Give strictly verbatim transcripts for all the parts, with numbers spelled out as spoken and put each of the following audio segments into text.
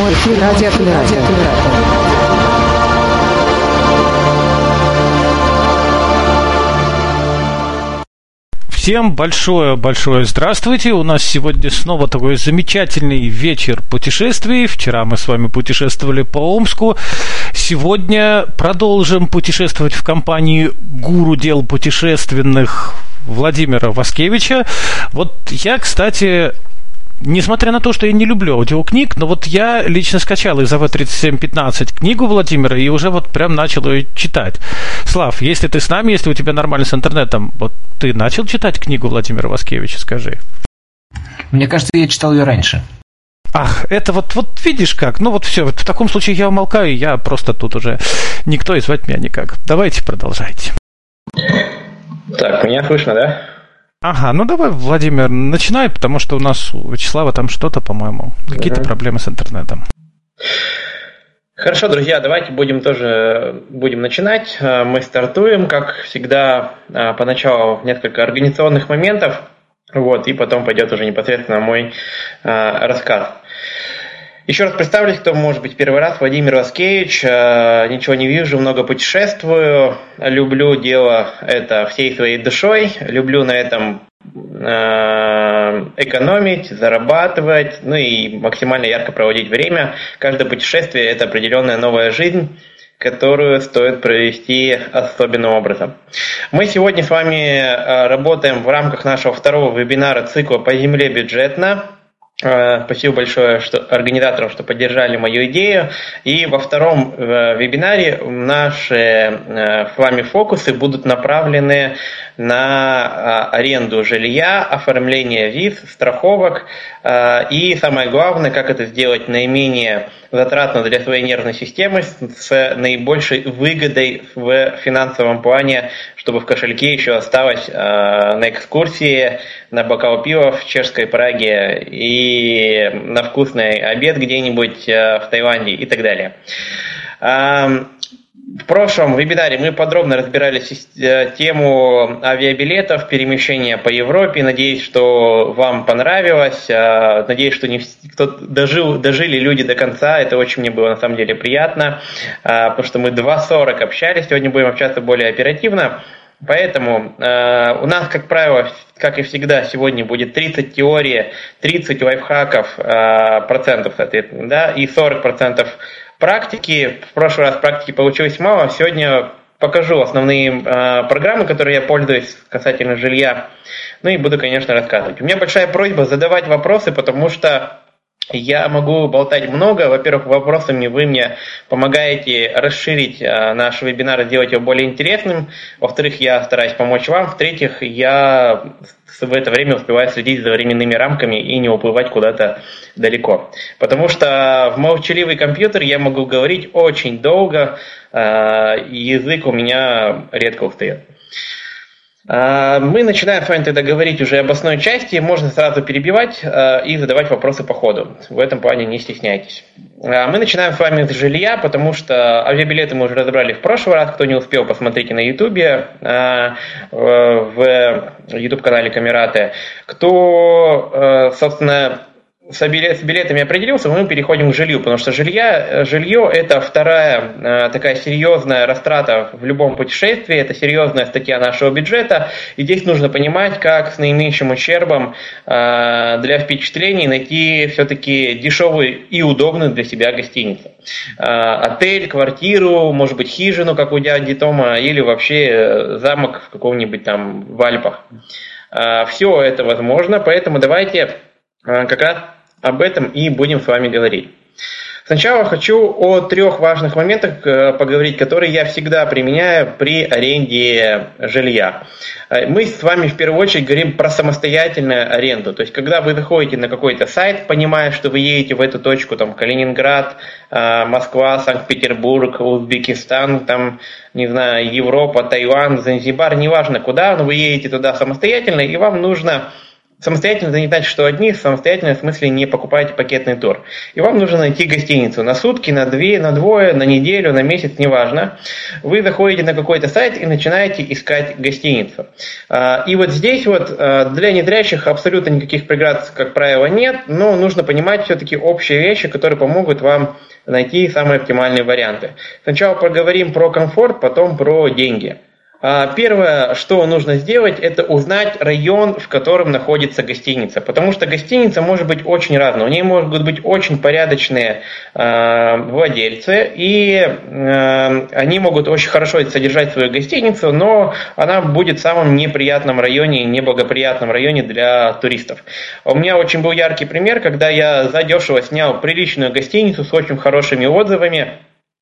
эфире радиоаккумулятор. Всем большое-большое здравствуйте. У нас сегодня снова такой замечательный вечер путешествий. Вчера мы с вами путешествовали по Омску. Сегодня продолжим путешествовать в компании гуру дел путешественных Владимира Васкевича. Вот я, кстати... Несмотря на то, что я не люблю аудиокниг, но вот я лично скачал из эй ви тридцать семь пятнадцать книгу Владимира и уже вот прям начал ее читать. Слав, если ты с нами, если у тебя нормально с интернетом, вот ты начал читать книгу Владимира Васкевича, скажи. Мне кажется, я читал ее раньше. Ах, это вот, вот видишь как, ну вот все, в таком случае я умолкаю, я просто тут уже никто и звать меня никак. Давайте продолжайте. Так, меня слышно, да? Ага, ну давай, Владимир, начинай, потому что у нас у Вячеслава там что-то, по-моему, какие-то mm-hmm. проблемы с интернетом. Хорошо, друзья, давайте будем тоже будем начинать. Мы стартуем, как всегда, поначалу несколько организационных моментов, вот, и потом пойдет уже непосредственно мой а, рассказ. Еще раз представлюсь, кто может быть первый раз. Владимир Васкевич. Ничего не вижу, много путешествую. Люблю дело это всей своей душой. Люблю на этом экономить, зарабатывать, ну и максимально ярко проводить время. Каждое путешествие – это определенная новая жизнь, которую стоит провести особенным образом. Мы сегодня с вами работаем в рамках нашего второго вебинара цикла «По земле бюджетно». Спасибо большое что, организаторам, что поддержали мою идею. И во втором э, вебинаре наши э, с вами фокусы будут направлены на э, аренду жилья, оформление виз, страховок э, и самое главное, как это сделать наименее затратно для своей нервной системы с, с наибольшей выгодой в финансовом плане, чтобы в кошельке еще осталось э, на экскурсии, на бокал пива в чешской Праге и на вкусный обед где-нибудь в Таиланде и так далее. В прошлом вебинаре мы подробно разбирали тему авиабилетов, перемещения по Европе. Надеюсь, что вам понравилось. Надеюсь, что не кто дожил, дожили люди до конца. Это очень мне было на самом деле приятно, потому что мы два сорок общались. Сегодня будем общаться более оперативно. Поэтому э, у нас, как правило, как и всегда, сегодня будет тридцать теории, тридцать лайфхаков, э, процентов, соответственно, да, и сорок процентов практики. В прошлый раз практики получилось мало, сегодня покажу основные э, программы, которые я пользуюсь касательно жилья, ну и буду, конечно, рассказывать. У меня большая просьба задавать вопросы, потому что я могу болтать много. Во-первых, вопросами вы мне помогаете расширить а, наш вебинар, сделать его более интересным. Во-вторых, я стараюсь помочь вам. В-третьих, я в это время успеваю следить за временными рамками и не уплывать куда-то далеко. Потому что в молчаливый компьютер я могу говорить очень долго, а, язык у меня редко устает. Мы начинаем с вами тогда говорить уже об основной части, можно сразу перебивать и задавать вопросы по ходу. В этом плане не стесняйтесь. Мы начинаем с вами с жилья, потому что авиабилеты мы уже разобрали в прошлый раз. Кто не успел, посмотрите на Ютубе, в YouTube-канале Камераты. Кто, собственно, с билетами определился, мы переходим к жилью, потому что жилье, жилье это вторая э, такая серьезная растрата в любом путешествии, это серьезная статья нашего бюджета, и здесь нужно понимать, как с наименьшим ущербом э, для впечатлений найти все-таки дешевую и удобную для себя гостиницу. Э, отель, квартиру, может быть хижину, как у дяди Тома, или вообще замок в каком-нибудь там в Альпах. Э, все это возможно, поэтому давайте э, как раз об этом и будем с вами говорить. Сначала хочу о трех важных моментах поговорить, которые я всегда применяю при аренде жилья. Мы с вами в первую очередь говорим про самостоятельную аренду. То есть, когда вы заходите на какой-то сайт, понимая, что вы едете в эту точку, там, Калининград, Москва, Санкт-Петербург, Узбекистан, там, не знаю, Европа, Таиланд, Занзибар, неважно куда, но вы едете туда самостоятельно, и вам нужно самостоятельно это не значит, что одни самостоятельно, в смысле, не покупаете пакетный тур. И вам нужно найти гостиницу на сутки, на две, на двое, на неделю, на месяц, неважно. Вы заходите на какой-то сайт и начинаете искать гостиницу. И вот здесь вот для незрячих абсолютно никаких преград, как правило, нет, но нужно понимать все-таки общие вещи, которые помогут вам найти самые оптимальные варианты. Сначала поговорим про комфорт, потом про деньги. Первое, что нужно сделать, это узнать район, в котором находится гостиница. Потому что гостиница может быть очень разная. У нее могут быть очень порядочные э, владельцы, и э, они могут очень хорошо содержать свою гостиницу, но она будет в самом неприятном районе и неблагоприятном районе для туристов. У меня очень был яркий пример, когда я задешево снял приличную гостиницу с очень хорошими отзывами,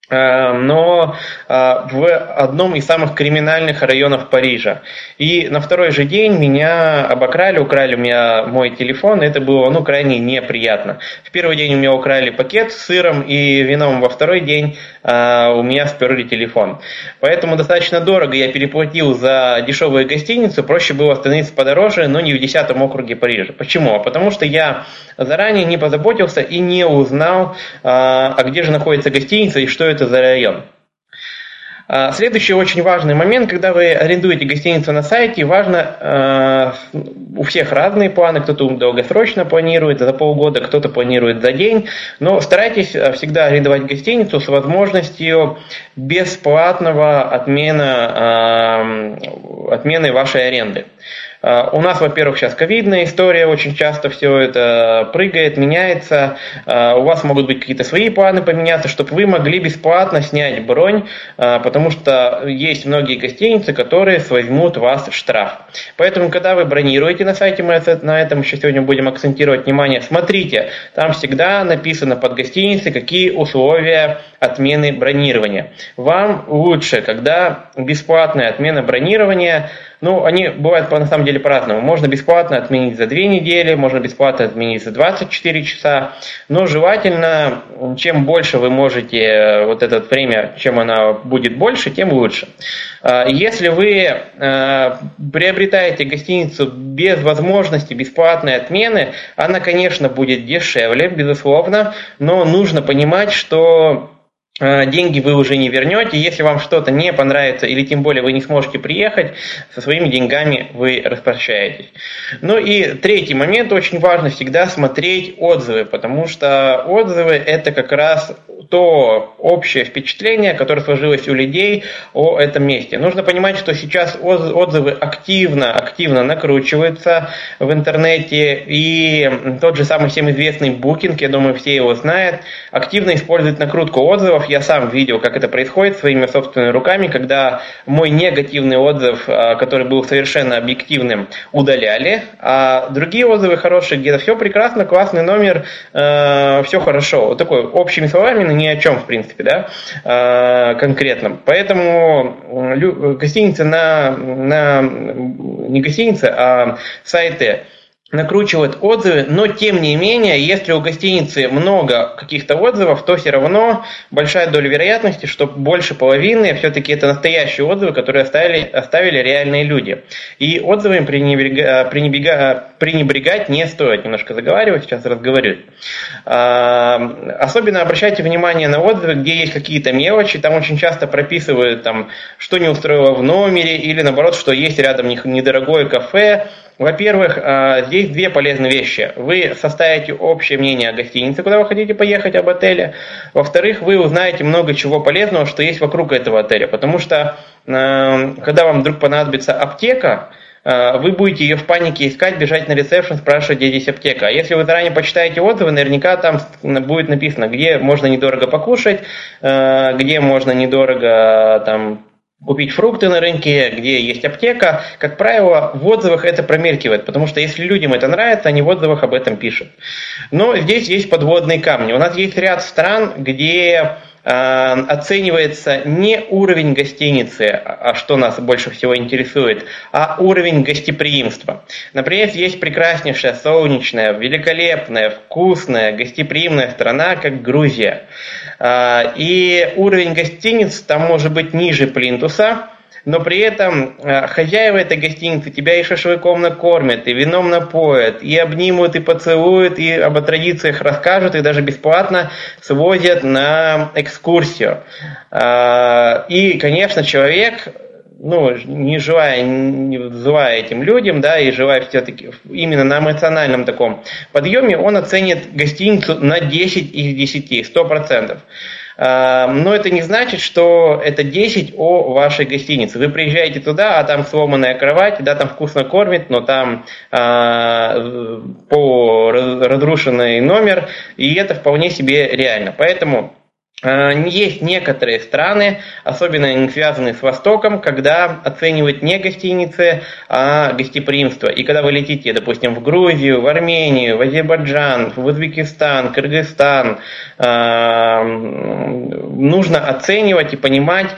но в одном из самых криминальных районов Парижа. И на второй же день меня обокрали, украли у меня мой телефон, и это было ну, крайне неприятно. В первый день у меня украли пакет с сыром и вином, во второй день у меня сперли телефон. Поэтому достаточно дорого я переплатил за дешевую гостиницу, проще было остановиться подороже, но не в десятом округе Парижа. Почему? Потому что я заранее не позаботился и не узнал, а где же находится гостиница и что это за район. Следующий очень важный момент, когда вы арендуете гостиницу на сайте, важно, у всех разные планы, кто-то долгосрочно планирует за полгода, кто-то планирует за день, но старайтесь всегда арендовать гостиницу с возможностью бесплатного отмена, отмены вашей аренды. У нас, во-первых, сейчас ковидная история, очень часто все это прыгает, меняется. У вас могут быть какие-то свои планы поменяться, чтобы вы могли бесплатно снять бронь, потому что есть многие гостиницы, которые возьмут вас штраф. Поэтому, когда вы бронируете на сайте, мы на этом еще сегодня будем акцентировать внимание, смотрите, там всегда написано под гостиницей, какие условия отмены бронирования. Вам лучше, когда бесплатная отмена бронирования, ну, они бывают на самом деле по-разному. Можно бесплатно отменить за две недели, можно бесплатно отменить за двадцать четыре часа, но желательно, чем больше вы можете, вот это время, чем она будет больше, тем лучше. Если вы приобретаете гостиницу без возможности бесплатной отмены, она, конечно, будет дешевле, безусловно, но нужно понимать, что деньги вы уже не вернете. Если вам что-то не понравится или тем более вы не сможете приехать, со своими деньгами вы распрощаетесь. Ну и третий момент, очень важно всегда смотреть отзывы, потому что отзывы это как раз то общее впечатление, которое сложилось у людей о этом месте. Нужно понимать, что сейчас отзывы активно, активно накручиваются в интернете, и тот же самый всем известный Booking, я думаю, все его знают, активно использует накрутку отзывов. Я сам видел, как это происходит своими собственными руками, когда мой негативный отзыв, который был совершенно объективным, удаляли, а другие отзывы хорошие, где-то все прекрасно, классный номер, э, все хорошо. Вот такой общими словами, но ни о чем, в принципе, да, э, конкретном. Поэтому гостиницы на, на не гостиницы, а сайты накручивают отзывы, но тем не менее, если у гостиницы много каких-то отзывов, то все равно большая доля вероятности, что больше половины все-таки это настоящие отзывы, которые оставили, оставили реальные люди. И отзывами пренебрега, пренебрега, пренебрегать не стоит. Немножко заговариваю, сейчас разговорю. Особенно обращайте внимание на отзывы, где есть какие-то мелочи, там очень часто прописывают, там, что не устроило в номере, или наоборот, что есть рядом недорогое кафе. Во-первых, здесь две полезные вещи. Вы составите общее мнение о гостинице, куда вы хотите поехать, об отеле. Во-вторых, вы узнаете много чего полезного, что есть вокруг этого отеля. Потому что, когда вам вдруг понадобится аптека, вы будете ее в панике искать, бежать на ресепшн, спрашивать, где здесь аптека. А если вы заранее почитаете отзывы, наверняка там будет написано, где можно недорого покушать, где можно недорого там купить фрукты на рынке, где есть аптека. Как правило, в отзывах это промелькивает, потому что если людям это нравится, они в отзывах об этом пишут. Но здесь есть подводные камни. У нас есть ряд стран, где э, оценивается не уровень гостиницы, а что нас больше всего интересует, а уровень гостеприимства. Например, есть прекраснейшая, солнечная, великолепная, вкусная, гостеприимная страна, как Грузия. И уровень гостиниц там может быть ниже плинтуса, но при этом хозяева этой гостиницы тебя и шашлыком накормят, и вином напоят, и обнимут, и поцелуют, и об традициях расскажут, и даже бесплатно свозят на экскурсию. И, конечно, человек, ну, не желая, не желая этим людям, да, и желая все-таки именно на эмоциональном таком подъеме, он оценит гостиницу на десять из десяти, сто процентов. Но это не значит, что это десять о вашей гостинице. Вы приезжаете туда, а там сломанная кровать, да, там вкусно кормят, но там э, полуразрушенный номер, и это вполне себе реально. Поэтому есть некоторые страны, особенно не связанные с Востоком, когда оценивают не гостиницы, а гостеприимство. И когда вы летите, допустим, в Грузию, в Армению, в Азербайджан, в Узбекистан, Кыргызстан, нужно оценивать и понимать,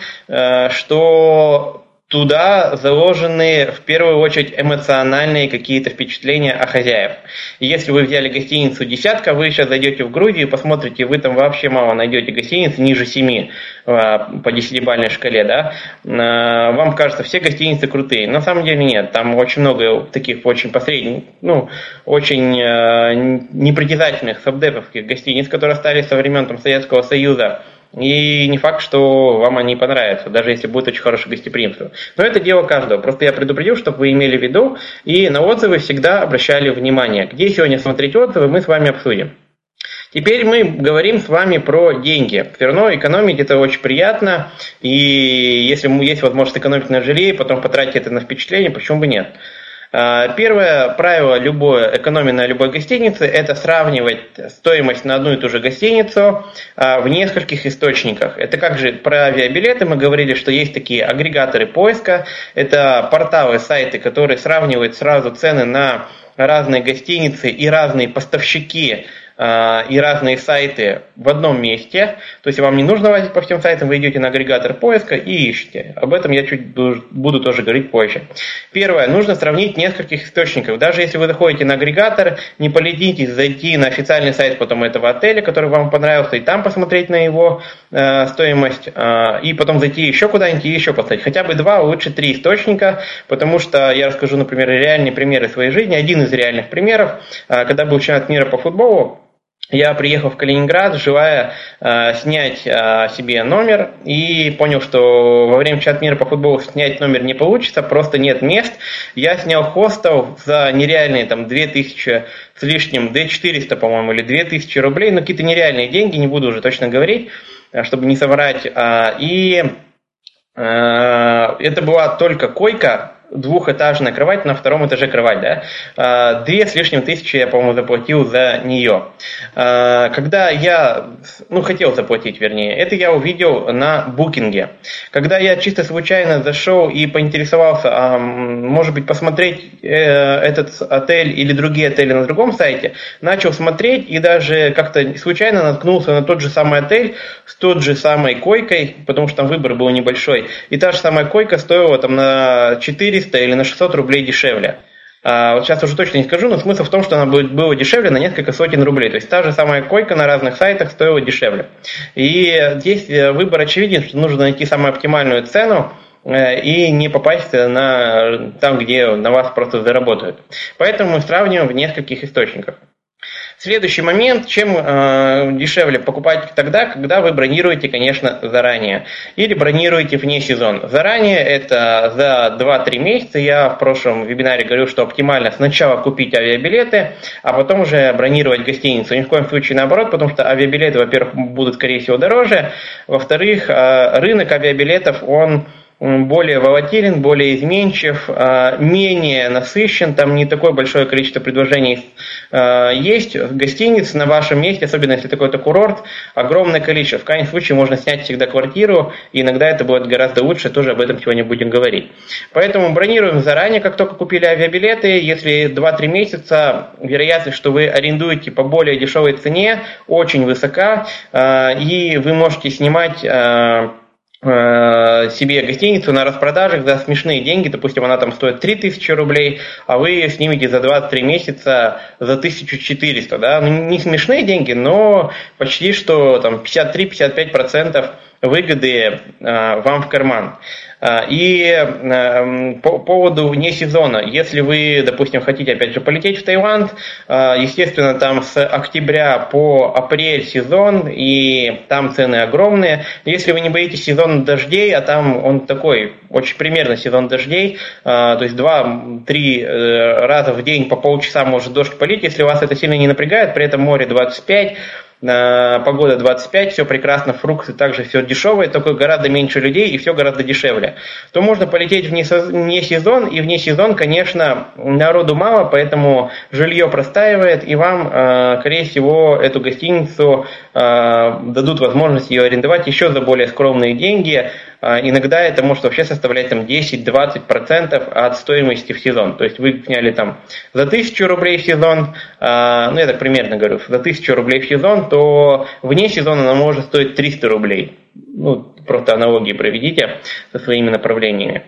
что туда заложены в первую очередь эмоциональные какие-то впечатления о хозяев. И если вы взяли гостиницу десятка, вы сейчас зайдете в Грузию и посмотрите, вы там вообще мало найдете гостиниц ниже семи по десятибалльной шкале, да, вам кажется, все гостиницы крутые. На самом деле нет, там очень много таких очень посредних, ну, очень непритязательных сабдеповских гостиниц, которые остались со времен там, Советского Союза. И не факт, что вам они понравятся, даже если будет очень хорошее гостеприимство. Но это дело каждого. Просто я предупредил, чтобы вы имели в виду и на отзывы всегда обращали внимание. Где сегодня смотреть отзывы, мы с вами обсудим. Теперь мы говорим с вами про деньги. Все равно экономить это очень приятно. И если есть возможность экономить на жилье, потом потратить это на впечатление, почему бы нет? Первое правило любой экономии на любой гостинице – это сравнивать стоимость на одну и ту же гостиницу в нескольких источниках. Это как же про авиабилеты мы говорили, что есть такие агрегаторы поиска, это порталы, сайты, которые сравнивают сразу цены на разные гостиницы и разные поставщики и разные сайты в одном месте. То есть вам не нужно лазить по всем сайтам, вы идете на агрегатор поиска и ищете. Об этом я чуть буду тоже говорить позже. Первое, нужно сравнить нескольких источников. Даже если вы заходите на агрегатор, не поленитесь зайти на официальный сайт потом этого отеля, который вам понравился, и там посмотреть на его э, стоимость, э, и потом зайти еще куда-нибудь и еще посмотреть. Хотя бы два, лучше три источника, потому что я расскажу, например, реальные примеры своей жизни. Один из реальных примеров, э, когда был чемпионат мира по футболу, я приехал в Калининград, желая э, снять э, себе номер, и понял, что во время чемпионата мира по футболу снять номер не получится, просто нет мест. Я снял хостел за нереальные там две тысячи с лишним, две тысячи четыреста, по-моему, или две тысячи рублей, но какие-то нереальные деньги, не буду уже точно говорить, чтобы не соврать. И э, это была только койка, двухэтажная кровать, на втором этаже кровать, да, две с лишним тысячи я, по-моему, заплатил за нее. Когда я, ну, хотел заплатить, вернее, это я увидел на букинге. Когда я чисто случайно зашел и поинтересовался, а, может быть, посмотреть этот отель или другие отели на другом сайте, начал смотреть и даже как-то случайно наткнулся на тот же самый отель с той же самой койкой, потому что там выбор был небольшой, и та же самая койка стоила там на четыреста или на шестьсот рублей дешевле. А, вот сейчас уже точно не скажу, но смысл в том, что она будет, была дешевле на несколько сотен рублей. То есть та же самая койка на разных сайтах стоила дешевле. И здесь выбор очевиден, что нужно найти самую оптимальную цену и не попасть на, там, где на вас просто заработают. Поэтому мы сравниваем в нескольких источниках. Следующий момент, чем э, дешевле покупать тогда, когда вы бронируете, конечно, заранее. Или бронируете вне сезона. Заранее это за два-три месяца. Я в прошлом вебинаре говорил, что оптимально сначала купить авиабилеты, а потом уже бронировать гостиницу. Ни в коем случае наоборот, потому что авиабилеты, во-первых, будут, скорее всего, дороже. Во-вторых, э, рынок авиабилетов, он более волатилен, более изменчив, менее насыщен, там не такое большое количество предложений есть. Гостиниц на вашем месте, особенно если такой-то курорт, огромное количество. В крайнем случае можно снять всегда квартиру, и иногда это будет гораздо лучше, тоже об этом сегодня будем говорить. Поэтому бронируем заранее, как только купили авиабилеты. Если два-три месяца, вероятность, что вы арендуете по более дешевой цене, очень высока, и вы можете снимать себе гостиницу на распродажах за смешные деньги, допустим, она там стоит три тысячи рублей, а вы ее снимете за двадцать-три месяца за тысячу четыреста, да, ну, не смешные деньги, но почти что там пятьдесят три - пятьдесят пять процентов выгоды э, вам в карман. И по поводу вне сезона, если вы, допустим, хотите опять же полететь в Таиланд, естественно, там с октября по апрель сезон, и там цены огромные. Если вы не боитесь сезона дождей, а там он такой, очень примерно сезон дождей, то есть два-три раза в день по полчаса может дождь полить, если вас это сильно не напрягает, при этом море двадцать пять, погода двадцать пять, все прекрасно, фрукты также все дешевые, только гораздо меньше людей и все гораздо дешевле, то можно полететь вне сезон, и вне сезон, конечно, народу мало, поэтому жилье простаивает, и вам, скорее всего, эту гостиницу дадут возможность ее арендовать еще за более скромные деньги. Иногда это может вообще составлять там десять-двадцать процентов от стоимости в сезон. То есть вы сняли там за тысячу рублей в сезон, ну я так примерно говорю, за тысячу рублей в сезон, то вне сезона она может стоить триста рублей. Ну, просто аналогии проведите со своими направлениями.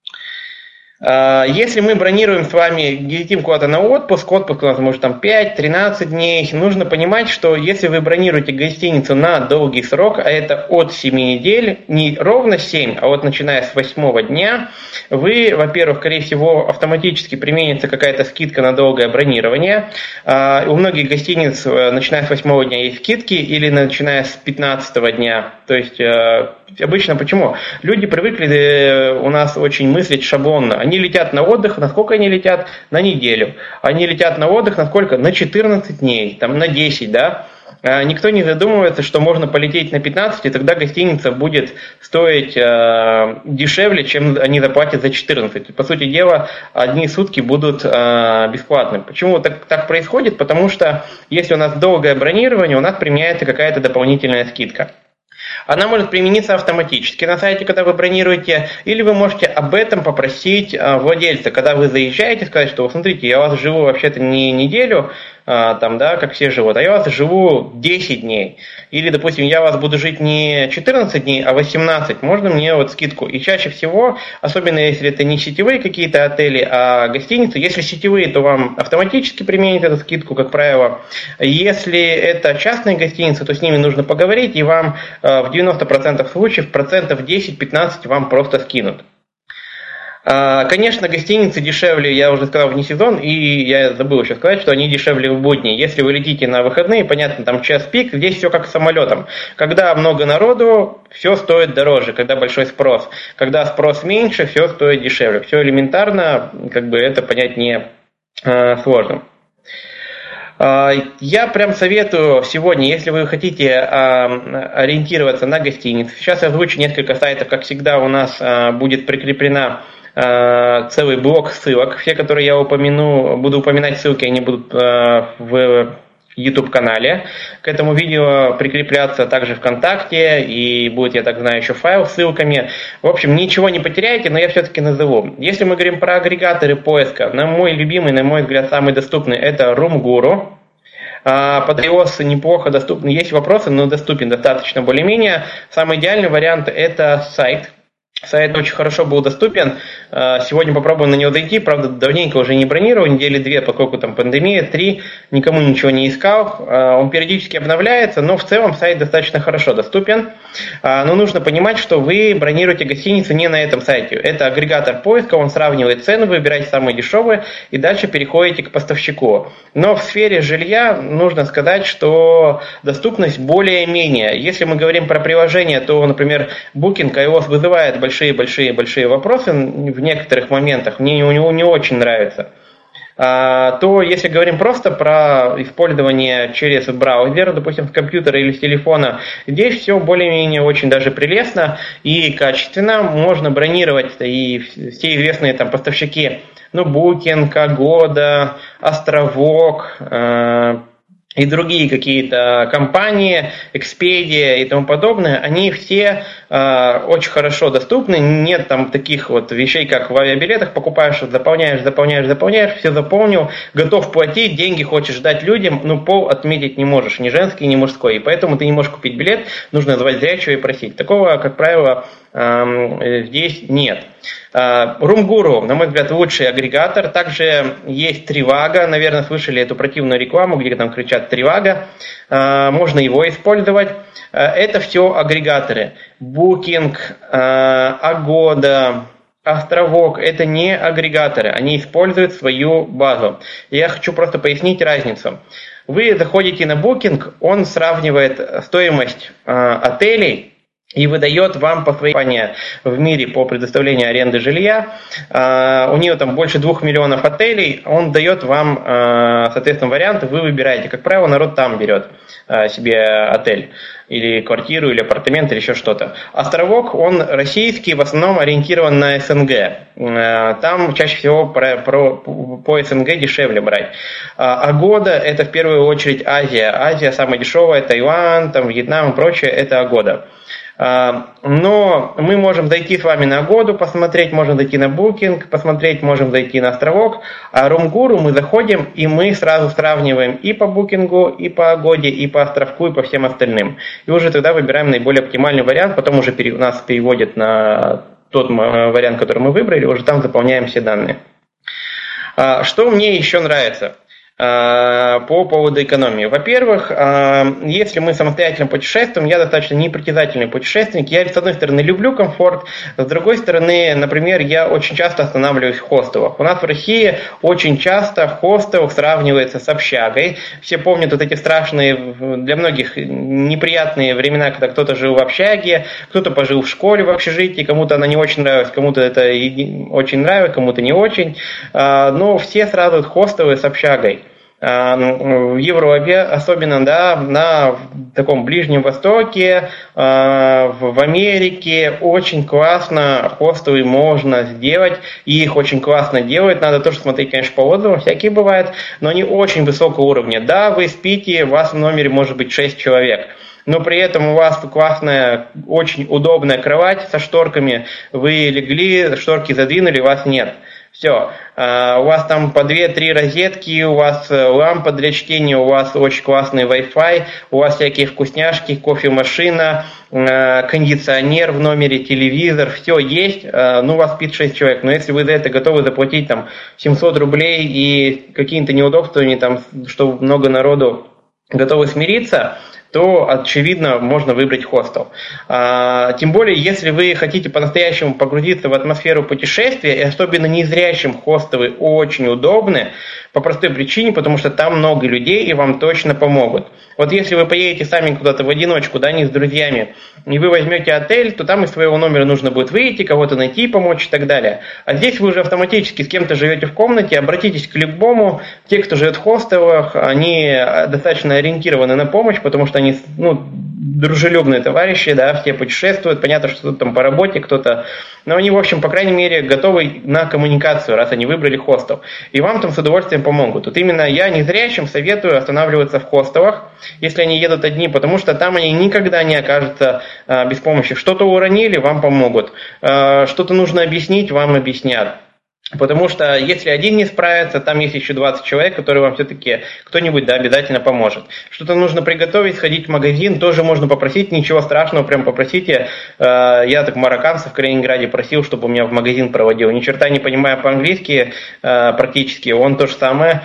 Если мы бронируем с вами, летим куда-то на отпуск, отпуск у нас может там пять-тринадцать дней, нужно понимать, что если вы бронируете гостиницу на долгий срок, а это от семи недель, не ровно семь, а вот начиная с восьмого дня, вы, во-первых, скорее всего, автоматически применится какая-то скидка на долгое бронирование. У многих гостиниц, начиная с восьмого дня, есть скидки, или начиная с пятнадцатого дня. То есть обычно почему? Люди привыкли у нас очень мыслить шаблонно. Они летят на отдых, на сколько они летят? На неделю. Они летят на отдых на сколько? На четырнадцать дней, там, на десять, да? Никто не задумывается, что можно полететь на пятнадцать, и тогда гостиница будет стоить э, дешевле, чем они заплатят за четырнадцать. По сути дела, одни сутки будут э, бесплатны. Почему так, так происходит? Потому что если у нас долгое бронирование, у нас применяется какая-то дополнительная скидка. Она может примениться автоматически на сайте, когда вы бронируете, или вы можете об этом попросить владельца, когда вы заезжаете, сказать, что, смотрите, я у вас живу вообще-то не неделю, там, да, как все живут, а я у вас живу десять дней. Или, допустим, я у вас буду жить не четырнадцать дней, а восемнадцать. Можно мне вот скидку? И чаще всего, особенно если это не сетевые какие-то отели, а гостиницы, если сетевые, то вам автоматически применят эту скидку, как правило. Если это частные гостиницы, то с ними нужно поговорить, и вам в девяноста процентах случаев процентов десять-пятнадцать вам просто скинут. Конечно, гостиницы дешевле, я уже сказал, вне сезон, и я забыл еще сказать, что они дешевле в будни. Если вы летите на выходные, понятно, там час пик, здесь все как с самолетом. Когда много народу, все стоит дороже, когда большой спрос. Когда спрос меньше, все стоит дешевле. Все элементарно, как бы это понять не э, сложно. Я прям советую сегодня, если вы хотите ориентироваться на гостиницы, сейчас я озвучу несколько сайтов, как всегда у нас будет прикреплена целый блок ссылок. Все, которые я упомяну, буду упоминать ссылки, они будут в YouTube-канале. К этому видео прикрепляться также ВКонтакте, и будет, я так знаю, еще файл с ссылками. В общем, ничего не потеряете, но я все-таки назову. Если мы говорим про агрегаторы поиска, на мой любимый, на мой взгляд, самый доступный, это RoomGuru. Под iOS неплохо доступны. Есть вопросы, но доступен достаточно более-менее. Самый идеальный вариант – это сайт. Сайт очень хорошо был доступен. Сегодня попробую на него зайти. Правда, давненько уже не бронировал, недели две, поскольку там пандемия, три, никому ничего не искал. Он периодически обновляется, но в целом сайт достаточно хорошо доступен. Но нужно понимать, что вы бронируете гостиницу не на этом сайте. Это агрегатор поиска, он сравнивает цены, выбираете самые дешевые и дальше переходите к поставщику. Но в сфере жилья нужно сказать, что доступность более-менее. Если мы говорим про приложение, то, например, Booking, iOS вызывает большие-большие-большие вопросы в некоторых моментах, мне у него не очень нравится, а, то если говорим просто про использование через браузер, допустим, с компьютера или с телефона, здесь все более-менее очень даже прелестно и качественно. Можно бронировать и все известные там поставщики, ну, Booking, Agoda, Островок, э- и другие какие-то компании, Expedia и тому подобное, они все э, очень хорошо доступны. Нет там таких вот вещей, как в авиабилетах. Покупаешь, заполняешь, заполняешь, заполняешь, все заполнил, готов платить, деньги хочешь дать людям, но пол отметить не можешь, ни женский, ни мужской. И поэтому ты не можешь купить билет, нужно звать зрячего и просить. Такого, как правило, здесь нет. Room.Guru, на мой взгляд, лучший агрегатор. Также есть Trivago, наверное, слышали эту противную рекламу, где там кричат Trivago. Можно его использовать. Это все агрегаторы. Booking, Agoda, Островок – это не агрегаторы, они используют свою базу. Я хочу просто пояснить разницу. Вы заходите на Booking, он сравнивает стоимость отелей и выдает вам по своей компании в мире по предоставлению аренды жилья. У нее там больше двух миллионов отелей, он дает вам, соответственно, варианты, вы выбираете. Как правило, народ там берет себе отель, или квартиру, или апартамент, или еще что-то. Островок, он российский, в основном ориентирован на СНГ. Там чаще всего про, про, по СНГ дешевле брать. Agoda – это в первую очередь Азия. Азия самая дешевая, Таиланд, там, Вьетнам и прочее – это Agoda. Но мы можем зайти с вами на Agoda, посмотреть, можем зайти на Booking, посмотреть, можем зайти на Островок. А Room.Guru мы заходим, и мы сразу сравниваем и по Booking, и по Agoda, и по Островку, и по всем остальным. И уже тогда выбираем наиболее оптимальный вариант, потом уже у нас переводят на тот вариант, который мы выбрали, уже там заполняем все данные. Что мне еще нравится по поводу экономии. Во-первых, если мы самостоятельно путешествуем, я достаточно непритязательный путешественник, я, с одной стороны, люблю комфорт, с другой стороны, например, я очень часто останавливаюсь в хостелах. У нас в России очень часто хостел сравнивается с общагой. Все помнят вот эти страшные, для многих неприятные времена, когда кто-то жил в общаге, кто-то пожил в школе в общежитии, кому-то она не очень нравилась, кому-то это очень нравилось, кому-то не очень. Но все сравнивают хостелы с общагой. В Европе, особенно да, на таком Ближнем Востоке, в Америке очень классно хостелы можно сделать, и их очень классно делают. Надо тоже смотреть, конечно, по отзывам, всякие бывают, но они очень высокого уровня. Да, вы спите, у вас в номере может быть шесть человек, но при этом у вас классная, очень удобная кровать со шторками, вы легли, шторки задвинули, вас нет. Все, у вас там по две-три розетки, у вас лампа для чтения, у вас очень классный Wi-Fi, у вас всякие вкусняшки, кофемашина, кондиционер в номере, телевизор, все есть, ну у вас спит шесть человек, но если вы за это готовы заплатить там семьсот рублей и какими-то неудобствами, там, что много народу готовы смириться, то, очевидно, можно выбрать хостел. А, тем более, если вы хотите по-настоящему погрузиться в атмосферу путешествия, и особенно незрячим хостелы очень удобны, по простой причине, потому что там много людей, и вам точно помогут. Вот если вы поедете сами куда-то в одиночку, да, не с друзьями, и вы возьмете отель, то там из своего номера нужно будет выйти, кого-то найти, помочь и так далее. А здесь вы уже автоматически с кем-то живете в комнате, обратитесь к любому. Те, кто живет в хостелах, они достаточно ориентированы на помощь, потому что они, ну, дружелюбные товарищи, да, все путешествуют, понятно, что кто-то там по работе, кто-то, но они, в общем, по крайней мере, готовы на коммуникацию, раз они выбрали хостел, и вам там с удовольствием помогут. Вот именно я незрячим советую останавливаться в хостелах, если они едут одни, потому что там они никогда не окажутся а, без помощи. Что-то уронили, вам помогут, а, что-то нужно объяснить, вам объяснят. Потому что если один не справится, там есть еще двадцать человек, которые вам все-таки кто-нибудь, да, обязательно поможет. Что-то нужно приготовить, сходить в магазин, тоже можно попросить, ничего страшного, прям попросите. Я так марокканца в Калининграде просил, чтобы у меня в магазин проводил. Ни черта не понимая по-английски практически, он то же самое.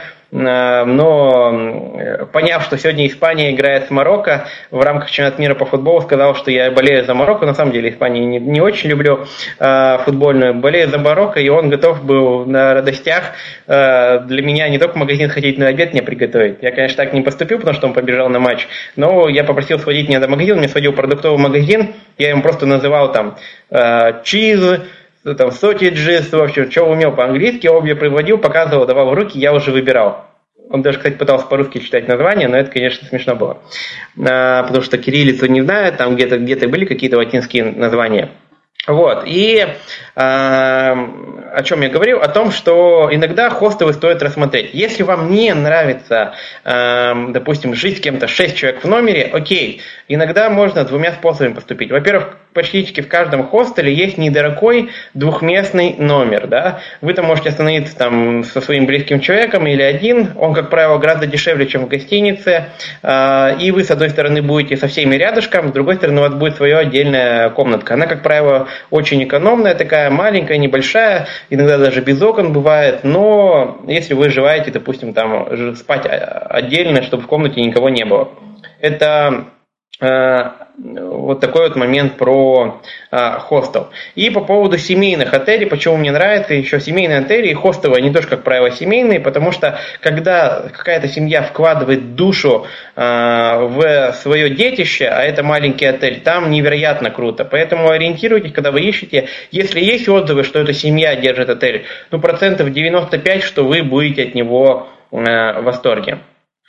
Но поняв, что сегодня Испания играет с Марокко в рамках чемпионата мира по футболу, сказал, что я болею за Марокко. На самом деле Испанию не, не очень люблю э, футбольную. Болею за Марокко, и он готов был на радостях э, для меня не только в магазин ходить, но и обед мне приготовить. Я, конечно, так не поступил, потому что он побежал на матч, но я попросил сводить меня до магазина, он мне сводил продуктовый магазин, я ему просто называл там э, чиз, там, сотиджис, в общем, что умел по-английски, обе приводил, показывал, давал в руки, я уже выбирал. Он даже, кстати, пытался по-русски читать название, но это, конечно, смешно было. А, потому что кириллицу не знаю, там где-то, где-то были какие-то латинские названия. Вот, и а, о чем я говорил? О том, что иногда хостелы стоит рассмотреть. Если вам не нравится, а, допустим, жить с кем-то шесть человек в номере, окей, иногда можно двумя способами поступить. Во-первых, почти в каждом хостеле есть недорогой двухместный номер, да. Вы там можете остановиться там со своим близким человеком или один, он, как правило, гораздо дешевле, чем в гостинице, и вы, с одной стороны, будете со всеми рядышком, с другой стороны, у вас будет своя отдельная комнатка. Она, как правило, очень экономная, такая маленькая, небольшая, иногда даже без окон бывает, но если вы желаете, допустим, там спать отдельно, чтобы в комнате никого не было. Это э, вот такой вот момент про э, хостел. И по поводу семейных отелей, почему мне нравится еще семейные отели и хостелы, они тоже, как правило, семейные, потому что когда какая-то семья вкладывает душу э, в свое детище, а это маленький отель, там невероятно круто. Поэтому ориентируйтесь, когда вы ищете. Если есть отзывы, что эта семья держит отель, ну процентов девяносто пять, что вы будете от него э, в восторге.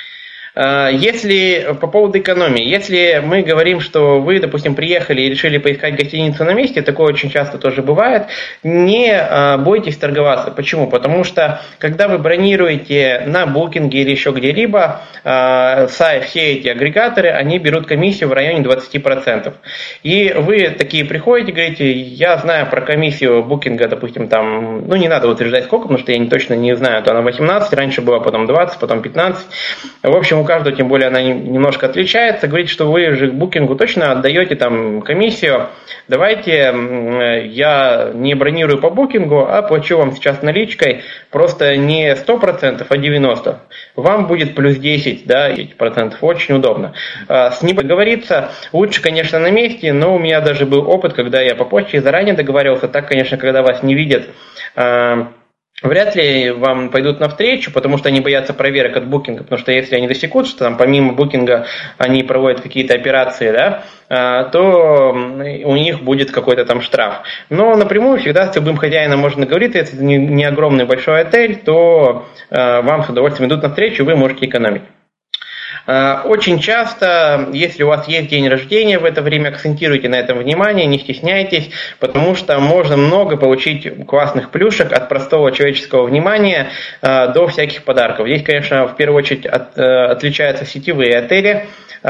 Если по поводу экономии, если мы говорим, что вы, допустим, приехали и решили поискать гостиницу на месте, такое очень часто тоже бывает, не бойтесь торговаться. Почему? Потому что, когда вы бронируете на Booking или еще где-либо, сайт, все эти агрегаторы, они берут комиссию в районе двадцать процентов. И вы такие приходите, говорите, я знаю про комиссию Booking, допустим, там, ну не надо утверждать сколько, потому что я не, точно не знаю, то она восемнадцать, раньше была, потом двадцать, потом пятнадцать. В общем, у каждого, тем более, она немножко отличается. Говорит, что вы же букингу точно отдаете там комиссию. Давайте я не бронирую по букингу, а плачу вам сейчас наличкой просто не сто процентов, а девяносто процентов. Вам будет плюс десять, да, процентов. Очень удобно. С ним договориться лучше, конечно, на месте, но у меня даже был опыт, когда я по почте заранее договаривался. Так, конечно, когда вас не видят, вряд ли вам пойдут навстречу, потому что они боятся проверок от букинга, потому что если они засекут, что там помимо букинга они проводят какие-то операции, да, то у них будет какой-то там штраф. Но напрямую всегда с любым хозяином можно договориться, если это не огромный большой отель, то вам с удовольствием идут навстречу, вы можете экономить. Очень часто, если у вас есть день рождения в это время, акцентируйте на этом внимание, не стесняйтесь, потому что можно много получить классных плюшек от простого человеческого внимания до всяких подарков. Здесь, конечно, в первую очередь от, отличаются сетевые отели,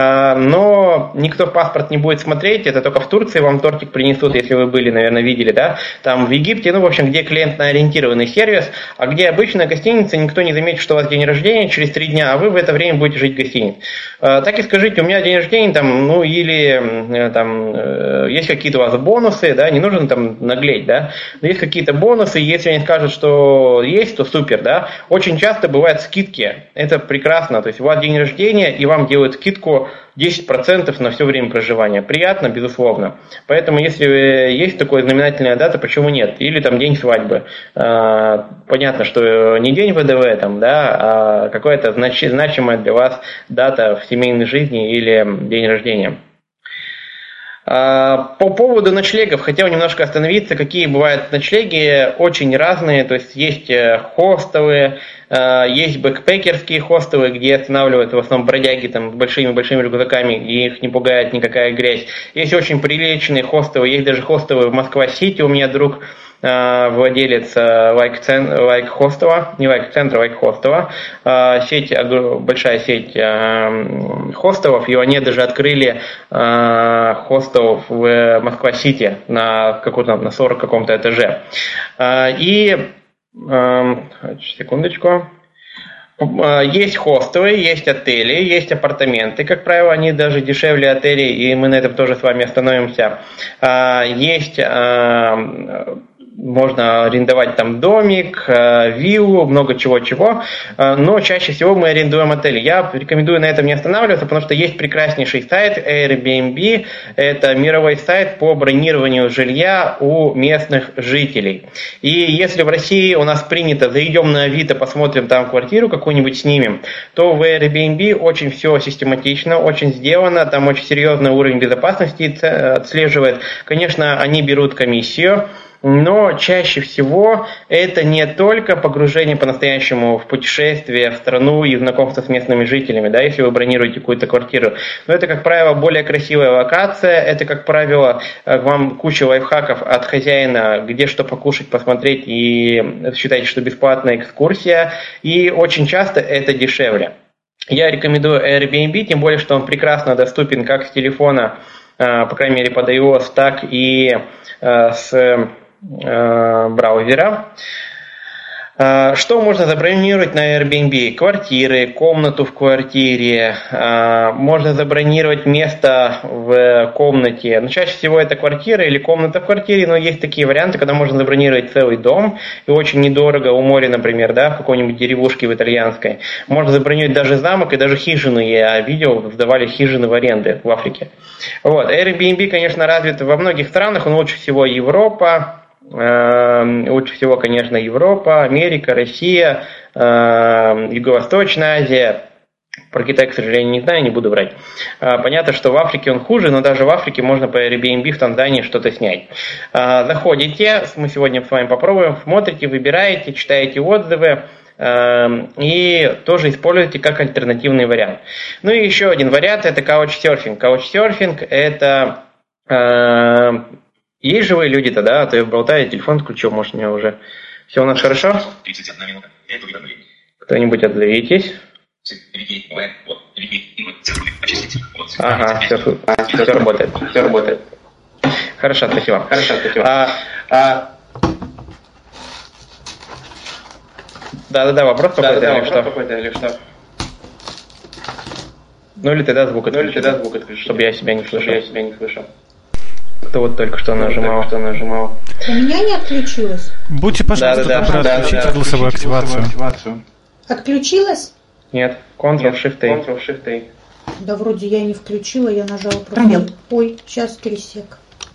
но никто в паспорт не будет смотреть, это только в Турции вам тортик принесут, если вы были, наверное, видели, да, там в Египте, ну, в общем, где клиентно-ориентированный сервис, а где обычная гостиница, никто не заметит, что у вас день рождения через три дня, а вы в это время будете жить в гостинице. Так и скажите, у меня день рождения, там, ну, или там есть какие-то у вас бонусы, да, не нужно там наглеть, да, но есть какие-то бонусы, если они скажут, что есть, то супер, да, очень часто бывают скидки, это прекрасно, то есть у вас день рождения, и вам делают скидку десять процентов на все время проживания. Приятно, безусловно. Поэтому, если есть такая знаменательная дата, почему нет? Или там день свадьбы. Понятно, что не день вэ дэ вэ, там, да, а какая-то знач- значимая для вас дата в семейной жизни или день рождения. По поводу ночлегов хотел немножко остановиться. Какие бывают ночлеги? Очень разные. То есть есть хостелы, есть бэкпекерские хостелы, где останавливаются в основном бродяги там, с большими-большими рюкзаками, и их не пугает никакая грязь. Есть очень приличные хостелы, есть даже хостелы в Москва-Сити. У меня друг владелец лайк-центра, лайк-хостела, не лайк-центра, лайк-хостела, сеть, большая сеть хостелов, и они даже открыли хостел в Москва-Сити на каком-то, на сорок каком-то этаже. И, секундочку, есть хостелы, есть отели, есть апартаменты, как правило, они даже дешевле отелей, и мы на этом тоже с вами остановимся. Есть... Можно арендовать там домик, виллу, много чего-чего, но чаще всего мы арендуем отели. Я рекомендую на этом не останавливаться, потому что есть прекраснейший сайт Airbnb, это мировой сайт по бронированию жилья у местных жителей. И если в России у нас принято, зайдем на Авито, посмотрим там квартиру какую-нибудь снимем, то в Airbnb очень все систематично, очень сделано, там очень серьезный уровень безопасности отслеживает. Конечно, они берут комиссию, но чаще всего это не только погружение по-настоящему в путешествие в страну и знакомство с местными жителями, да, если вы бронируете какую-то квартиру. Но это, как правило, более красивая локация, это, как правило, вам куча лайфхаков от хозяина, где что покушать, посмотреть, и считайте, что бесплатная экскурсия, и очень часто это дешевле. Я рекомендую Airbnb, тем более, что он прекрасно доступен как с телефона, по крайней мере под iOS, так и с браузера. Что можно забронировать на Airbnb? Квартиры, комнату в квартире, можно забронировать место в комнате. Но чаще всего это квартира или комната в квартире, но есть такие варианты, когда можно забронировать целый дом, и очень недорого у моря, например, да, в какой-нибудь деревушке в итальянской. Можно забронировать даже замок и даже хижины. Я видел, сдавали хижины в аренду в Африке. Вот. Airbnb, конечно, развит во многих странах, он лучше всего Европа. Лучше всего, конечно, Европа, Америка, Россия, Юго-Восточная Азия. Про Китай, к сожалению, не знаю, не буду врать. Понятно, что в Африке он хуже, но даже в Африке можно по Airbnb в Танзании что-то снять. Заходите, мы сегодня с вами попробуем, смотрите, выбираете, читаете отзывы и тоже используйте как альтернативный вариант. Ну и еще один вариант – это couchsurfing. Couchsurfing – это... Есть живые люди-то, да? А то я болтаю, телефон включил, может, у меня уже... Все у нас хорошо? тридцать одна минута. Это уведомление. Кто-нибудь отзовитесь. Ага, все, все работает, все работает. Хорошо, спасибо. Хорошо, спасибо. А, а... Да-да-да, вопрос какой-то, да, или что? Какой-то, или что? Ну или тогда звук отключи, ну, или тогда звук отключи, чтобы я себя не слышал. Я себя не слышал. Кто вот только что нажимал, кто нажимал. У меня не отключилось. Будьте, пожалуйста, да, добры, да, отключите да, голосовую активацию. активацию. Отключилось? Нет, Ctrl-Shift-A. Ctrl-Shift-A. Да вроде я не включила, я нажала просто. Ой, сейчас три сек.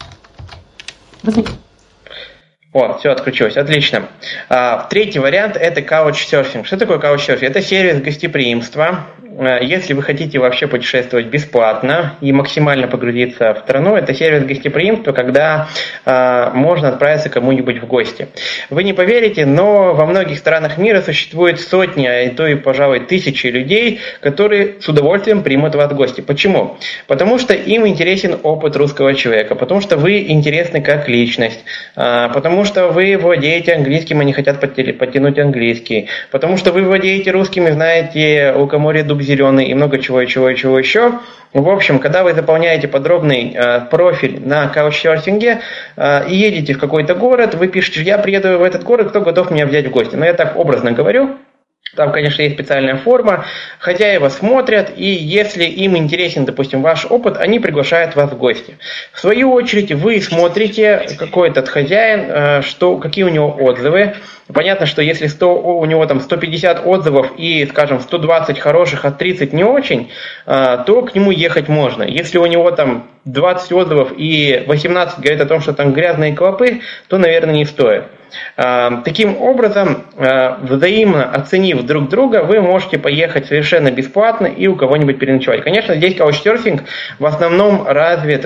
О, все, отключилось. Отлично. А, третий вариант – это couchsurfing. Что такое couchsurfing? Это сервис гостеприимства. Если вы хотите вообще путешествовать бесплатно и максимально погрузиться в страну, это сервис гостеприимства, когда а, можно отправиться кому-нибудь в гости. Вы не поверите, но во многих странах мира существует сотни, а то и, пожалуй, тысячи людей, которые с удовольствием примут вас в гости. Почему? Потому что им интересен опыт русского человека, потому что вы интересны как личность, а, потому что вы владеете английским, они хотят подтянуть английский, потому что вы владеете русским и знаете лукоморье, дуб зеленый и много чего и чего и чего еще. В общем, когда вы заполняете подробный э, профиль на каучсерфинге э, и едете в какой-то город, вы пишете, я приеду в этот город, кто готов меня взять в гости. Но я так образно говорю. Там, конечно, есть специальная форма, хозяева смотрят, и если им интересен, допустим, ваш опыт, они приглашают вас в гости. В свою очередь, вы смотрите, какой этот хозяин, что, какие у него отзывы. Понятно, что если сто, у него там сто пятьдесят отзывов и, скажем, сто двадцать хороших, а тридцать не очень, то к нему ехать можно. Если у него там двадцать отзывов и восемнадцать говорит о том, что там грязные клопы, то, наверное, не стоит. Таким образом, взаимно оценив друг друга, вы можете поехать совершенно бесплатно и у кого-нибудь переночевать. Конечно, здесь couchsurfing в основном развит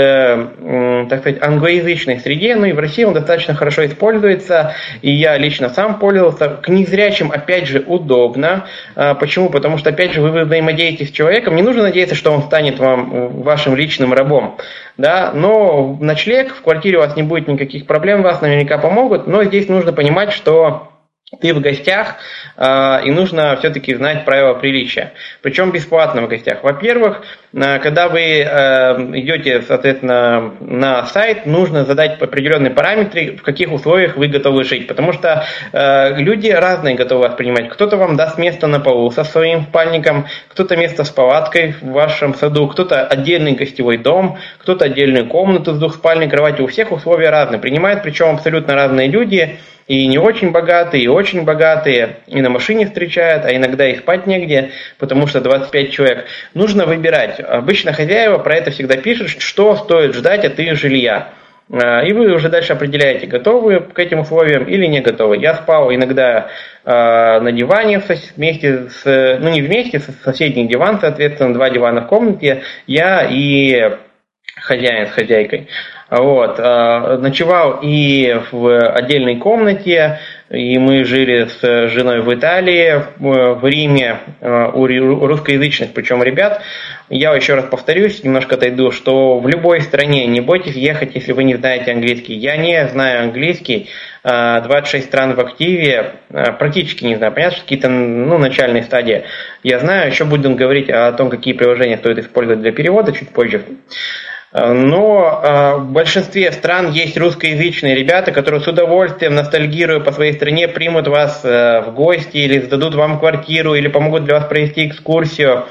в, так сказать, англоязычной среде, но и в России он достаточно хорошо используется, и я лично сам пользовался. К незрячим, опять же, удобно. Почему? Потому что, опять же, вы взаимодействуете с человеком, не нужно надеяться, что он станет вам вашим личным рабом. Да, но ночлег, в квартире у вас не будет никаких проблем, вас наверняка помогут, но здесь нужно понимать, что ты в гостях, э, и нужно все-таки знать правила приличия. Причем бесплатно в гостях. Во-первых, э, когда вы э, идете, соответственно, на сайт, нужно задать определенные параметры, в каких условиях вы готовы жить. Потому что э, люди разные готовы воспринимать. Кто-то вам даст место на полу со своим спальником, кто-то место с палаткой в вашем саду, кто-то отдельный гостевой дом, кто-то отдельную комнату с двухспальной кроватью. У всех условия разные. Принимают, причем абсолютно разные люди. И не очень богатые, и очень богатые, и на машине встречают, а иногда и спать негде, потому что двадцать пять человек. Нужно выбирать. Обычно хозяева про это всегда пишут, что стоит ждать от их жилья. И вы уже дальше определяете, готовы к этим условиям или не готовы. Я спал иногда на диване вместе с, ну не вместе, с соседний диван, соответственно, два дивана в комнате, я и хозяин с хозяйкой. Вот, ночевал и в отдельной комнате, и мы жили с женой в Италии, в Риме, у русскоязычных, причем ребят. Я еще раз повторюсь, немножко отойду, что в любой стране не бойтесь ехать, если вы не знаете английский. Я не знаю английский, двадцать шесть стран в активе, практически не знаю, понятно, что какие-то ну, начальные стадии. Я знаю, еще будем говорить о том, какие приложения стоит использовать для перевода чуть позже. Но в большинстве стран есть русскоязычные ребята, которые с удовольствием, ностальгируя по своей стране, примут вас в гости или сдадут вам квартиру, или помогут для вас провести экскурсию.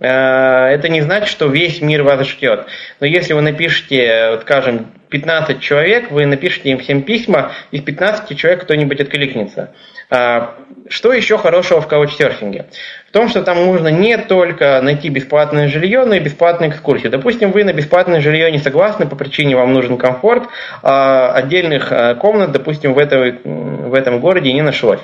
Это не значит, что весь мир вас ждет. Но если вы напишете, скажем, пятнадцать человек, вы напишите им всем письма, из пятнадцати человек кто-нибудь откликнется. Что еще хорошего в каучсерфинге? В том, что там можно не только найти бесплатное жилье, но и бесплатную экскурсию. Допустим, вы на бесплатное жилье не согласны, по причине вам нужен комфорт, а отдельных комнат, допустим, в, этой, в этом городе не нашлось.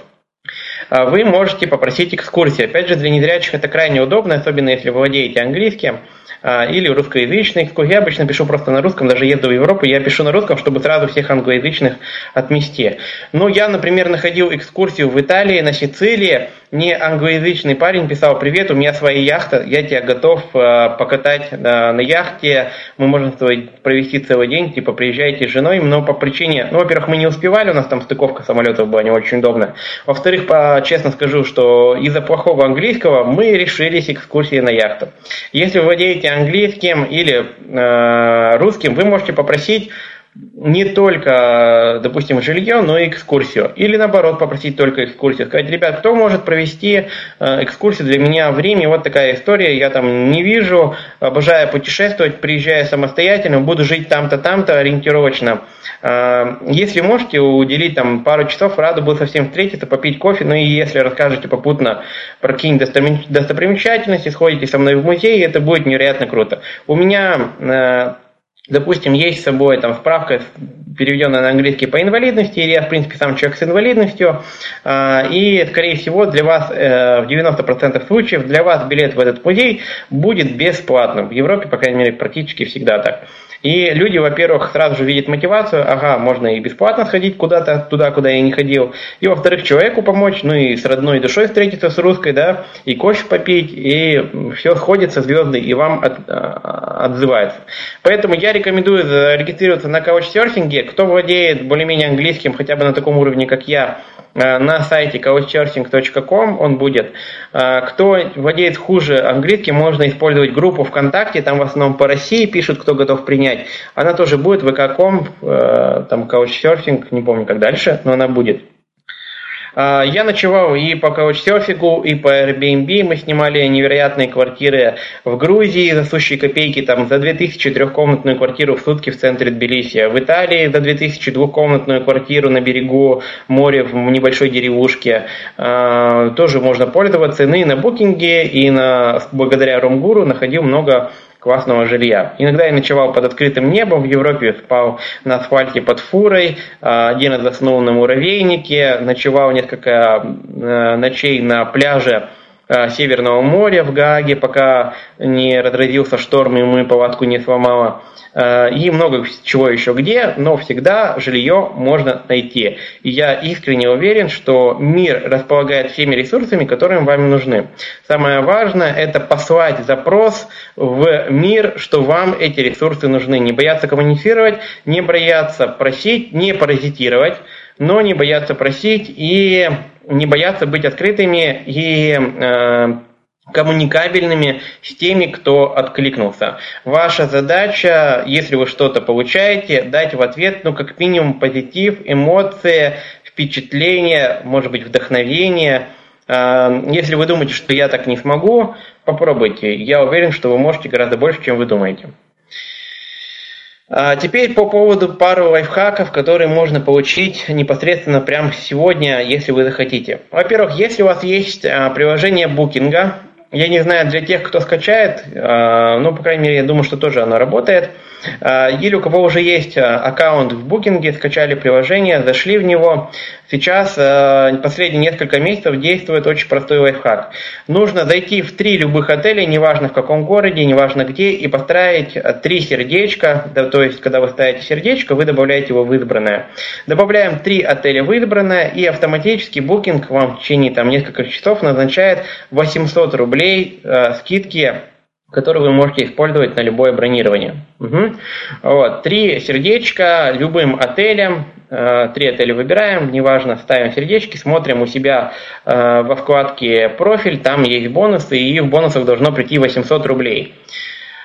Вы можете попросить экскурсии. Опять же, для незрячих это крайне удобно, особенно если вы владеете английским или русскоязычной экскурсии. Я обычно пишу просто на русском, даже еду в Европу, я пишу на русском, чтобы сразу всех англоязычных отмести. Но я, например, находил экскурсию в Италии, на Сицилии. Мне англоязычный парень писал: привет, у меня своя яхта, я тебя готов покатать на яхте, мы можем с тобой провести целый день, типа приезжайте с женой, но по причине, ну, во-первых, мы не успевали, у нас там стыковка самолетов была не очень удобная. Во-вторых, по, честно скажу, что из-за плохого английского мы решились экскурсии на яхту. Если вы владеете английским или э, русским, вы можете попросить не только, допустим, жилье, но и экскурсию. Или наоборот, попросить только экскурсию. Сказать: ребят, кто может провести экскурсию для меня в Риме? Вот такая история, я там не вижу, обожаю путешествовать, приезжаю самостоятельно, буду жить там-то, там-то, ориентировочно. Если можете уделить там пару часов, рада буду со всем встретиться, попить кофе. Ну и если расскажете попутно про какие-нибудь достопримечательности, сходите со мной в музей, это будет невероятно круто. У меня... Допустим, есть с собой там справка, переведенная на английский по инвалидности, или я, в принципе, сам человек с инвалидностью, и, скорее всего, для вас, в девяноста процентах случаев, для вас билет в этот музей будет бесплатным. В Европе, по крайней мере, практически всегда так. И люди, во-первых, сразу же видят мотивацию: ага, можно и бесплатно сходить куда-то, туда, куда я не ходил. И, во-вторых, человеку помочь, ну и с родной душой встретиться с русской, да, и кофе попить, и все сходится, звезды, и вам от, отзывается. Поэтому я рекомендую зарегистрироваться на каучсерфинге. Кто владеет более-менее английским, хотя бы на таком уровне, как я, на сайте каучсерфинг точка ком он будет. Кто владеет хуже английским, можно использовать группу ВКонтакте, там в основном по России пишут, кто готов принять. Она тоже будет, вэ ка точка ком, там каучсерфинг, не помню как дальше, но она будет. Я ночевал и по каучсерфингу, и по Airbnb. Мы снимали невероятные квартиры в Грузии за сущие копейки, там за две тысячи трехкомнатную квартиру в сутки в центре Тбилиси. В Италии за две тысячи двухкомнатную квартиру на берегу моря в небольшой деревушке. Тоже можно пользоваться. Ну и на букинге, и на, благодаря Румгуру находил много классного жилья. Иногда я ночевал под открытым небом, в Европе спал на асфальте под фурой, один раз заснул на муравейнике, ночевал несколько ночей на пляже Северного моря в Гааге, пока не разразился шторм и мы палатку не сломало. И много чего еще где, но всегда жилье можно найти. И я искренне уверен, что мир располагает всеми ресурсами, которые вам нужны. Самое важное — это послать запрос в мир, что вам эти ресурсы нужны. Не бояться коммуницировать, не бояться просить, не паразитировать, но не бояться просить и не бояться быть открытыми и э, коммуникабельными с теми, кто откликнулся. Ваша задача, если вы что-то получаете, дать в ответ, ну, как минимум, позитив, эмоции, впечатление, может быть, вдохновение. Если вы думаете, что я так не смогу, попробуйте. Я уверен, что вы можете гораздо больше, чем вы думаете. Теперь по поводу пары лайфхаков, которые можно получить непосредственно прямо сегодня, если вы захотите. Во-первых, если у вас есть приложение букинга, я не знаю, для тех, кто скачает, ну, по крайней мере, я думаю, что тоже оно работает. Или у кого уже есть аккаунт в букинге, скачали приложение, зашли в него. Сейчас, последние несколько месяцев, действует очень простой лайфхак. Нужно зайти в три любых отеля, неважно в каком городе, неважно где, и поставить три сердечка. Да, то есть, когда вы ставите сердечко, вы добавляете его в избранное. Добавляем три отеля в избранное, и автоматически букинг вам в течение там, нескольких часов назначает восемьсот рублей э, скидки, которые вы можете использовать на любое бронирование. Угу. Вот. Три сердечка любым отелям. Э, три отеля выбираем, неважно, ставим сердечки, смотрим у себя э, во вкладке «Профиль», там есть бонусы, и в бонусах должно прийти восемьсот рублей.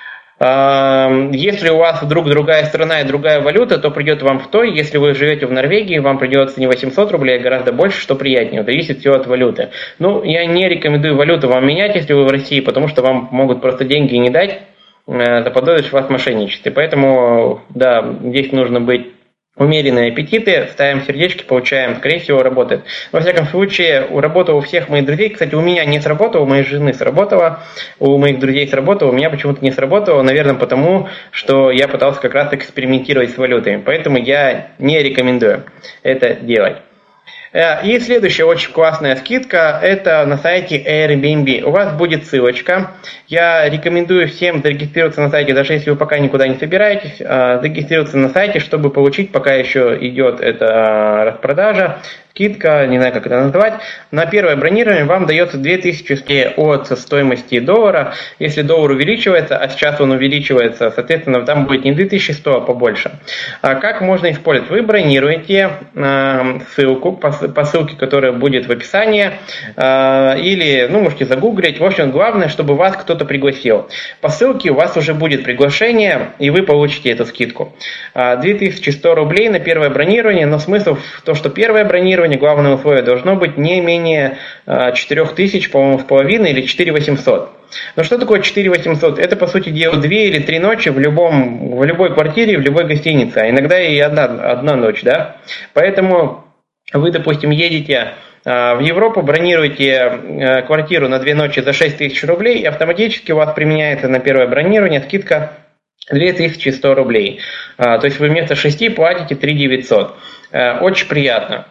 Если у вас вдруг другая страна и другая валюта, то придет вам в той. Если вы живете в Норвегии, вам придется не восемьсот рублей, а гораздо больше, что приятнее. Зависит все от валюты. Ну, я не рекомендую валюту вам менять, если вы в России, потому что вам могут просто деньги не дать, заподозрить вас в мошенничестве. Поэтому, да, здесь нужно быть умеренные аппетиты, ставим сердечки, получаем, скорее всего, работает. Во всяком случае, у работы у всех моих друзей, кстати, у меня не сработало, у моей жены сработало, у моих друзей сработало, у меня почему-то не сработало, наверное, потому, что я пытался как раз экспериментировать с валютами, поэтому я не рекомендую это делать. И следующая очень классная скидка, это на сайте Airbnb. У вас будет ссылочка. Я рекомендую всем зарегистрироваться на сайте, даже если вы пока никуда не собираетесь, зарегистрироваться на сайте, чтобы получить, пока еще идет эта распродажа, скидка, не знаю, как это назвать. На первое бронирование вам дается две тысячи от стоимости доллара. Если доллар увеличивается, а сейчас он увеличивается, соответственно, там будет не две тысячи сто, а побольше. А как можно использовать? Вы бронируете э, ссылку по, по ссылке, которая будет в описании, э, или, ну, можете загуглить. В общем, главное, чтобы вас кто-то пригласил. По ссылке у вас уже будет приглашение, и вы получите эту скидку. две тысячи сто рублей на первое бронирование, но смысл в том, что первое бронирование, главное условие, должно быть не менее четыре тысячи, по-моему, с половиной или четыре тысячи восемьсот. Но что такое четыре тысячи восемьсот? Это, по сути дела, две или три ночи в, любом, в любой квартире, в любой гостинице, а иногда и одна, одна ночь, да? Поэтому вы, допустим, едете в Европу, бронируете квартиру на две ночи за шесть тысяч рублей, и автоматически у вас применяется на первое бронирование скидка две тысячи сто рублей. То есть вы вместо шести платите три тысячи девятьсот. Очень приятно.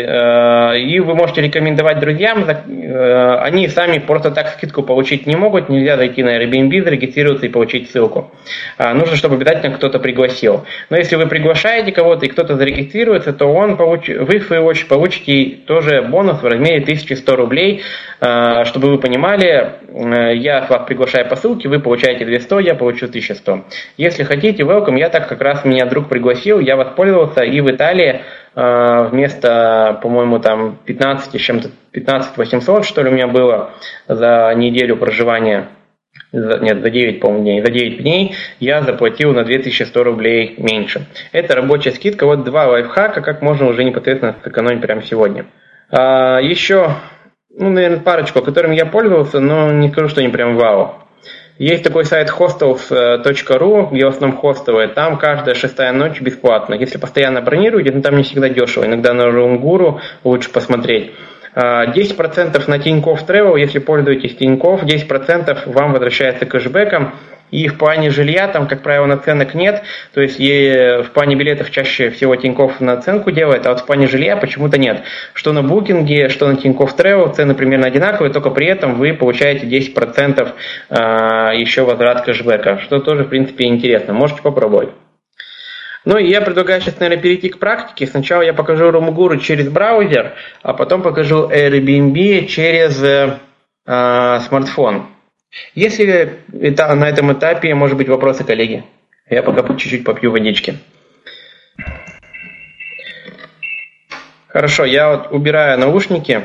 И вы можете рекомендовать друзьям, они сами просто так скидку получить не могут, нельзя зайти на Airbnb, зарегистрироваться и получить ссылку. Нужно, чтобы обязательно кто-то пригласил. Но если вы приглашаете кого-то и кто-то зарегистрируется, то он получ... вы в свою очередь получите тоже бонус в размере тысяча сто рублей. Чтобы вы понимали, я вас приглашаю по ссылке, вы получаете двести, я получу тысячу сто. Если хотите, welcome, я так как раз меня друг пригласил, я воспользовался, и в Италии вместо, по-моему, там пятнадцать, чем-то пятнадцать восемьсот, что ли, у меня было за неделю проживания, нет, за девять, по-моему, дней, за девять дней я заплатил на две тысячи сто рублей меньше. Это рабочая скидка, вот два лайфхака, как можно уже непосредственно сэкономить прямо сегодня. А, еще, ну, наверное, парочку, которыми я пользовался, но не скажу, что они прям вау. Есть такой сайт hostels точка ру, где в основном хостелы, там каждая шестая ночь бесплатно. Если постоянно бронируете, то там не всегда дешево, иногда на Room.guru лучше посмотреть. десять процентов на Тинькофф Travel, если пользуетесь Тинькофф, десять процентов вам возвращается кэшбэком. И в плане жилья там, как правило, наценок нет. То есть в плане билетов чаще всего Тинькофф наценку делает, а вот в плане жилья почему-то нет. Что на Букинге, что на Тинькофф Travel цены примерно одинаковые, только при этом вы получаете десять процентов еще возврат кэшбэка, что тоже, в принципе, интересно. Можете попробовать. Ну и я предлагаю сейчас, наверное, перейти к практике. Сначала я покажу Room.guru через браузер, а потом покажу Airbnb через э, смартфон. Если это, на этом этапе, может быть, вопросы, коллеги? Я пока чуть-чуть попью водички. Хорошо, я вот убираю наушники.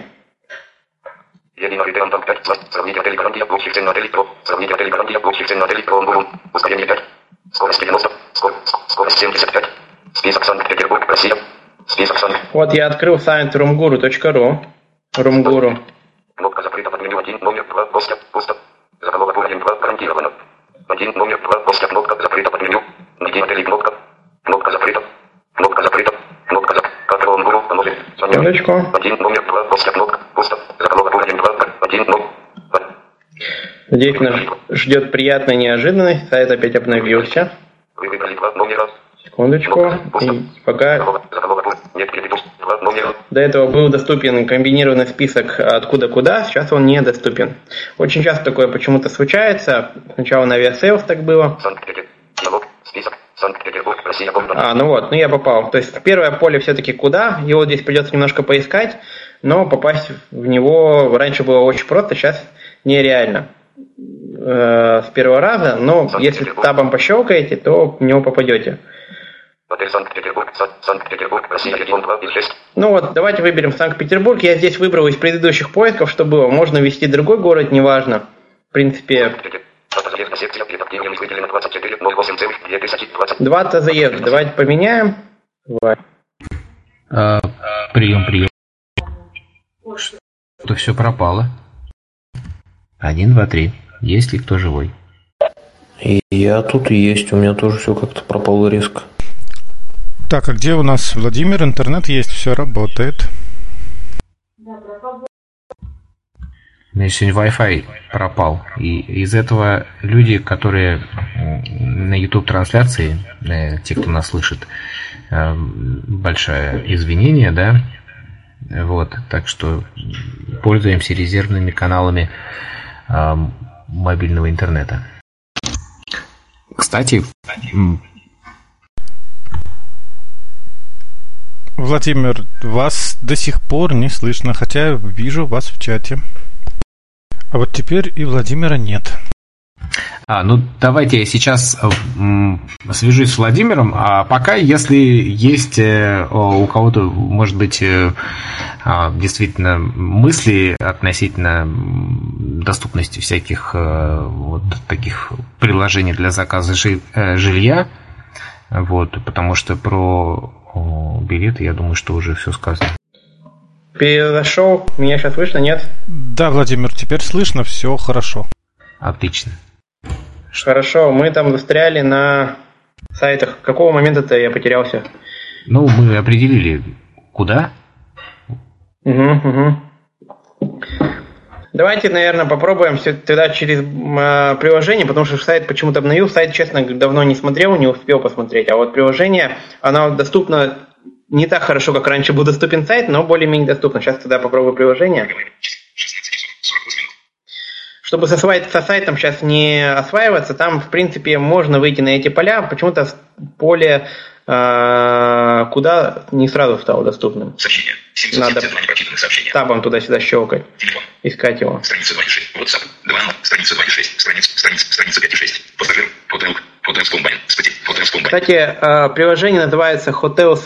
Вот я открыл сайт room.guru точка ру. Room.guru. Кнопка закрыта под меню один, номер два, гостя, пусто. Заголовок уровень два, гарантировано. один, номер два, гостя, кнопка закрыта под меню. Найди модели, кнопка. Кнопка закрыта. Кнопка закрыта. Кнопка закрыта. Как Room.guru поможет. Секундочку. один, номер два, гостя, кнопка, пусто. Заголовок уровень два, один, номер. Здесь нас ждет приятная неожиданность. Сайт опять обновился. Вы выбрали два номера. Секундочку. И пока... До этого был доступен комбинированный список откуда куда, сейчас он недоступен. Очень часто такое почему-то случается. Сначала на Aviasales так было. А, ну вот, ну я попал. То есть первое поле все-таки куда, его здесь придется немножко поискать, но попасть в него раньше было очень просто, сейчас нереально. Э, с первого раза, но если табом пощелкаете, то в него попадете. Ну вот, давайте выберем Санкт-Петербург. Я здесь выбрал из предыдущих поисков, что было. Можно ввести другой город, неважно. В принципе, Атазаевка секция перед активным выделено двадцать четыре ноль восемь две тысячи двадцать. Два Тазаевки. Давайте поменяем. Давай. А, прием, прием. Что все пропало. Один, два, три. Есть ли кто живой? И я тут есть, у меня тоже все как-то пропало резко. Так, а где у нас Владимир? Интернет есть, все работает. У меня сегодня Wi-Fi пропал. И из этого люди, которые на YouTube-трансляции, те, кто нас слышит, большое извинение, да? Вот, так что пользуемся резервными каналами мобильного интернета. Кстати, Владимир, вас до сих пор не слышно, хотя вижу вас в чате. А вот теперь и Владимира нет. А, ну давайте я сейчас м, свяжусь с Владимиром, а пока, если есть э, у кого-то, может быть, э, э, действительно мысли относительно доступности всяких э, вот таких приложений для заказа жи, э, жилья, вот, потому что про э, билеты, я думаю, что уже все сказано. Перезашел, меня сейчас слышно, нет? Да, Владимир, теперь слышно, все хорошо. Отлично. Хорошо, мы там застряли на сайтах. Какого момента-то я потерялся? Ну, мы определили, куда. Угу, угу. Давайте, наверное, попробуем все тогда через э, приложение, потому что сайт почему-то обновил. Сайт, честно, давно не смотрел, не успел посмотреть. А вот приложение, оно доступно не так хорошо, как раньше был доступен сайт, но более-менее доступно. Сейчас тогда попробую приложение. Чтобы со, со сайтом сейчас не осваиваться, там, в принципе, можно выйти на эти поля. Почему-то поле э, куда не сразу стало доступным. Сообщение. Надо сообщения. Табом туда-сюда щелкать. Телефон. Искать его. Страница двадцать шесть. WhatsApp. два. Страница двадцать шесть. Страница, страница, страница пять шесть. Пассажир. Hotel. Hotels Combine. Hotels Combine. Кстати, э, приложение называется Hotels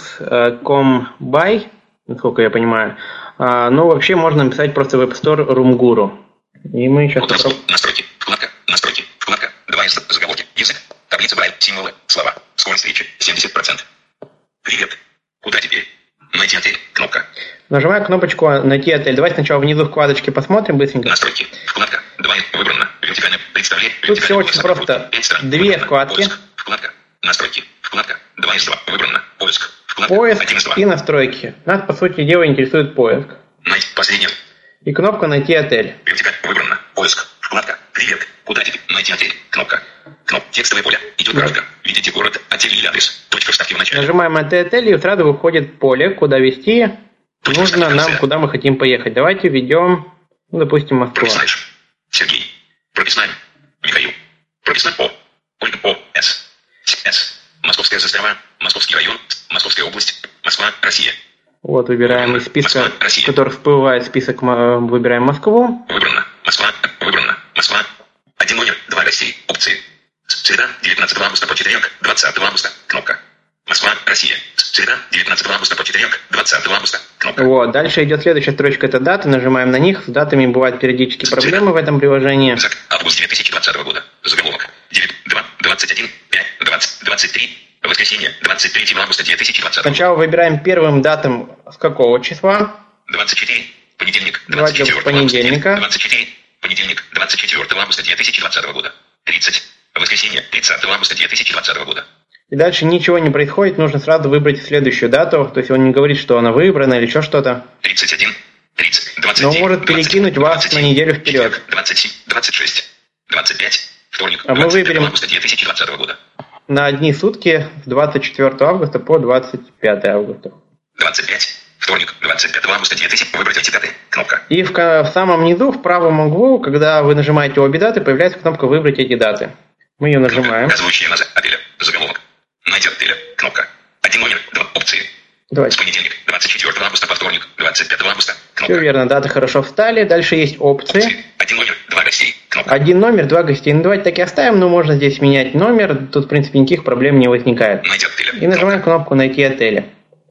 Combine, насколько я понимаю. Э, но вообще можно написать просто в App Store Roomguru. И мы сейчас... Попробуем. Настройки. Вкладка. Настройки. Вкладка. Два из заголовки. Язык. Таблица Брайль. Символы. Слова. Скорость речи. семьдесят процентов. Привет. Куда теперь? Найти отель. Кнопка. Нажимаю кнопочку «Найти отель». Давайте сначала внизу вкладочки посмотрим быстренько. Настройки. Вкладка. Два. Выбрано. Вертикальное представление. Тут все очень просто. Две вкладки. Поиск. Вкладка. Настройки. Вкладка. Два из два. Выбрано. Поиск. Вкладка. Поиск и настройки. Нас, по сути дела, интересует поиск. Найти. Последнее. И кнопка «Найти отель». Вертикаль. Выбрано. Поиск. Вкладка. Привет. Куда теперь? Найти отель. Кнопка. Кнопка. Текстовое поле. Идет графика. Видите город, отель или адрес. Точка вставки в начале. Нажимаем «Найти отель» и сразу выходит поле, куда вести. Точка нужно нам, конце. куда мы хотим поехать. Давайте введем, ну, допустим, Москву. Прописной. Сергей. Прописной. Михаил. Прописной. О. Ольга. О. С. С. Московская застава. Московский район. Московская область. Москва. Россия. Вот, выбираем из списка, Москва, в который всплывает список, мы выбираем Москву. Выбрано. Москва. Выбрано. Москва. Один номер. Два гостей. Опции. Среда. девятнадцатого августа по четверг. двадцатого августа. Кнопка. Москва. Россия. Среда. девятнадцатого августа по четверг. двадцатого августа. Кнопка. Вот. Дальше идет следующая строчка. Это даты. Нажимаем на них. С датами бывают периодически проблемы в этом приложении. Август две тысячи двадцатого года. Заголовок. девять, два, двадцать один, пять, двадцать, двадцать три. Воскресенье. двадцать третьего августа две тысячи двадцатого. Сначала выбираем первым датам с какого числа? двадцать четыре. Понедельник. двадцать четвёртого понедельника. двадцать четыре. Понедельник. двадцать четвёртого августа две тысячи двадцатого года. тридцать. Воскресенье. тридцатого августа две тысячи двадцатого года. И дальше ничего не происходит, нужно сразу выбрать следующую дату. То есть он не говорит, что она выбрана или еще что-то. тридцать один. тридцать. двадцать Но девять, может перекинуть вас двадцать, на неделю вперед. двадцать семь. двадцать шесть. двадцать пять. Вторник. А мы выберем августа две тысячи двадцатого года. на одни сутки с двадцать четвёртого августа по двадцать пятого августа. двадцать пять. Вторник. двадцать пятого августа две тысячи. Выбрать эти даты. Кнопка. И в, в самом низу, в правом углу, когда вы нажимаете обе даты, появляется кнопка «Выбрать эти даты». Мы ее нажимаем. Указывающая назад отеля. Заголовок. Найти отеля. Кнопка. Один номер. Два опции. Давайте. С понедельник. двадцать четвёртого августа по вторник. двадцать пятого августа. Кнопка. Все верно, даты хорошо встали. Дальше есть опции. Опции. Один номер. Два гостей. Кнопка. Один номер, два гостей. Ну давайте так и оставим, но можно здесь менять номер. Тут, в принципе, никаких проблем не возникает. Найти отеля. И нажимаем кнопку «Найти отели».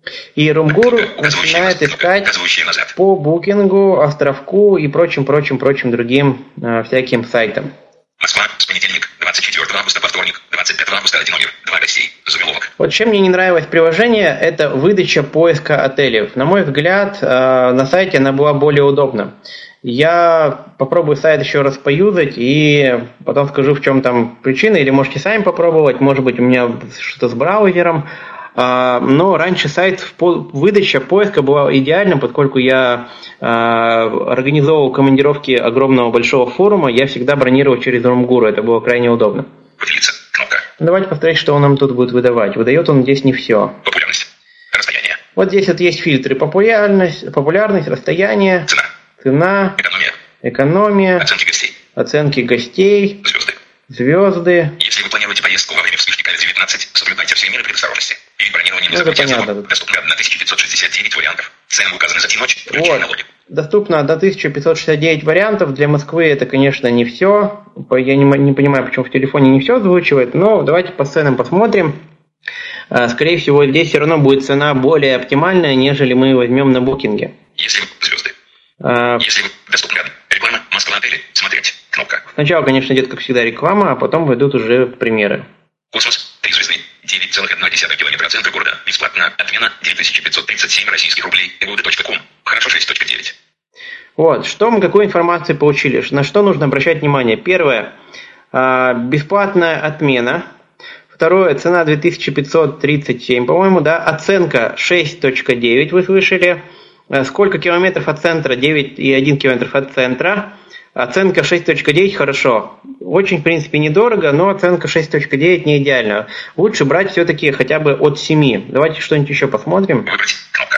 И Roomguru начинает искать по букингу, островку и прочим, прочим, прочим другим э, всяким сайтам. Москва, с понедельник, двадцать четвёртого августа по вторник, двадцать пятого августа, один номер, два гостей, заголовок. Вот чем мне не нравилось приложение, это выдача поиска отелей. На мой взгляд, на сайте она была более удобна. Я попробую сайт еще раз поюзать и потом скажу, в чем там причина, или можете сами попробовать, может быть у меня что-то с браузером. Но раньше сайт выдача поиска была идеальным, поскольку я организовывал командировки огромного большого форума, я всегда бронировал через Румгуру, это было крайне удобно. Выделиться, кнопка. Давайте посмотреть, что он нам тут будет выдавать. Выдает он здесь не все. Популярность, расстояние. Вот здесь вот есть фильтры: популярность, популярность, расстояние, цена, цена, экономия, экономия, оценки гостей, оценки гостей, звезды. звезды. Если вы планируете поездку во время вспышки ковид девятнадцать, соблюдайте все меры предосторожности. Перед бронированием не Ну, это забудьте о понятно. цену. Доступно тысяча пятьсот шестьдесят девять вариантов. Цены указаны за ночь, включая Вот. налоги. Доступно до тысяча пятьсот шестьдесят девять вариантов. Для Москвы это, конечно, не все. Я не, не понимаю, почему в телефоне не все озвучивает, но давайте по ценам посмотрим. Скорее всего, здесь все равно будет цена более оптимальная, нежели мы возьмем на букинге. Если вы звезды. А, Если вы доступны реклама, Москва отели, смотреть, кнопка. Сначала, конечно, идет, как всегда, реклама, а потом пойдут уже примеры. Космос, три звезды, девять целых одна десятая километра от центра города, бесплатно, отмена, девять тысяч пятьсот тридцать семь российских рублей, эводы точка ком, хорошо шесть точка девять. Вот, что мы, какой информации получили, на что нужно обращать внимание. Первое, бесплатная отмена. Второе, цена две тысячи пятьсот тридцать семь, по-моему, да, оценка шесть точка девять, вы слышали. Сколько километров от центра? девять и один километров от центра. Оценка шесть точка девять хорошо. Очень, в принципе, недорого, но оценка шесть точка девять не идеально. Лучше брать все-таки хотя бы от семи. Давайте что-нибудь еще посмотрим. Выбрать, кнопка.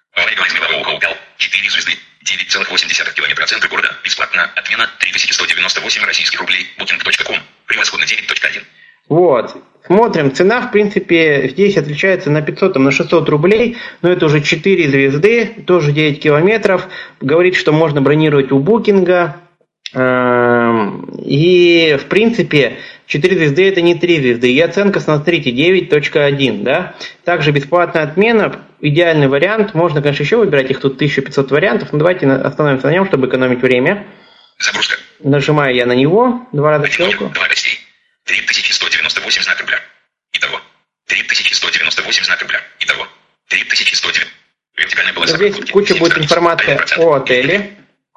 четыре звезды, девять целых восемь десятых километра от центра города, бесплатно, отмена, три тысячи сто девяносто восемь российских рублей, букинг точка ком, превосходно девять точка один. Вот. Смотрим, цена, в принципе, здесь отличается на пятьсот, там, на шестьсот рублей, но это уже четыре звезды, тоже девять километров. Говорит, что можно бронировать у букинга. И, в принципе, четыре звезды это не три звезды. И оценка, смотрите, девять точка один. Да? Также бесплатная отмена, идеальный вариант. Можно, конечно, еще выбирать, их тут тысяча пятьсот вариантов. Но давайте остановимся на нем, чтобы экономить время. Загрузка. Нажимаю я на него, два раза щелку. Два гостей. три тысячи сто девяносто восемь знак рубля. Итого. три тысячи сто девяносто восемь знак рубля. Итого. три тысячи сто девяносто. Вертикальная полоса. Здесь куча будет информации о отеле.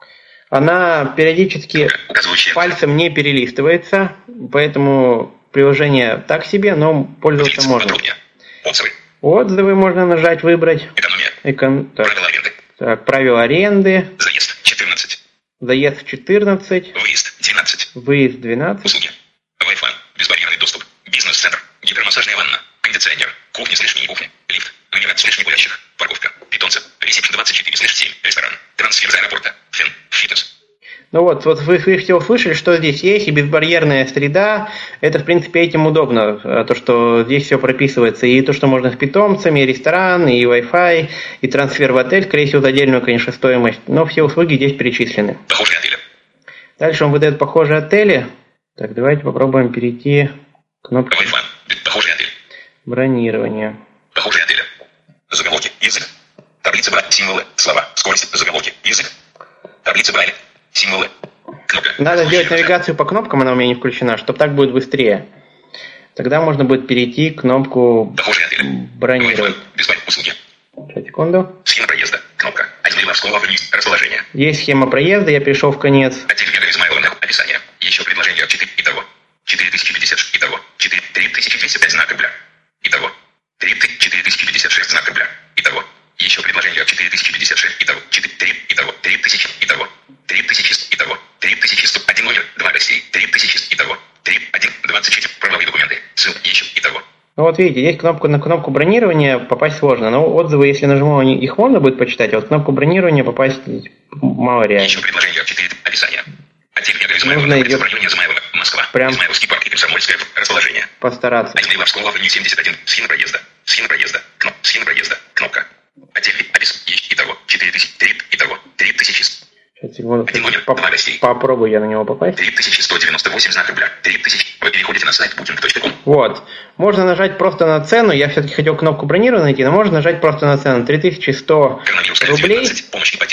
Она периодически пальцем не перелистывается, поэтому приложение так себе, но пользоваться можно. Отзывы. Отзывы можно нажать, выбрать. Экономия. Экон... Так. Правила аренды. Так, правила аренды. Заезд четырнадцать. Заезд четырнадцать. Выезд двенадцать. Выезд двенадцать. Услуги. Wi-Fi. Безбарьерный доступ. Бизнес-центр. Гипермассажная ванна. Кондиционер. Кухня с лишней кухни. Лифт. Номера с лишней гулящих. Парковка. Питомцы. Ресепшн двадцать четыре семь. Ресторан. Трансфер из аэропорта. Фен. Фитнес. Ну вот, вот вы, вы все услышали, что здесь есть, и безбарьерная среда. Это, в принципе, этим удобно, то, что здесь все прописывается. И то, что можно с питомцами, и ресторан, и Wi-Fi, и трансфер в отель, скорее всего, за отдельную, конечно, стоимость. Но все услуги здесь перечислены. Похожие отели. Дальше он выдает похожие отели. Так, давайте попробуем перейти к кнопке Wi-Fi. Похожий отель. бронирования. Похожие отели. Заголовки. Язык. Таблица Брайля. Символы. Слова. Скорость. Заголовки. Язык. Таблица Брайля. Символы. Кнопка. Надо сделать навигацию по кнопкам, она у меня не включена, чтобы так будет быстрее. Тогда можно будет перейти к кнопку бронировать. Услуги. Сейчас, секунду. Схема проезда. Кнопка. Один морского вниз. Расположение. Есть схема проезда, я перешел в конец. Отель Гега Измайловна. Описание. Еще предложение. четыре. Итого. четыре тысячи пятьдесят. Итого. четыре. три тысячи двести пять знак рубля. Итого. четыре тысячи пятьдесят шесть знак рубля. Итого. Еще предложение. четыре тысячи пятьдесят шесть. Итого. четыре. три. Итого. три тысячи. Итого. три тысячи. Итого. три тысячи сто. Один номер. Два гостей. три тысячи. Итого. три. один. двадцать четыре. Правовые документы. Ссылка. Еще. Итого. Ну вот видите, здесь кнопку на кнопку бронирования попасть сложно. Но отзывы, если нажму, их можно будет почитать, а вот кнопку бронирования попасть мало реально. Еще предложение. четыре. Описание. Отель Гега Измайловна. В районе Измайлова. Москва. Прям Измайловский парк и Комсомольское. Расположение. Постараться. Отель Воровского авеню семьдесят один. Схема проезда. Схема проезда. Кноп. Схема проезда. Кнопка. Отель. Опис. Итого. четыре тысячи. три. Итого. три тысячи. Сейчас, секунду. Один номер. Поп- Два гостей. Попробую я на него попасть. три тысячи сто девяносто восемь знак рубля. три тысячи. Вы переходите на сайт букинг точка ком. Вот. Можно нажать просто на цену. Я все-таки хотел кнопку бронирования найти, но можно нажать просто на цену. три тысячи сто рублей. Помощь и поддержка.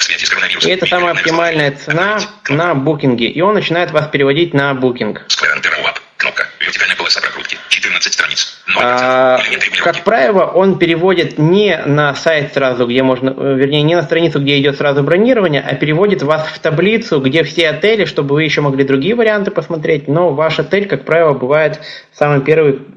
В связи с коронавирусом. И это самая оптимальная цена на букинге. И он начинает вас переводить на букинг. Кнопка. Вертикальная полоса прокрутки. четырнадцать страниц. А, как правило, он переводит не на сайт сразу, где можно, вернее, не на страницу, где идет сразу бронирование, а переводит вас в таблицу, где все отели, чтобы вы еще могли другие варианты посмотреть. Но ваш отель, как правило, бывает самый первый э,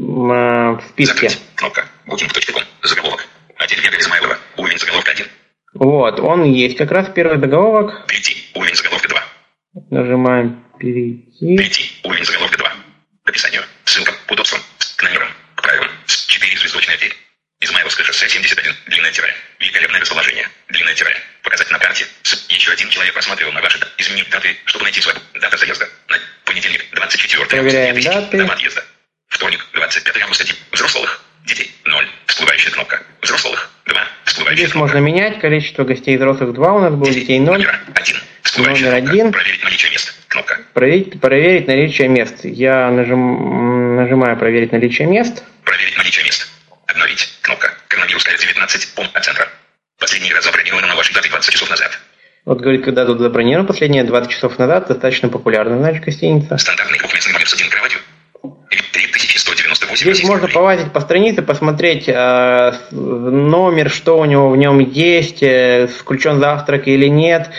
в списке. Закрыть. Кнопка. букинг точка ком. Заголовок. Отель Вега Измайлова. Уровень заголовка один. Вот, он есть как раз первый заголовок. Перейти. Уровень заголовка два. Нажимаем перейти. Перейти. Уровень заголовка два. К описанию. Ссылка. Удобством. К номерам. К правилам. четыре звездочный отель. Измайловское шоссе семьдесят один. Длинное тире. Великолепное расположение. Длинное тире. Показать на карте. С. Еще один человек просматривал на ваши изменить даты, чтобы найти свою дата заезда. На понедельник, двадцать четвёртое августа две тысячи. Даты. Дата отъезда. Вторник, двадцать пятое августа. Взрослых. Детей. ноль. Всплывающая кнопка. Взрослых. два. Всплывающая Здесь кнопка. можно менять. Количество гостей взрослых два у нас было, детей ноль. Номер один. Всплывающая Номер кнопка. один. Проверить наличие мест. Кнопка. Проверить, проверить наличие мест. Я нажим, нажимаю проверить наличие мест. Проверить наличие мест. Обновить. Кнопка. Коронавирус ковид девятнадцать. Пом от центра. Последний раз забронировано на вашей дате двадцать часов назад. Вот говорит, когда тут забронировано, последние двадцать часов назад, достаточно популярная, значит, гостиница. Стандартный двухместный номер с один кроватью. три тысячи сто девяносто восемь. Здесь можно полазить по странице, посмотреть э, номер, что у него в нем есть, э, включен завтрак или нет.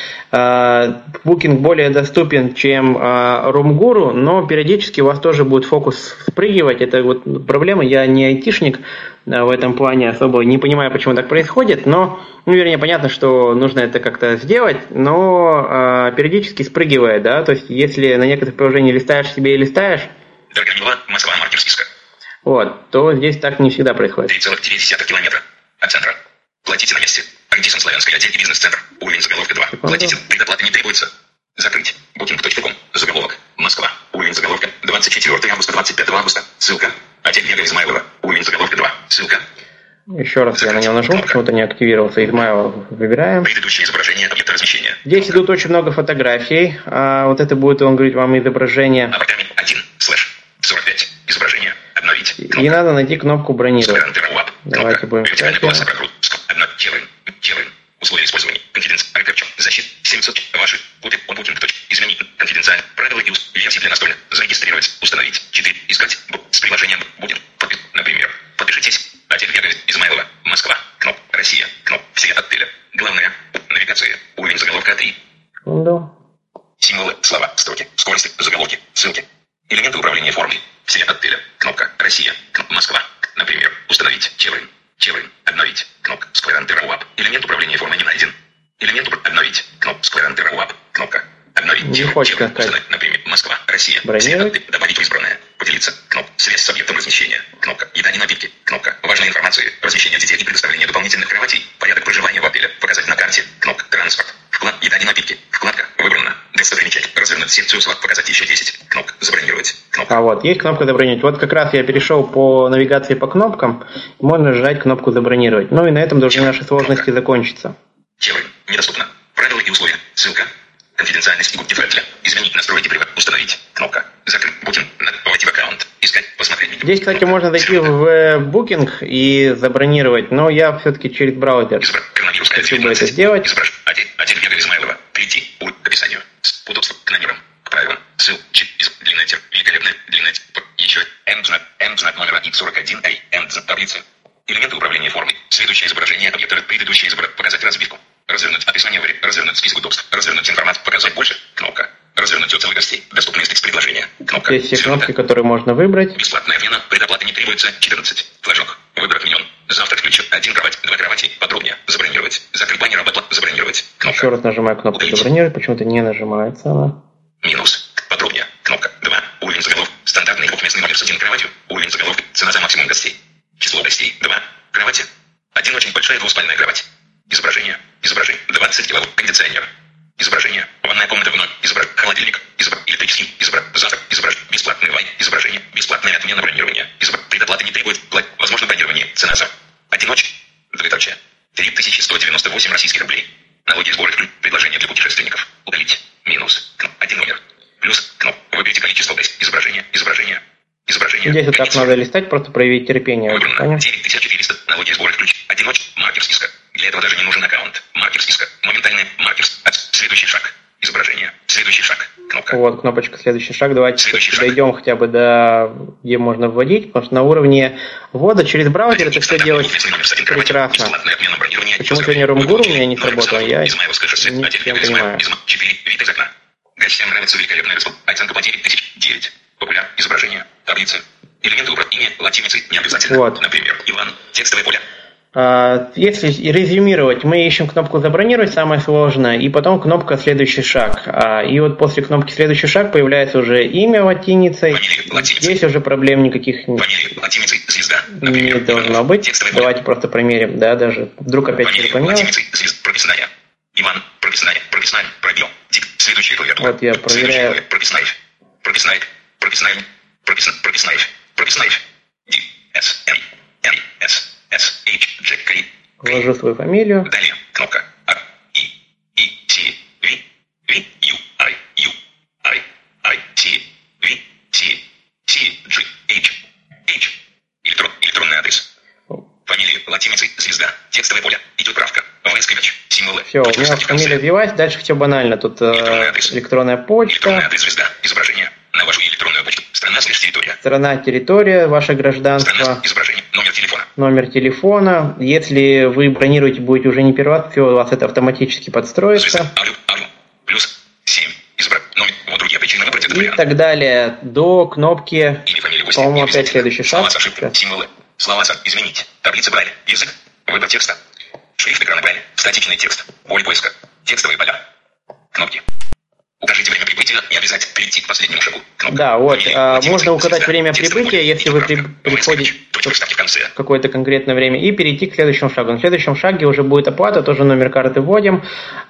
Э, букинг более доступен, чем э, Румгуру, но периодически у вас тоже будет фокус спрыгивать. Это вот проблема, я не айтишник э, в этом плане особо, не понимаю, почему так происходит, но, ну, вернее, понятно, что нужно это как-то сделать, но э, периодически спрыгивает, да, то есть если на некоторых приложениях листаешь себе и листаешь, Дарганила, Москва, маркер списка. вот, то здесь так не всегда происходит. три целых девять десятых километра от центра. Платите на месте. Агдисон, Славянский отдел и бизнес-центр. Уровень заголовка два. Платите. Предоплата не требуется. Закрыть. букинг точка ком. Заголовок. Москва. Уровень заголовка. двадцать четвёртое августа, двадцать пятое августа. Ссылка. Отель Вега Измайлова. Уровень заголовка два. Ссылка. Еще раз я на него нажму, почему-то не активировался. Измайлов выбираем. Предыдущее изображение объекта размещения. Здесь идут очень много фотографий. А вот это будет, он говорит, вам изображение. Апартамент один. Слэш. сорок пять. Изображение. Обновить. Кнопка. И надо найти кнопку бронировать. Сперантер. Давайте будем Вертикальная искать. полоса прокрут. Одна. Телы. Телы. Условия использования. Конфиденц. Рекорчер. Защит. семьсот. Ваши. Букинг. Он букинг. Изменить. Конфиденциально. Правила и ус- версии для настольных. Зарегистрировать. Установить. четыре. Искать. Б- С приложением. Букинг. Подпис. Например. Подпишитесь. Отель Вега Измайлова. Москва. Кноп. Россия. Кноп. Все отеля. Главное. Навигация. Уровень заголовка три. Секунду. Символы. Слова. Строки. Скорости. Заголовки. Ссылки. Элементы управления формой. Все отеля. Кнопка. Россия. Кноп. Москва. Например. Установить. Чеврин. Чеврин. Обновить. Кнопка. Square Enter Web. Элемент управления формой не найден. Элемент упра- обновить. Кнопка. Square Enter Web. Кнопка. Обновить. Не Чеврин. хочет Чеврин. сказать. Установить. Например. Москва. Россия. Бронировать. Все отели. Добавить в избранное. Поделиться. Кнопка. Связь с объектом размещения. Кнопка. Еда и напитки. Кнопка. Важная информация. Размещение детей и предоставление дополнительных кроватей. Порядок проживания в отеле. Показать на карте. Кнопка. Транспорт. Вклад. Еда и напитки. Вкладка. Выбрана. Достопримечательность. Развернуть секцию услуг. Показать еще десять. Кнопка. Забронировать. Кнопка. А вот, есть кнопка забронировать. Вот как раз я перешел по навигации по кнопкам. Можно нажать кнопку забронировать. Ну и на этом должны наши сложности закончиться. Чеврин. Недоступно. Правила и условия. Ссылка. Конфиденциальность и гуд-дефальтля. Изменить настройки приват. Установить. Кнопка. Закрыть. Букинг. Войти в аккаунт. Искать. Посмотреть меню. Здесь, кстати, можно зайти в букинг и забронировать, но я все-таки через браузер Избра... Коронавирус ковид хочу бы это девятнадцать. сделать. Избраж... Отель. Отель Вега Измайлова. Перейти. У... К описанию. С удобством. К номерам. К правилам. Ссыл. Ч... Из... Длинная тер. Великолепная. Длинная тер. Еще. М-знак. М-знак номера икс сорок один. Эй. М-знак таблицы. Элементы управления формой. Следующее изображение объекта. Предыдущее изображение. Показать разбивку. Развернуть описание. Развернуть список удобств. Развернуть информацию. Показать больше. Кнопка. Развернуть отзывы гостей. Доступные список предложения. Кнопка. Здесь все Свернуто. кнопки, которые можно выбрать. Бесплатная отмена. Предоплата не требуется. четырнадцать. Флажок. Выбор отменен. Завтра включен. Один кровать. Два кровати. Подробнее. Забронировать. Закрыть баннер. Об оплате. Забронировать. Кнопка. Еще раз нажимаю кнопку Удалить. забронировать, почему-то не нажимается она. Минус. Подробнее. Кнопка. два. Уровень заголовка. Стандартный двухместный номер с один кроватью. Уровень заголовка. Цена за максимум гостей. Число гостей. два. Кровати. Один очень большая двуспальная кровать. Изображение. Изображение. двадцать киловатт. Кондиционер. Изображение. Ванная комната вновь. Изображение. Холодильник. Изображение. Электрический. Изображение. Завтрак. Изображение. Бесплатный вай. Изображение. Бесплатная отмена бронирования. Изображение. Предоплата не требует. Плат. Возможно бронирование. Цена за. Одиночек. Двоеточие. три тысячи сто девяносто восемь российских рублей. Налоги и сборы. Предложение для путешественников. Удалить. Минус. Кноп. Один номер. Плюс. Кноп. Выберите количество гостей. Изображение. Изображение. Изображение. Здесь вот так Кондиционер. надо листать, просто проявить терпение. Выбрано. Понятно? девять тысяч четыреста. Налоги и сборы ключ. Одиночек. Маркер списка. Для этого даже не нужен аккаунт. Маркер списка. Моментальный маркер. Следующий шаг. Изображение. Следующий шаг. Кнопка. Вот кнопочка «Следующий шаг». Давайте Следующий шаг. дойдем хотя бы до где можно вводить, потому что на уровне ввода через браузер это все делать прекрасно. Почему сегодня Румгуру у меня не сработал, я не всем понимаю. Гостям нравится великолепное результат. Оценка потери тысяч девять. Популяр. Изображение. Таблица. Элементы управления латиницей не обязательно. Вот. Например, Иван. Текстовое поле. Если резюмировать, мы ищем кнопку «Забронировать», самое сложное, и потом кнопка «Следующий шаг». И вот после кнопки «Следующий шаг» появляется уже имя латиницей. Здесь уже проблем никаких латиницей, звезда, не должно быть. Давайте просто промерим, да, даже вдруг опять что-то поменялось. Прописная. Иван. Прописная. Прописная. Пробел. Тип. Следующий клавиатура. Вот я проверяю. Прописная. Прописная. Прописная. Прописная. Прописная. Прописная. Д. С. Н. Н. С. С. H. J. K. Ввожу свою фамилию. Далее. Кнопка. А. И. И. T. В. В. U. I. U. I. I. T. В. T. T. G. H. H. Электрон, электронный адрес. Фамилия латиницей, звезда, текстовое поле, идет правка, выскочь, символы. Все, у меня фамилия вбивать, дальше все банально. Тут электронная, э, электронная почта. Электронный адрес, звезда, изображение. На вашу электронную почту. Страна слэш территория. Страна, территория, ваше гражданство. Страна, изображение, номер телефона. Номер телефона. Если вы бронируете, будете уже не первый раз, все, у вас это автоматически подстроится. Звезда, алю, алю, плюс семь, избрать номер, вот другие причины выбрать этот и вариант. Так далее, до кнопки, имя, фамилия, восемь, по-моему, опять следующий шаг. Слова с ошибкой, символы. Слова изменить. Таблица Брайля. Язык. Выбор текста. Шрифт экрана Брайля. Статичный текст. Поле поиска. Текстовые поля. Кнопки. Укажите время прибытия. Не обязательно перейти к последнему шагу. Кнопка. Да, вот. А, можно указать звезда, время прибытия, если вы при, приходите в какое-то конкретное время, и перейти к следующему шагу. На следующем шаге уже будет оплата, тоже номер карты вводим.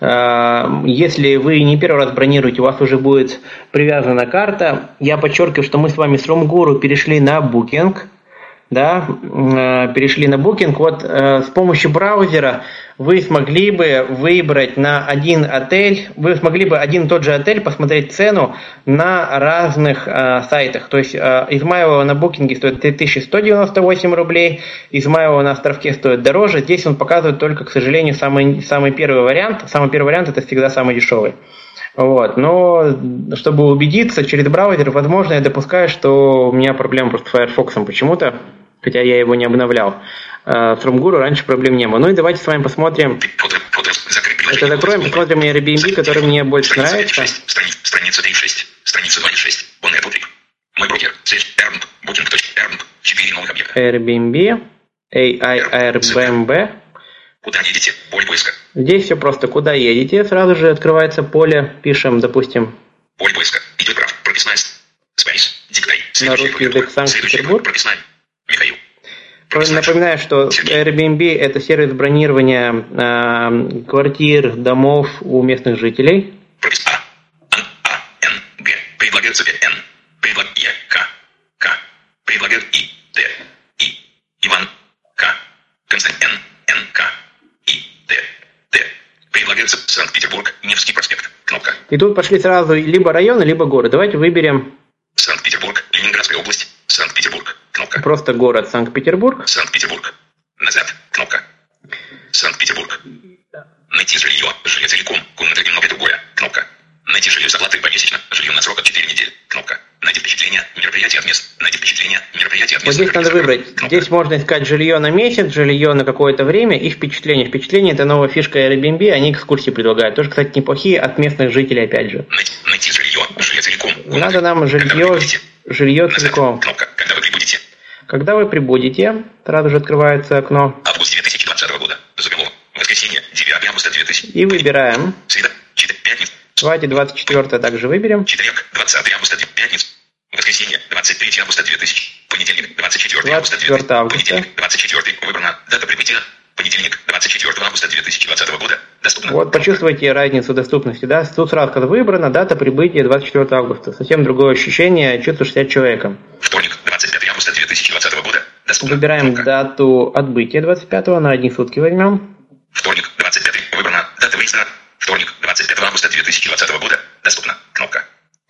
А, если вы не первый раз бронируете, у вас уже будет привязана карта. Я подчеркиваю, что мы с вами с Румгуру перешли на Booking. Да, перешли на Booking. Вот э, с помощью браузера вы смогли бы выбрать на один отель, вы смогли бы один и тот же отель посмотреть цену на разных э, сайтах. То есть э, Измайлово на Booking стоит три тысячи сто девяносто восемь рублей, Измайлово на островке стоит дороже. Здесь он показывает только, к сожалению, самый, самый первый вариант. Самый первый вариант это всегда самый дешевый. Вот. Но чтобы убедиться через браузер, возможно, я допускаю, что у меня проблема просто с Firefox почему-то, хотя я его не обновлял. С Румгуру раньше проблем не было. Ну и давайте с вами посмотрим. Это закроем, посмотрим Airbnb, который мне больше нравится. Страница тридцать шесть, страница двадцать шесть, он Apple. Мой брокер, Airbnb, booking.airbnb, четыре новых объекта. Airbnb, Airbnb. Куда едете? Поле поиска. Здесь все просто. Куда едете? Сразу же открывается поле. Пишем, допустим. Поле поиска. Идет прав. Прописная. Space. Диктай. На русский язык Санкт-Петербург. Прописная. Михаил. Напоминаю, что Airbnb – это сервис бронирования э, квартир, домов у местных жителей. Прописная. А. А. Н. Г. Предлагается Н. Предлагает К. К. Предлагает И. Д. И. Иван. К. Константин. Н. К. И. Д. Д. Предлагается Санкт-Петербург. Невский проспект. Кнопка. И тут пошли сразу либо районы, либо город. Давайте выберем Санкт-Петербург. Ленинградская область. Санкт-Петербург. Кнопка. Просто город Санкт-Петербург. Санкт-Петербург. Назад. Кнопка. Санкт-Петербург. Найти жилье. Жилье целиком. Комната немного другое. Кнопка. Найти жилье с оплатой помесячно. Жилье на срок от четыре недели. Кнопка. Найти впечатление. Мероприятие от мест. Найти впечатление. Мероприятие от мест. Вот здесь надо выбрать. Кнопка. Здесь можно искать жилье на месяц, жилье на какое-то время и впечатление. Впечатление – это новая фишка Airbnb. Они экскурсии предлагают. Тоже, кстати, неплохие от местных жителей, опять же. Найти, найти жилье. Жилье целиком. Комната. Надо нам жилье, жилье Назад. целиком. Кнопка. Когда вы прибудете. Когда вы прибудете, сразу же открывается окно. Август две тысячи двадцатого года. Заголовок. Воскресенье. девятого августа две тысячи. И выбираем. Среда. Четверг. Пятница. Давайте двадцать четвёртое также выберем. Четверг. двадцатого августа. Пятница. Воскресенье. двадцать третьего августа две тысячи. Понедельник. двадцать четвёртого августа две тысячи. Понедельник. двадцать четвёртого. Выбрана. Дата прибытия. Понедельник. двадцать четвёртого августа две тысячи двадцатого года. Доступно. Вот почувствуйте разницу доступности. Да? Тут сразу как выбрано. Дата прибытия двадцать четвёртого августа. Совсем другое ощущение. Чувствуешь себя человеком. Вторник. двадцать пятого августа две тысячи двадцатого года. Доступно. Выбираем Кнопка. дату отбытия двадцать пятого. На одни сутки возьмем. Вторник. двадцать пятого. Выбрана. Дата выезда. Вторник. двадцать пятого августа две тысячи двадцатого года. Доступно. Кнопка.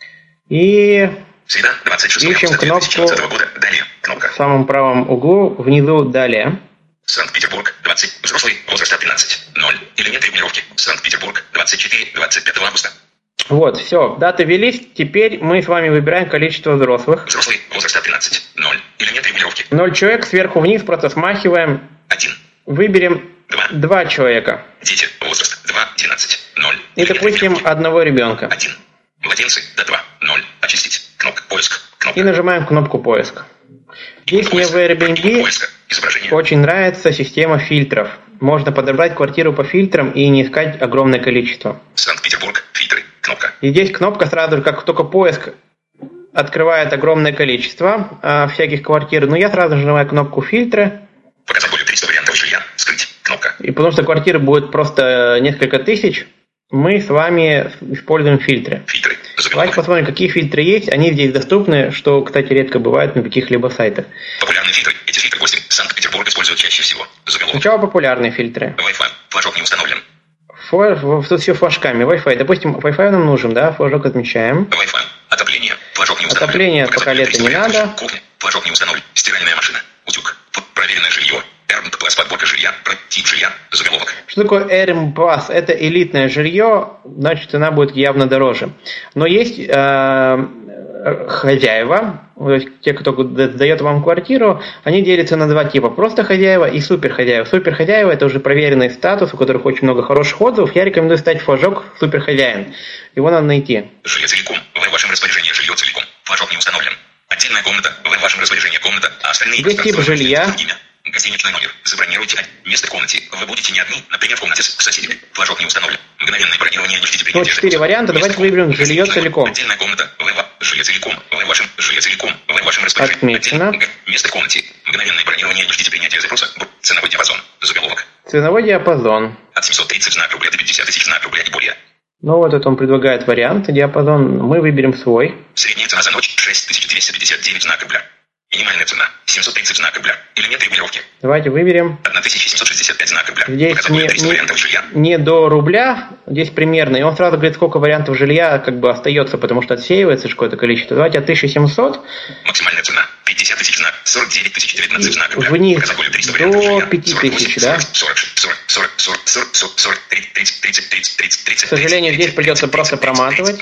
И Среда. двадцать шестого ищем августа две тысячи двадцатого кнопку года. Далее. Кнопка. в самом правом углу внизу «Далее». Санкт-Петербург, двадцать, взрослый, возраста тринадцать, ноль, элемент регулировки, Санкт-Петербург, двадцать четыре, двадцать пятого августа. Вот, все, даты велись, теперь мы с вами выбираем количество взрослых. Взрослый, возраста тринадцать, ноль, элемент регулировки. ноль человек, сверху вниз просто смахиваем. один. Выберем два. два человека. Дети, возраст два, двенадцать, ноль. И, допустим, одного ребенка. один. Младенцы, до два, ноль. Очистить. Кнопка поиск. Кнопка. И нажимаем кнопку поиск. Здесь мне в Airbnb очень нравится система фильтров. Можно подобрать квартиру по фильтрам и не искать огромное количество. Санкт-Петербург, фильтры, кнопка. И здесь кнопка сразу же, как только поиск открывает огромное количество а, всяких квартир, но я сразу же нажимаю кнопку фильтры. Показать более триста вариантов жилья. Скрыть. Кнопка. И потому что квартир будет просто несколько тысяч, мы с вами используем фильтры. Фильтры. Давайте посмотрим, какие фильтры есть. Они здесь доступны, что, кстати, редко бывает на каких-либо сайтах. Популярные фильтры. Эти фильтры гости Санкт-Петербург используют чаще всего. Заголовок. Сначала популярные фильтры. Wi-Fi. Флажок не установлен. Флаж, тут все флажками. Wi-Fi. Допустим, Wi-Fi нам нужен, да? Флажок отмечаем. Wi-Fi. Отопление. Флажок не установлен. Отопление пока лето не надо. Кухня. Флажок не установлен. Стиральная машина. Утюг. Проверенное жилье. Эрм Плюс подборка жилья. Тип жилья. Заголовок. Что такое Эрм Плюс? Это элитное жилье, значит, цена будет явно дороже. Но есть э, хозяева, то есть те, кто сдает вам квартиру, они делятся на два типа. Просто хозяева и супер хозяева. Супер хозяева — это уже проверенный статус, у которых очень много хороших отзывов. Я рекомендую ставить флажок супер хозяин. Его надо найти. Жилье целиком. В вашем распоряжении жилье целиком. Флажок не установлен. Отдельная комната. В вашем распоряжении комната. А остальные здесь тип жилья. Гостиничный номер. Забронируйте место в комнате. Вы будете не одни, например, в комнате с соседями. Флажок не установлен. Мгновенное бронирование, не ждите принятия. Вот четыре варианта. Давайте выберем жилье целиком. Отдельная комната. В жилье целиком. В вашем жилье целиком. В вашем распоряжении. Отмечено. Место в комнате. Мгновенное бронирование, не ждите принятия запроса. Ценовой диапазон. Заголовок. Ценовой диапазон. От семьсот тридцать знак рубля до пятьдесят тысяч знак рубля и более. Ну вот это он предлагает вариант. Диапазон. Мы выберем свой. Средняя цена за ночь шесть тысяч двести пятьдесят девять знак рубля. Минимальная цена семьсот тридцать знак рубля. Элемент регулировки. Давайте выберем. тысяча семьсот шестьдесят пять знак рубля. Здесь не, не, не до рубля, здесь примерно. И он сразу говорит, сколько вариантов жилья как бы остается, потому что отсеивается какое-то количество. Давайте от тысяча семьсот. Максимальная цена пятьдесят тысяч знак, сорок девять тысяч девятнадцать знак рубля. Вниз до пяти тысяч, да? сорок, сорок, сорок, сорок, сорок, сорок, тридцать, тридцать, тридцать, тридцать, тридцать. К сожалению, здесь придется просто проматывать.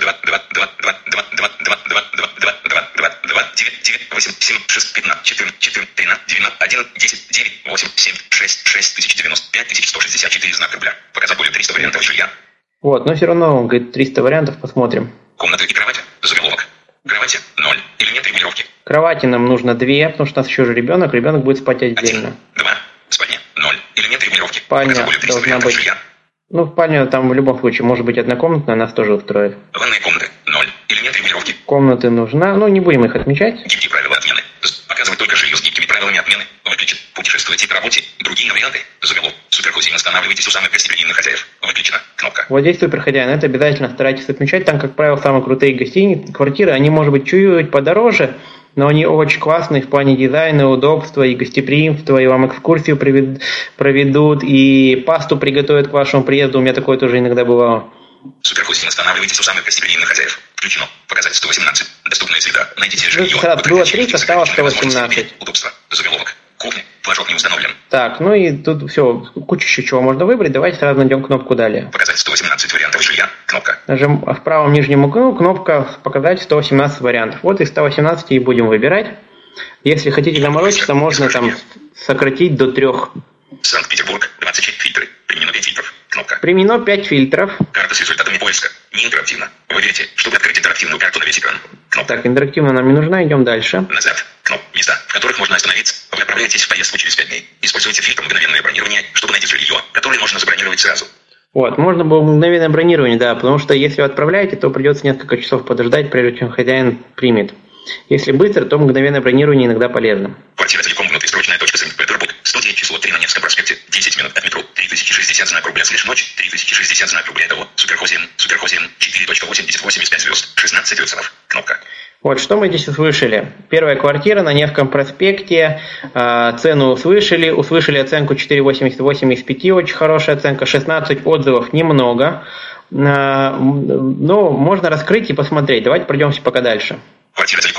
восемь, семь, шесть, пятнадцать, четырнадцать, четырнадцать, тринадцать, двенадцать, одиннадцать, десять, девять, восемь, семь, шесть, шесть тысяч девяносто пять тысяч сто шестьдесят четыре знак рубля. Показать более триста вариантов жилья. Вот, но все равно, он говорит, триста вариантов, посмотрим. Комната и кровать. Заголовок. Кровати ноль. Элемент регулировки. Кровати нам нужно две, потому что у нас еще же ребенок. Ребенок будет спать отдельно. два. Спальня ноль. Элемент регулировки. Спальня должна быть. Жилья. Ну, спальня там в любом случае может быть однокомнатная, нас тоже устроит. Ванная комната ноль. Элемент регулировки. Комнаты нужна, ну не будем их отмечать. Гибкие правила отмены. Показывать только жилье с гибкими правилами отмены. Выключить. Путешествуйте по работе. Другие варианты. Заголовок. Суперхозяин, останавливайтесь у самых гостеприимных хозяев. Выключено. Кнопка. Вот здесь суперхозяин. Это обязательно старайтесь отмечать. Там, как правило, самые крутые гостиницы, квартиры, они, может быть, чуть подороже, но они очень классные в плане дизайна, удобства и гостеприимства, и вам экскурсию проведут, и пасту приготовят к вашему приезду. У меня такое тоже иногда бывало. Суперхозяин, останавливайтесь у самых гостеприимных хозяев. Включено. Показать сто восемнадцать. Доступная среда. Найдите жилье. Было триста, стало сто восемнадцать. Удобство. Заголовок. Кухня. Флажок не установлен. Так, ну и тут все, куча еще чего можно выбрать. Давайте сразу найдем кнопку «Далее». Показать сто восемнадцать вариантов жилья. Кнопка. Нажим в правом нижнем углу кнопка «Показать сто восемнадцать вариантов». Вот из ста восемнадцати и будем выбирать. Если хотите заморочиться, можно там сократить до трех. Санкт-Петербург, двадцать четыре фильтры. Применено пять фильтров. Кнопка. Применено пять фильтров. Карта с результатами поиска. Не интерактивно. Выберите, чтобы открыть интерактивную карту на весь экран. Кнопка. Так, интерактивно нам не нужна, идем дальше. Назад. Кноп. Места, в которых можно остановиться. Вы отправляетесь в поездку через пять дней. Используйте фильтр «Мгновенное бронирование», чтобы найти жилье, которое можно забронировать сразу. Вот, можно было мгновенное бронирование, да, потому что если вы отправляете, то придется несколько часов подождать, прежде чем хозяин примет. Если быстро, то мгновенное бронирование иногда полезно. Квартира целиком внутрисрочная точка Санкт-Петербург. студия число три на Невском проспекте. десять минут от метро. три тысячи шестьдесят знак рубля слишком ночь. три тысячи шестьдесят знак рубля того. Суперхозин. Суперхозин. четыре точка восемьдесят восемь из пяти звезд. шестнадцать отзывов. Кнопка. Вот, что мы здесь услышали. Первая квартира на Невском проспекте. Э, цену услышали. Услышали оценку четыре восемьдесят восемь из пяти. Очень хорошая оценка. шестнадцать отзывов. Немного. Э, но можно раскрыть и посмотреть. Давайте пройдемся пока дальше. Квартира целиком внутрисрочная.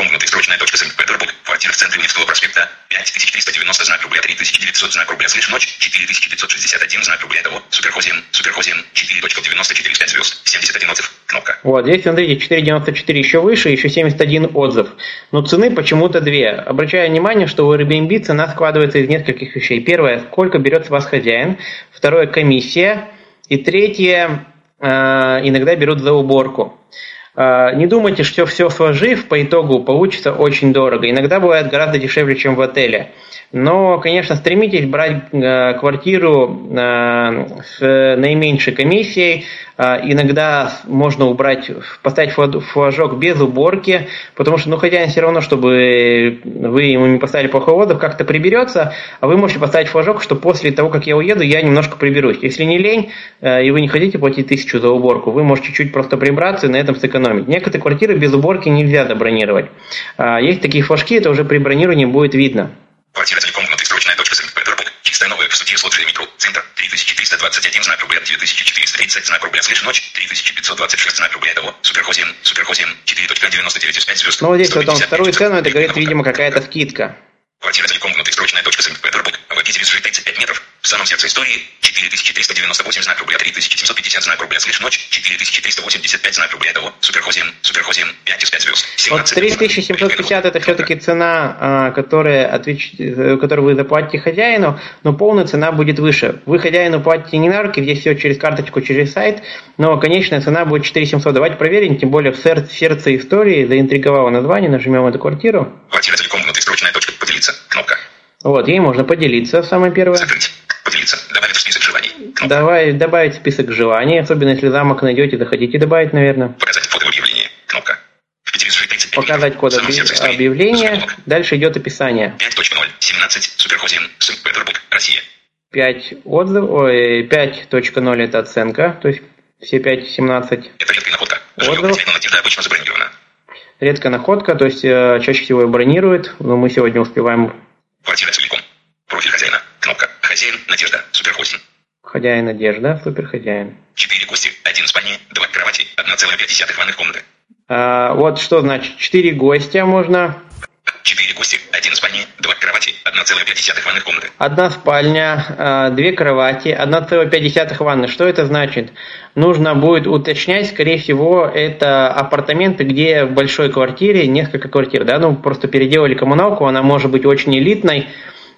срочная точка Санкт-Петербург, квартира в центре Невского проспекта, пять тысяч триста девяносто, знак рубля, три тысячи девятьсот, знак рубля, слышь, ночь, четыре тысячи пятьсот шестьдесят один, знак рубля, того, суперхозин, суперхозин, четыре точка девяносто четыре, пять звезд, семьдесят один отзыв, кнопка. Вот, здесь, смотрите, четыре девяносто четыре еще выше, еще семьдесят один отзыв. Но цены почему-то две. Обращаю внимание, что у Airbnb цена складывается из нескольких вещей. Первое, сколько берет с вас хозяин. Второе, комиссия. И третье, э, иногда берут за уборку. Э, не думайте, что все сложив, по итогу получится очень дорого. Иногда бывает гораздо дешевле, чем в отеле. Но, конечно, стремитесь брать э, квартиру э, с наименьшей комиссией. Э, иногда можно убрать, поставить флажок без уборки, потому что, ну, хозяин все равно, чтобы вы ему не поставили плохой отзыв, как-то приберется, а вы можете поставить флажок, что после того, как я уеду, я немножко приберусь. Если не лень, э, и вы не хотите платить тысячу за уборку, вы можете чуть просто прибраться и на этом сэкономить. Некоторые квартиры без уборки нельзя добронировать. Э, есть такие флажки, это уже при бронировании будет видно. Квартира телеком, внутрисрочная точка Санкт-Петербург, чистая новая, в студии с лоджией метро, центр, три тысячи триста двадцать один, знак рубля, две тысячи четыреста тридцать, знак рубля, слышь, ночь, три тысячи пятьсот двадцать шесть, знак рубля, того, суперхозин, суперхозин, четыре точка девяносто девять, пять звезд. Ну, вот здесь вот он вторую цену, это говорит, видимо, какая-то скидка. Квартира телеком, внутрисрочная точка Санкт-Петербург, в Аките высоты тридцать пять метров, в самом сердце истории, четыре тысячи триста девяносто восемь, знак рубля, три тысячи семьсот пятьдесят, знак рубля, слышь, ночь, четыре тысячи триста восемьдесят пять, знак рубля, того, суперхозин, суперхозин, пять из пяти звезд. Вот три тысячи семьсот пятьдесят это все-таки цена, которая отвеч... которую вы заплатите хозяину, но полная цена будет выше. Вы хозяину платите не на руки, здесь все через карточку, через сайт, но конечная цена будет четыре тысячи семьсот. Давайте проверим, тем более в сердце истории заинтриговало название, нажмем эту квартиру. Квартира телеком, внутрисрочная точка, поделиться, кнопка. Вот, ей можно поделиться, самое первое. Закрыть, поделиться, добавить в список желаний. Кнопка. Давай, добавить список желаний, особенно если замок найдете, захотите добавить, наверное. Показать код объявления, кнопка. В Питере высоты тридцать пять Показать код объ... объявления, дальше идет описание. пять точка ноль, семнадцать, суперхозин, Санкт-Петербург, Россия. пять отзывов, ой, пять точка ноль это оценка, то есть все пять, семнадцать. Это редкая находка. Отзывов. Надежда обычно забронирована. Редкая находка, то есть э, чаще всего ее бронируют, но мы сегодня успеваем. Квартира целиком. Профиль хозяина. Кнопка. Хозяин. Надежда. Суперхозин. Хозяин Надежда. Суперхозяин. Четыре гости. Один спальни. Два кровати. одна целая пять десятых ванных комнаты. А, вот что значит. Четыре гостя можно. Четыре гости. Один спальни. Два кровати. одна целая пять десятых ванных комнаты. Одна спальня. Две кровати. одна целая пять десятых ванны. Что это значит? Нужно будет уточнять. Скорее всего, это апартаменты, где в большой квартире несколько квартир. Да? Ну, просто переделали коммуналку. Она может быть очень элитной.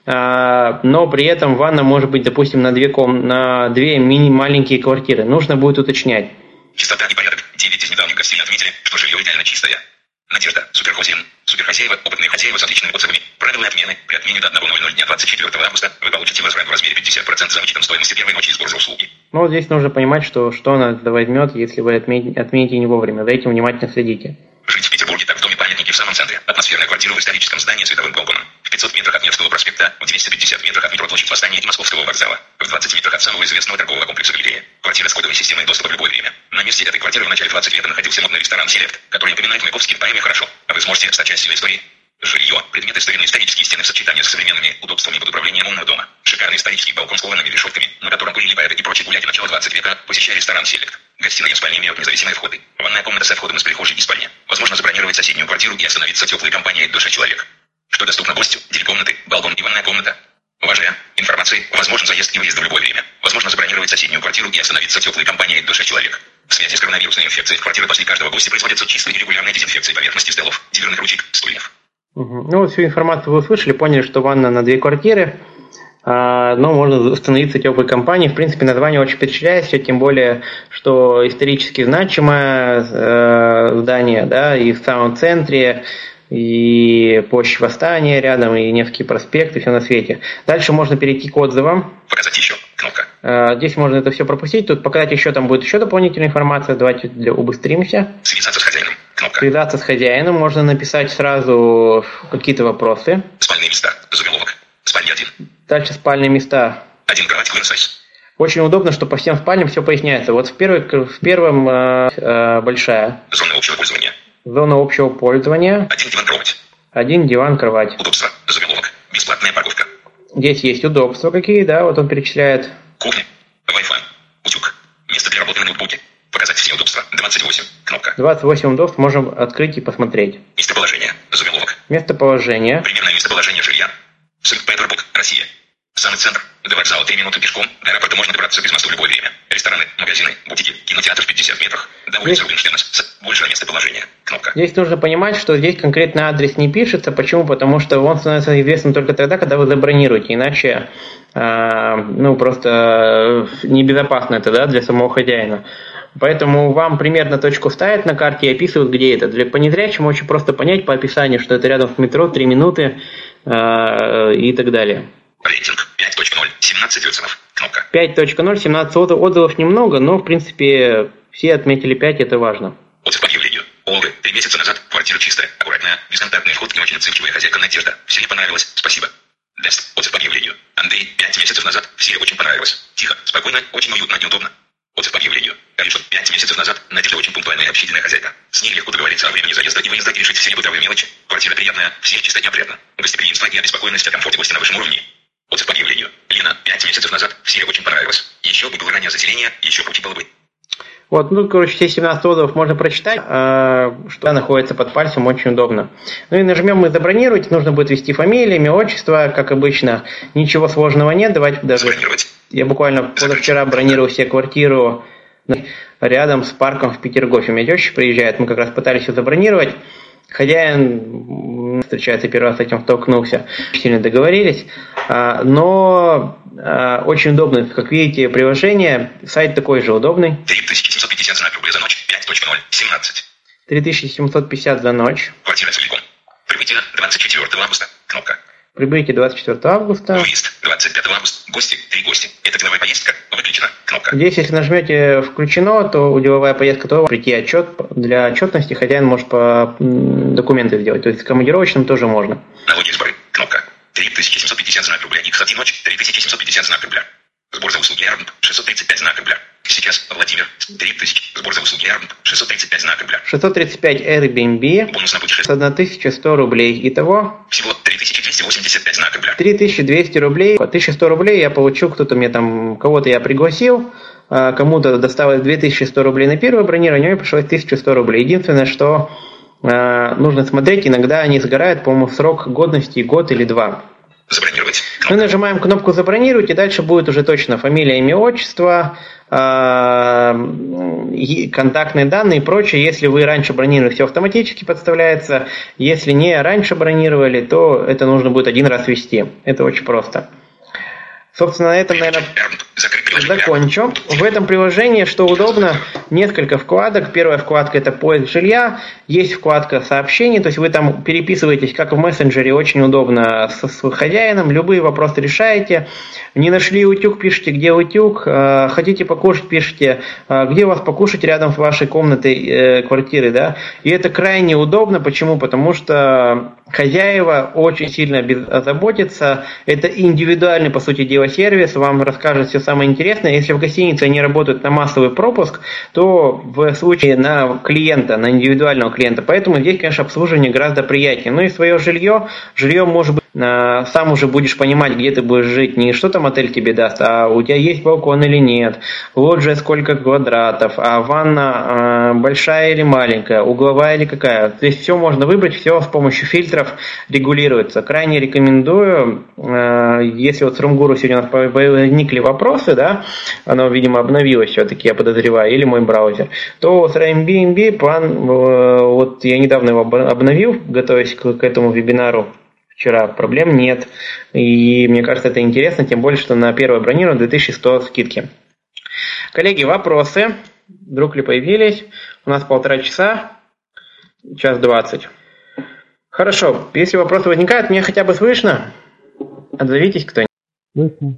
Но при этом ванна может быть, допустим, на две, ком... на две мини-маленькие квартиры. Нужно будет уточнять. Чистота и порядок. девять из недавних гостей отметили, что жилье идеально чистое. Надежда. Суперхозин. Суперхозяева. Опытные хозяева с отличными отзывами. Правила отмены. При отмене до одного ноль ноль дня двадцать четвёртого августа вы получите возврат в размере пятьдесят процентов за вычетом стоимости первой ночи сбора за услуги. Ну, вот здесь нужно понимать, что, что она возьмет, если вы отмените, отмените не вовремя. За этим внимательно следите. Жить в Петербурге, так в доме памятники в самом центре. Атмосферная квартира в историческом здании с видовым балконом. В пятьсот метрах от Невского проспекта, в двести пятьдесят метрах от метро Площадь Восстания и Московского вокзала, в двадцать метрах от самого известного торгового комплекса «Галерея». Квартира с кодовой системой доступа в любое время. На месте этой квартиры в начале двадцатых лет находился модный ресторан «Селект», который напоминает Маяковский в поэме «Хорошо». А вы сможете стать частью истории. Жилье. Предметы старинные исторические стены в сочетании с современными удобствами под управлением умного дома. Шикарный исторический балкон с коваными решетками, на котором курили поэты и прочие гуляки начала двадцатого века, посещая ресторан «Селект». Гостиная и спальня имеют независимые входы. Ванная комната со входом из прихожей и спальни. Возможно забронировать соседнюю квартиру и остановиться в теплой компании до шести человек. Что доступно гостю? Две комнаты, балкон и ванная комната. Важная информация. Возможен заезд и выезд в любое время. Возможно забронировать соседнюю квартиру и остановиться в теплой компании до шести человек. В связи с коронавирусной инфекцией в квартиры после каждого гостя производятся чистые и регулярные дезинфекции поверхности столов, дверных ручек, стульев. Угу. Ну вот всю информацию вы услышали, поняли, что ванна на две квартиры, а, но можно остановиться в теплой компании. В принципе, название очень впечатляет, тем более, что исторически значимое э, здание, да, и в самом центре, и площадь Восстания рядом, и Невский проспект, и все на свете. Дальше можно перейти к отзывам. Показать еще. Кнопка. А, здесь можно это все пропустить. Тут показать еще, там будет еще дополнительная информация. Давайте для, убыстримся. Связаться с хозяином. Кнопка. Связаться с хозяином. Можно написать сразу какие-то вопросы. Спальные места. Заголовок. Спальня один. Дальше спальные места. Один кровать, queen size. Очень удобно, что по всем спальням все поясняется. Вот в, первой, в первом э, э, большая. Зона общего пользования. Зона общего пользования. Один диван, кровать. Один диван, кровать. Удобство. Заголовок. Бесплатная парковка. Здесь есть удобства какие, да, вот он перечисляет. Кухня. Wi-Fi. Утюг. Место для работы на ноутбуке. Показать все удобства. двадцать восемь. Кнопка. двадцать восемь удобств можем открыть и посмотреть. Местоположение. Заголовок. Местоположение. Примерное местоположение жилья. Санкт-Петербург, Россия. Самый центр. До вокзала три минуты пешком. До аэропорта можно добраться без моста в любое время. Рестораны, магазины, бутики, кинотеатр в пятьдесят метрах. До улицы Рубинштейна. Большее местоположение. Кнопка. Здесь нужно понимать, что здесь конкретный адрес не пишется. Почему? Потому что он становится известным только тогда, когда вы забронируете. Иначе, э, ну, просто небезопасно это, да, для самого хозяина. Поэтому вам примерно точку ставят на карте и описывают, где это. Для понезрячему очень просто понять по описанию, что это рядом с метро, три минуты э, и так далее. Рейтинг пять точка ноль, семнадцать отзывов. Кнопка. пять точка ноль, семнадцать отзывов немного, но в принципе все отметили пять, это важно. Отзыв по объявлению. Олга, три месяца назад, квартира чистая, аккуратная, бесконтактный вход и очень отзывчивая хозяйка Надежда. Всем понравилось, спасибо. Даст, отзыв по объявлению. Андрей, пять месяцев назад, все очень понравилось. Тихо, спокойно, очень уютно, неудобно. Отзыв по объявлению. Конечно, пять месяцев назад Надежда очень пунктуальная и общительная хозяйка. С ней легко договориться о времени заезда и выезда и решить все бытовые мелочи. Квартира приятная, все чистоте опрятно. Гостеприимство и обеспокоенность о комфорте гостя на высшем уровне. Отзыв по объявлению. Лена, пять месяцев назад, все очень понравилось. Еще бы было раннее заселение, еще круче было бы. Вот, ну, короче, все семнадцать отзывов можно прочитать, что находится под пальцем, очень удобно. Ну и нажмем мы «Забронировать», нужно будет ввести фамилию, имя, отчество, как обычно, ничего сложного нет, давайте даже... Я буквально позавчера бронировал себе квартиру рядом с парком в Петергофе. У меня теща приезжает, мы как раз пытались ее забронировать. Хозяин, встречается, первый раз с этим столкнулся, сильно договорились. Но очень удобно, как видите, приложение, сайт такой же удобный. три тысячи семьсот пятьдесят знак рублей за ночь, пять точка ноль, семнадцать. три тысячи семьсот пятьдесят за ночь. Квартира целиком. Прибытие двадцать четвёртого августа. Кнопка. Прибытие двадцать четвёртого августа. Выезд двадцать пятого августа. Гости, три гости. Это деловая поездка. Выключена. Кнопка. Здесь, если нажмете «Включено», то деловая поездка, то прийти отчет. Для отчетности хозяин может по документы сделать. То есть командировочным тоже можно. Налоги и сборы. Кнопка. три тысячи семьсот пятьдесят знак рубля. икс один ночь. три тысячи семьсот пятьдесят знак рубля. Сбор за услуги Airbnb. шестьсот тридцать пять знак рубля. Сейчас Владимир. три тысячи. Сбор за услуги Airbnb. шестьсот тридцать пять знак рубля. шестьсот тридцать пять Airbnb. Бонус на путешествие. тысяча сто рублей. Итого? Всего три тысячи двести восемьдесят пять знак рубля. три тысячи двести рублей. тысяча сто рублей я получу, кто-то мне там, кого-то я пригласил, кому-то досталось две тысячи сто рублей на первое бронирование, мне пришлось тысяча сто рублей. Единственное, что э, нужно смотреть, иногда они сгорают, по-моему, в срок годности год или два. Забронировать. Мы нажимаем кнопку «Забронировать», и дальше будет уже точно фамилия, имя, отчество, контактные данные и прочее. Если вы раньше бронировали, все автоматически подставляется. Если не раньше бронировали, то это нужно будет один раз ввести. Это очень просто. Собственно, на этом, наверное, закончу. В этом приложении, что удобно, несколько вкладок. Первая вкладка – это поиск жилья. Есть вкладка сообщений, то есть вы там переписываетесь, как в мессенджере, очень удобно с, с хозяином. Любые вопросы решаете. Не нашли утюг, пишите, где утюг. Хотите покушать, пишите, где у вас покушать рядом с вашей комнатой, квартиры. Да? И это крайне удобно. Почему? Потому что хозяева очень сильно заботятся. Это индивидуальный, по сути дела, сервис. Вам расскажет все самое интересное. Если в гостинице они работают на массовый пропуск, то в случае на клиента, на индивидуального клиента. Поэтому здесь, конечно, обслуживание гораздо приятнее. Ну и свое жилье. Жилье, может быть, сам уже будешь понимать, где ты будешь жить. Не что там отель тебе даст, а у тебя есть балкон или нет. Лоджия сколько квадратов, а ванна большая или маленькая, угловая или какая. Здесь все можно выбрать, все с помощью фильтров регулируется. Крайне рекомендую, если вот с Румгуру сегодня у нас возникли вопросы, да, оно, видимо, обновилось все-таки, я подозреваю, или мой браузер, то с Airbnb план, вот я недавно его обновил, готовясь к, к этому вебинару вчера, проблем нет, и мне кажется, это интересно, тем более, что на первое бронирование две тысячи сто скидки. Коллеги, вопросы вдруг ли появились? У нас полтора часа, час двадцать. Хорошо, если вопросы возникают, мне хотя бы слышно? Отзовитесь кто-нибудь.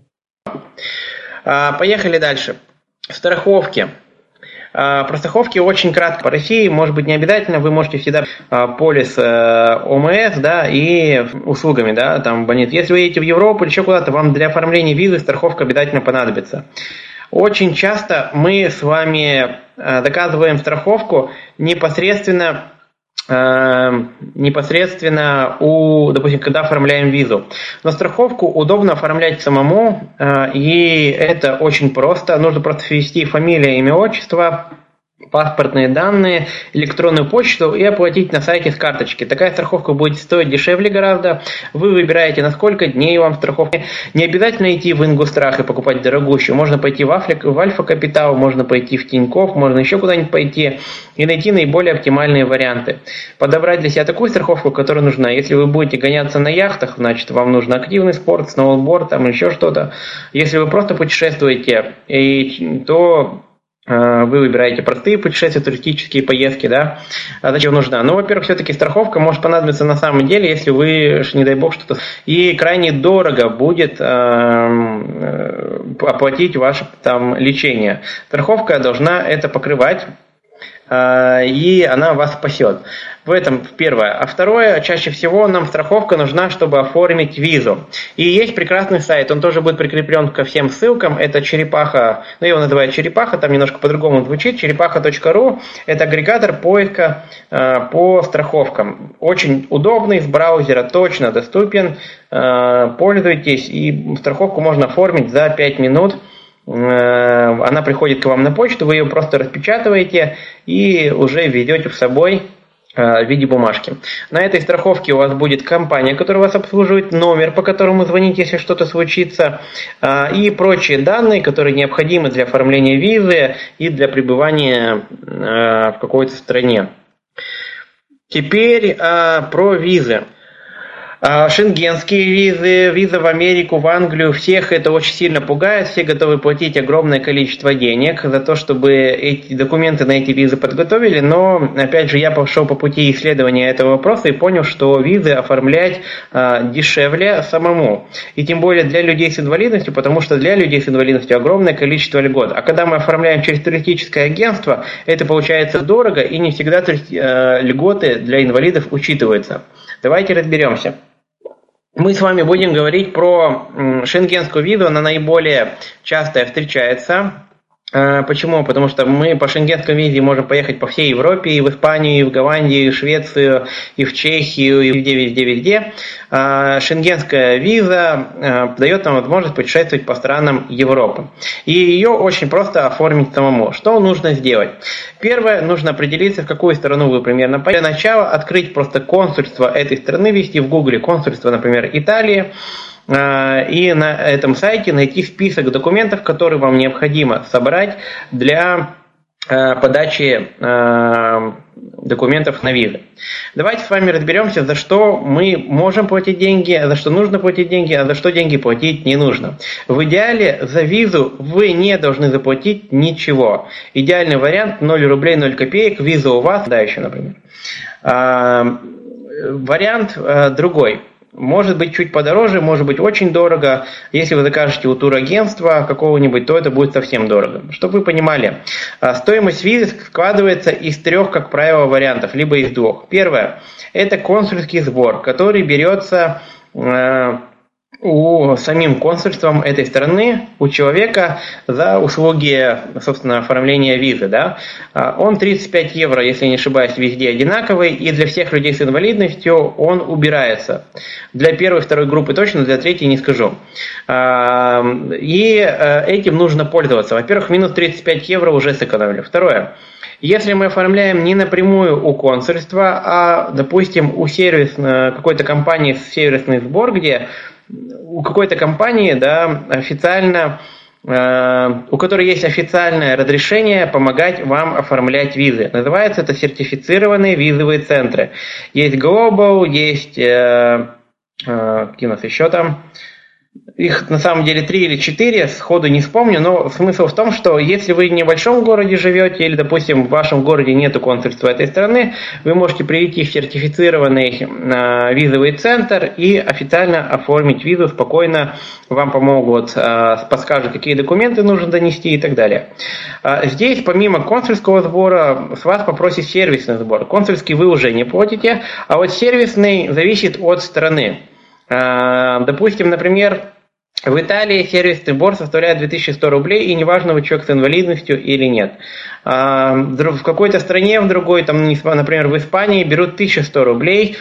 А, поехали дальше. Страховки. А, про страховки очень кратко. По России, может быть, не обязательно. Вы можете всегда а, полис а, ОМС, да, и услугами, да, там больниц. Если вы едете в Европу или еще куда-то, вам для оформления визы страховка обязательно понадобится. Очень часто мы с вами а, доказываем страховку непосредственно непосредственно у, допустим, когда оформляем визу. Но страховку удобно оформлять самому, и это очень просто. Нужно просто ввести фамилия, имя, отчество, паспортные данные, электронную почту и оплатить на сайте с карточки. Такая страховка будет стоить дешевле гораздо. Вы выбираете, на сколько дней вам страховка. Не обязательно идти в Ингустрах и покупать дорогущую. Можно пойти в Альфа Капитал, можно пойти в Тинькофф, можно еще куда-нибудь пойти и найти наиболее оптимальные варианты. Подобрать для себя такую страховку, которая нужна. Если вы будете гоняться на яхтах, значит вам нужен активный спорт, сноуборд, там еще что-то. Если вы просто путешествуете, то вы выбираете простые путешествия, туристические поездки, да, а зачем нужна? Ну, во-первых, все-таки страховка может понадобиться на самом деле, если вы, не дай бог, что-то... И крайне дорого будет э, оплатить ваше там лечение. Страховка должна это покрывать, э, и она вас спасет. В этом первое. А второе, чаще всего нам страховка нужна, чтобы оформить визу. И есть прекрасный сайт, он тоже будет прикреплен ко всем ссылкам. Это Черепаха, ну его называют Черепаха, там немножко по-другому звучит. черепаха точка ру – это агрегатор поиска э, по страховкам. Очень удобный, с браузера точно доступен. Э, пользуйтесь, и страховку можно оформить за пять минут. Э, она приходит к вам на почту, вы ее просто распечатываете и уже ведете с собой в виде бумажки. На этой страховке у вас будет компания, которая вас обслуживает, номер, по которому звоните, если что-то случится, и прочие данные, которые необходимы для оформления визы и для пребывания в какой-то стране. Теперь про визы. Шенгенские визы, виза в Америку, в Англию, всех это очень сильно пугает, все готовы платить огромное количество денег за то, чтобы эти документы на эти визы подготовили, но, опять же, я пошел по пути исследования этого вопроса и понял, что визы оформлять а, дешевле самому, и тем более для людей с инвалидностью, потому что для людей с инвалидностью огромное количество льгот, а когда мы оформляем через туристическое агентство, это получается дорого и не всегда а, льготы для инвалидов учитываются. Давайте разберемся. Мы с вами будем говорить про шенгенскую визу, она наиболее часто встречается. Почему? Потому что мы по шенгенской визе можем поехать по всей Европе, и в Испанию, и в Голландию, и в Швецию, и в Чехию, и везде, везде, везде. Шенгенская виза дает нам возможность путешествовать по странам Европы. И ее очень просто оформить самому. Что нужно сделать? Первое, нужно определиться, в какую страну вы примерно поедете. Для начала открыть просто консульство этой страны, ввести в Гугле консульство, например, Италии, и на этом сайте найти список документов, которые вам необходимо собрать для подачи документов на визы. Давайте с вами разберемся, за что мы можем платить деньги, за что нужно платить деньги, а за что деньги платить не нужно. В идеале за визу вы не должны заплатить ничего. Идеальный вариант ноль рублей ноль копеек, виза у вас, да, еще, например. Вариант другой. Может быть чуть подороже, может быть очень дорого. Если вы закажете у турагентства какого-нибудь, то это будет совсем дорого. Чтобы вы понимали, стоимость визы складывается из трех, как правило, вариантов, либо из двух. Первое – это консульский сбор, который берется у самим консульством этой страны, у человека за услуги, собственно, оформления визы. Да? Он тридцать пять евро, если не ошибаюсь, везде одинаковый, и для всех людей с инвалидностью он убирается. Для первой и второй группы точно, для третьей не скажу. И этим нужно пользоваться. Во-первых, минус тридцать пять евро уже сэкономили. Второе. Если мы оформляем не напрямую у консульства, а, допустим, у сервис, какой-то компании сервисный сбор, где у какой-то компании, да, официально, э, у которой есть официальное разрешение помогать вам оформлять визы. Называется это сертифицированные визовые центры. Есть Global, есть, э, э, какие у нас еще там? Их на самом деле три или четыре, сходу не вспомню, но смысл в том, что если вы в небольшом городе живете, или, допустим, в вашем городе нету консульства этой страны, вы можете прийти в сертифицированный э, визовый центр и официально оформить визу, спокойно вам помогут, э, подскажут, какие документы нужно донести и так далее. Э, здесь, помимо консульского сбора, с вас попросит сервисный сбор. Консульский вы уже не платите, а вот сервисный зависит от страны. Допустим, например, в Италии сервисный сбор составляет две тысячи сто рублей, и неважно, вы человек с инвалидностью или нет. В какой-то стране, в другой, там, например, в Испании берут тысячу сто рублей,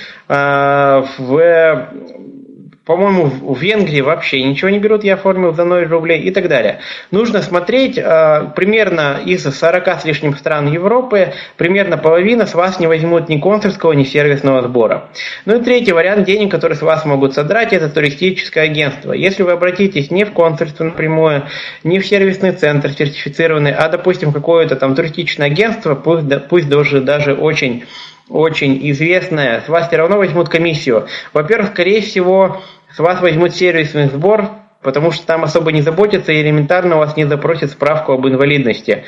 в... По-моему, в Венгрии вообще ничего не берут, я оформил за ноль рублей и так далее. Нужно смотреть, примерно из сорока с лишним стран Европы, примерно половина с вас не возьмут ни консульского, ни сервисного сбора. Ну и третий вариант денег, который с вас могут содрать, это туристическое агентство. Если вы обратитесь не в консульство напрямую, не в сервисный центр сертифицированный, а, допустим, какое-то там туристическое агентство, пусть, пусть даже, даже очень... очень известная, с вас все равно возьмут комиссию. Во-первых, скорее всего, с вас возьмут сервисный сбор, потому что там особо не заботятся и элементарно вас не запросят справку об инвалидности.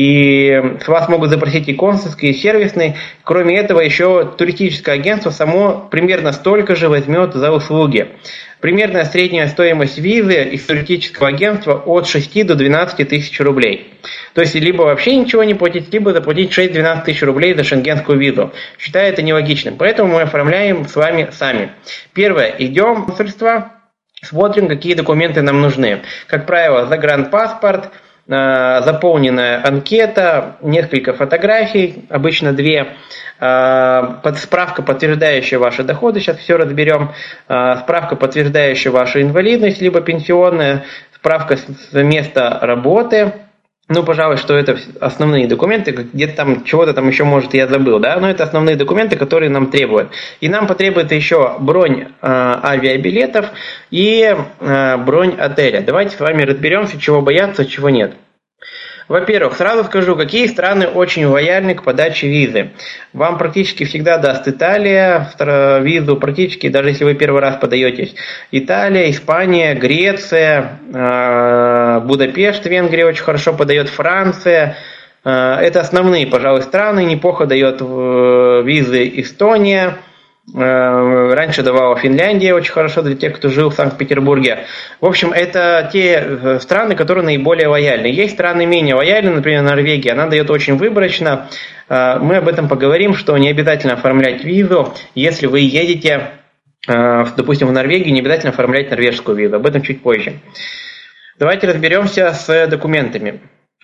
И с вас могут запросить и консульский, и сервисный. Кроме этого, еще туристическое агентство само примерно столько же возьмет за услуги. Примерная средняя стоимость визы из туристического агентства от шести до двенадцати тысяч рублей. То есть, либо вообще ничего не платить, либо заплатить шесть-двенадцать тысяч рублей за шенгенскую визу. Считаю это нелогичным. Поэтому мы оформляем с вами сами. Первое. Идем в консульство, смотрим, какие документы нам нужны. Как правило, загранпаспорт, заполненная анкета, несколько фотографий, обычно две, справка, подтверждающая ваши доходы, сейчас все разберем, справка, подтверждающая вашу инвалидность, либо пенсионная, справка с места работы. Ну, пожалуй, что это основные документы, где-то там чего-то там еще, может, я забыл, да, но это основные документы, которые нам требуют. И нам потребуется еще бронь э, авиабилетов и э, бронь отеля. Давайте с вами разберемся, чего бояться, чего нет. Во-первых, сразу скажу, какие страны очень лояльны к подаче визы. Вам практически всегда даст Италия визу, практически, даже если вы первый раз подаетесь. Италия, Испания, Греция, Будапешт, Венгрия очень хорошо подает, Франция. Это основные, пожалуй, страны. Неплохо дает визы Эстония. Раньше давала Финляндия очень хорошо для тех, кто жил в Санкт-Петербурге. В общем, это те страны, которые наиболее лояльны. Есть страны менее лояльны, например, Норвегия. Она дает очень выборочно. Мы об этом поговорим, что не обязательно оформлять визу. Если вы едете, допустим, в Норвегию, не обязательно оформлять норвежскую визу. Об этом чуть позже. Давайте разберемся с документами.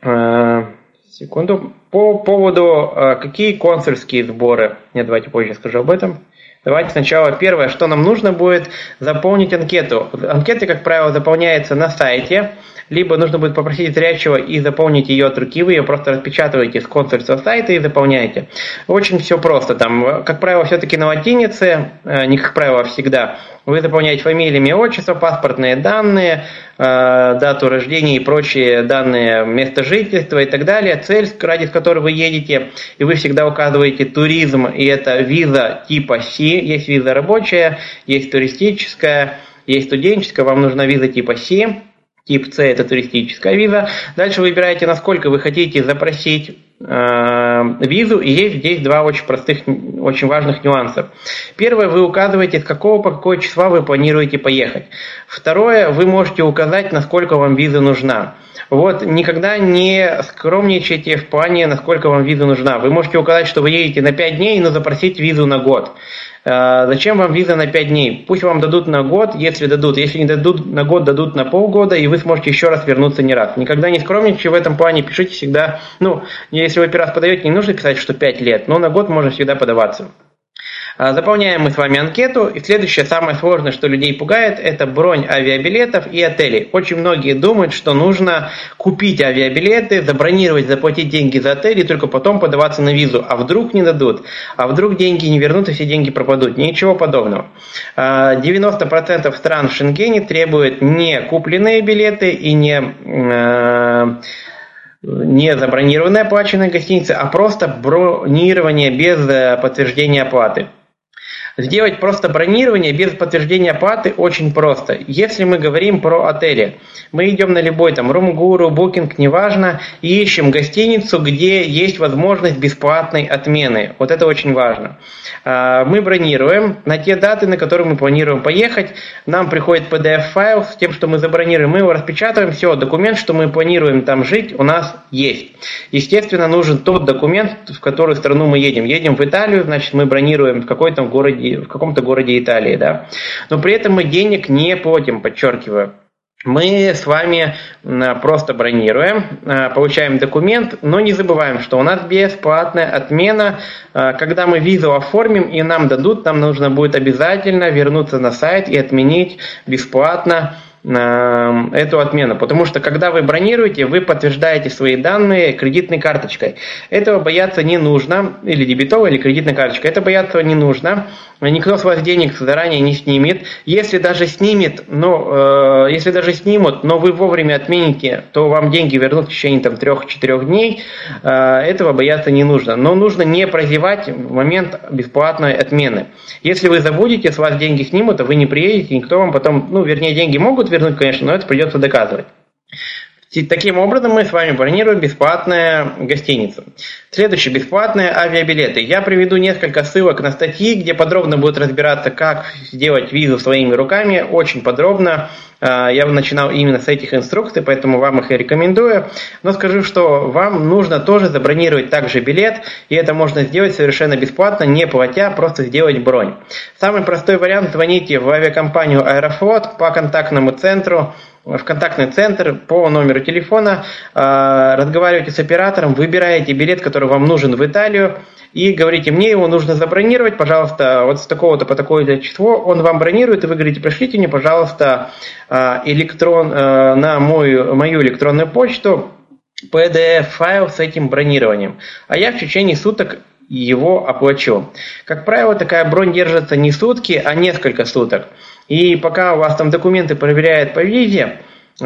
Секунду. По поводу, какие консульские сборы. Нет, давайте позже скажу об этом. Давайте сначала первое, что нам нужно будет, заполнить анкету. Анкета, как правило, заполняется на сайте, либо нужно будет попросить зрячего и заполнить ее от руки. Вы ее просто распечатываете с консульства сайта и заполняете. Очень все просто. Там, как правило, все-таки на латинице, не как правило, а всегда. Вы заполняете фамилию, имя, отчество, паспортные данные, дату рождения и прочие данные, место жительства и так далее, цель, ради которой вы едете, и вы всегда указываете туризм, и это виза типа Си, есть виза рабочая, есть туристическая, есть студенческая, вам нужна виза типа Си. Тип С – это туристическая виза. Дальше выбираете, насколько вы хотите запросить э, визу. И есть здесь два очень простых, очень важных нюанса. Первое, вы указываете, с какого по какое числа вы планируете поехать. Второе, вы можете указать, насколько вам виза нужна. Вот, никогда не скромничайте в плане, насколько вам виза нужна. Вы можете указать, что вы едете на пять дней, но запросить визу на год. Зачем вам виза на пять дней? Пусть вам дадут на год, если дадут. Если не дадут на год, дадут на полгода, и вы сможете еще раз вернуться не раз. Никогда не скромничайте в этом плане, пишите всегда. Ну, если вы первый раз подаете, не нужно писать, что пять лет, но на год можно всегда подаваться. Заполняем мы с вами анкету. И следующее, самое сложное, что людей пугает, это бронь авиабилетов и отелей. Очень многие думают, что нужно купить авиабилеты, забронировать, заплатить деньги за отель и только потом подаваться на визу. А вдруг не дадут? А вдруг деньги не вернут и все деньги пропадут? Ничего подобного. девяносто процентов стран в Шенгене требуют не купленные билеты и не... не забронированные оплаченные гостиницы, а просто бронирование без подтверждения оплаты. Сделать просто бронирование без подтверждения оплаты очень просто. Если мы говорим про отели, мы идем на любой там Румгуру, Букинг, неважно, и ищем гостиницу, где есть возможность бесплатной отмены. Вот это очень важно. Мы бронируем на те даты, на которые мы планируем поехать. Нам приходит пи ди эф-файл с тем, что мы забронируем. Мы его распечатываем. Все, документ, что мы планируем там жить, у нас есть. Естественно, нужен тот документ, в которую страну мы едем. Едем в Италию, значит, мы бронируем в какой-то городе, в каком-то городе Италии, да. Но при этом мы денег не платим, подчеркиваю. Мы с вами просто бронируем, получаем документ, но не забываем, что у нас бесплатная отмена. Когда мы визу оформим и нам дадут, нам нужно будет обязательно вернуться на сайт и отменить бесплатно эту отмену, потому что когда вы бронируете, вы подтверждаете свои данные кредитной карточкой. Этого бояться не нужно, или дебетовой, или кредитной карточкой. Это бояться не нужно. Никто с вас денег заранее не снимет. Если даже снимет, но, э, если даже снимут, но вы вовремя отмените, то вам деньги вернут в течение там, трех-четырех дней. Э, этого бояться не нужно. Но нужно не прозевать в момент бесплатной отмены. Если вы забудете, с вас деньги снимут, а вы не приедете, никто вам потом, ну, вернее, деньги могут вернуть, конечно, но это придется доказывать. Таким образом, мы с вами бронируем бесплатную гостиницу. Следующее, бесплатные авиабилеты. Я приведу несколько ссылок на статьи, где подробно будет разбираться, как сделать визу своими руками. Очень подробно. Я начинал именно с этих инструкций, поэтому вам их и рекомендую. Но скажу, что вам нужно тоже забронировать также билет, и это можно сделать совершенно бесплатно, не платя, просто сделать бронь. Самый простой вариант: звоните в авиакомпанию «Аэрофлот» по контактному центру, в контактный центр по номеру телефона, разговариваете с оператором, выбираете билет, который вам нужен в Италию, и говорите: мне его нужно забронировать, пожалуйста, вот с такого-то по такое-то число. Он вам бронирует, и вы говорите: пришлите мне, пожалуйста, электрон, на мою, мою электронную почту пи ди эф-файл с этим бронированием, а я в течение суток его оплачу. Как правило, такая бронь держится не сутки, а несколько суток. И пока у вас там документы проверяют по визе,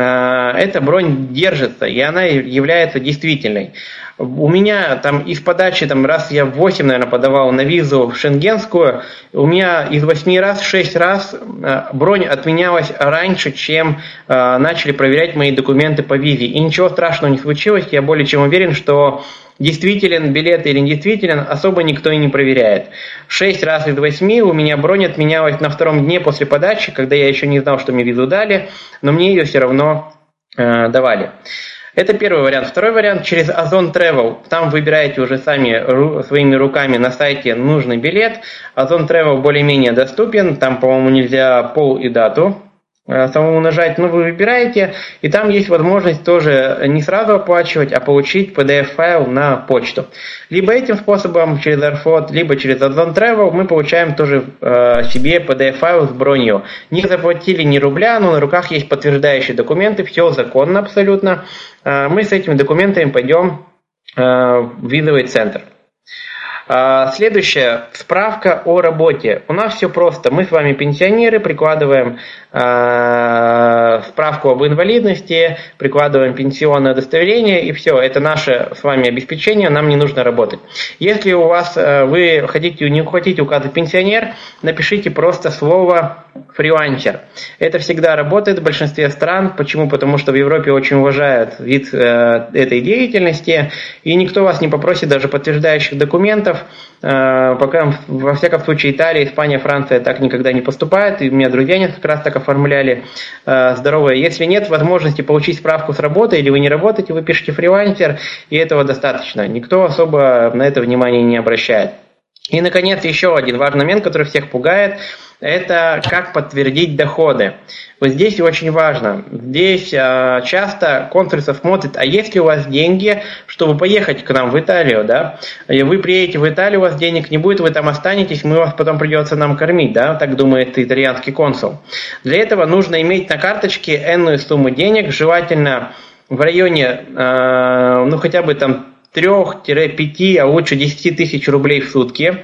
эта бронь держится, и она является действительной. У меня там из подачи, там, раз я восемь, наверное, подавал на визу шенгенскую, у меня из восьми раз, шесть раз бронь отменялась раньше, чем начали проверять мои документы по визе. И ничего страшного не случилось, я более чем уверен, что действителен билет или недействителен, особо никто и не проверяет. Шесть раз из восьми у меня бронь отменялась на втором дне после подачи, когда я еще не знал, что мне визу дали, но мне ее все равно э, давали. Это первый вариант. Второй вариант через Озон Travel. Там выбираете уже сами ру, своими руками на сайте нужный билет. Озон Travel более-менее доступен. Там, по-моему, нельзя пол и дату самому нажать, но вы выбираете, и там есть возможность тоже не сразу оплачивать, а получить пи ди эф-файл на почту. Либо этим способом, через Аэрофлот, либо через Озон Travel мы получаем тоже э, себе пи ди эф-файл с бронью. Не заплатили ни рубля, но на руках есть подтверждающие документы, все законно абсолютно. Э, мы с этими документами пойдем э, в визовый центр. Следующая справка о работе. У нас все просто. Мы с вами пенсионеры, прикладываем э, справку об инвалидности, прикладываем пенсионное удостоверение, и все. Это наше с вами обеспечение, нам не нужно работать. Если у вас э, вы хотите, не хотите указать пенсионер, напишите просто слово фрилансер. Это всегда работает в большинстве стран. Почему? Потому что в Европе очень уважают вид э, этой деятельности, и никто вас не попросит даже подтверждающих документов. Пока, во всяком случае, Италия, Испания, Франция так никогда не поступает, и у меня друзья несколько раз так оформляли. Здоровые. Если нет возможности получить справку с работы, или вы не работаете, вы пишете фрилансер, и этого достаточно. Никто особо на это внимание не обращает. И, наконец, еще один важный момент, который всех пугает, это как подтвердить доходы. Вот здесь очень важно. Здесь а, часто консульство смотрит, а есть ли у вас деньги, чтобы поехать к нам в Италию, да? И вы приедете в Италию, у вас денег не будет, вы там останетесь, мы вас потом придется нам кормить, да? Так думает итальянский консул. Для этого нужно иметь на карточке энную сумму денег, желательно в районе, а, ну хотя бы там трех-пяти, а лучше десяти тысяч рублей в сутки.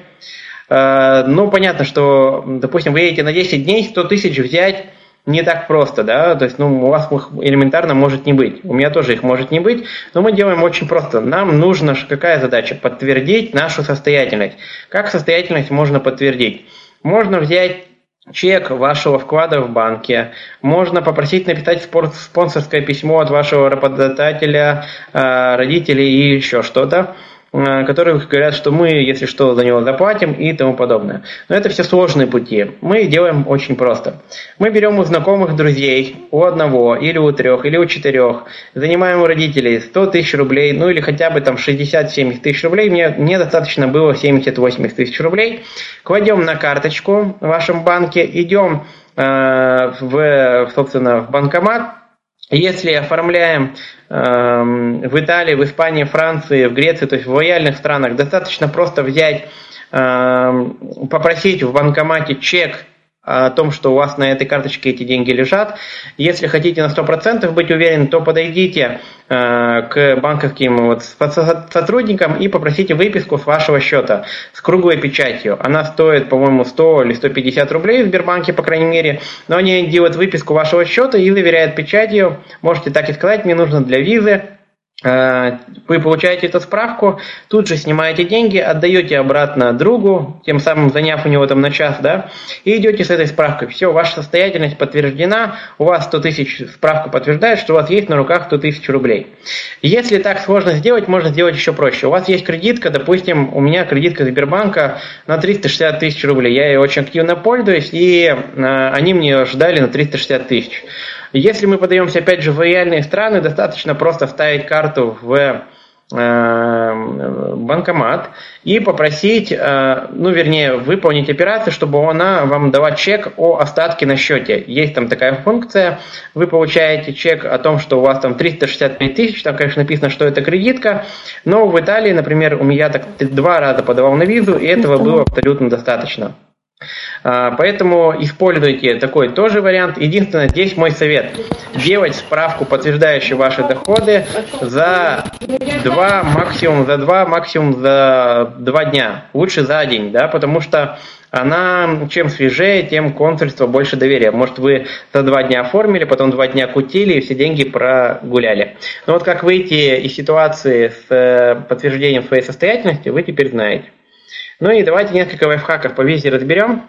Ну, понятно, что, допустим, вы едете на десять дней, сто тысяч взять не так просто, да, то есть, ну, у вас их элементарно может не быть, у меня тоже их может не быть, но мы делаем очень просто. Нам нужно, какая задача? Подтвердить нашу состоятельность. Как состоятельность можно подтвердить? Можно взять чек вашего вклада в банке, можно попросить написать спонсорское письмо от вашего работодателя, родителей и еще что-то, которые говорят, что мы, если что, за него заплатим и тому подобное. Но это все сложные пути. Мы делаем очень просто. Мы берем у знакомых друзей, у одного, или у трех, или у четырех, занимаем у родителей сто тысяч рублей, ну или хотя бы там шестьдесят-семьдесят тысяч рублей, мне, мне достаточно было семьдесят-восемьдесят тысяч рублей, кладем на карточку в вашем банке, идем э, в, собственно, в банкомат, Если оформляем э, в Италии, в Испании, Франции, в Греции, то есть в лояльных странах, достаточно просто взять, э, попросить в банкомате чек о том, что у вас на этой карточке эти деньги лежат. Если хотите на сто процентов быть уверены, то подойдите э, к банковским вот, сотрудникам и попросите выписку с вашего счета с круглой печатью. Она стоит, по-моему, сто или сто пятьдесят рублей в Сбербанке, по крайней мере. Но они делают выписку вашего счета и заверяют печатью. Можете так и сказать, мне нужно для визы. Вы получаете эту справку, тут же снимаете деньги, отдаете обратно другу, тем самым заняв у него там на час, да, и идете с этой справкой. Все, ваша состоятельность подтверждена, у вас сто тысяч, справка подтверждает, что у вас есть на руках сто тысяч рублей. Если так сложно сделать, можно сделать еще проще. У вас есть кредитка, допустим, у меня кредитка Сбербанка на триста шестьдесят тысяч рублей. Я ей очень активно пользуюсь, и они мне ждали на триста шестьдесят тысяч. Если мы подаемся, опять же, в лояльные страны, достаточно просто вставить карту в э, банкомат и попросить, э, ну, вернее, выполнить операцию, чтобы она вам дала чек о остатке на счете. Есть там такая функция, вы получаете чек о том, что у вас там триста шестьдесят пять тысяч, там, конечно, написано, что это кредитка, но в Италии, например, у меня так два раза подавал на визу, и этого было абсолютно достаточно. Поэтому используйте такой тоже вариант. Единственное, здесь мой совет. Делать справку, подтверждающую ваши доходы, за два, максимум за два, максимум за два дня. Лучше за день, да, потому что она, чем свежее, тем консульство больше доверия. Может, вы за два дня оформили, потом два дня кутили и все деньги прогуляли. Но вот как выйти из ситуации с подтверждением своей состоятельности, вы теперь знаете. Ну и давайте несколько лайфхаков по визе разберем.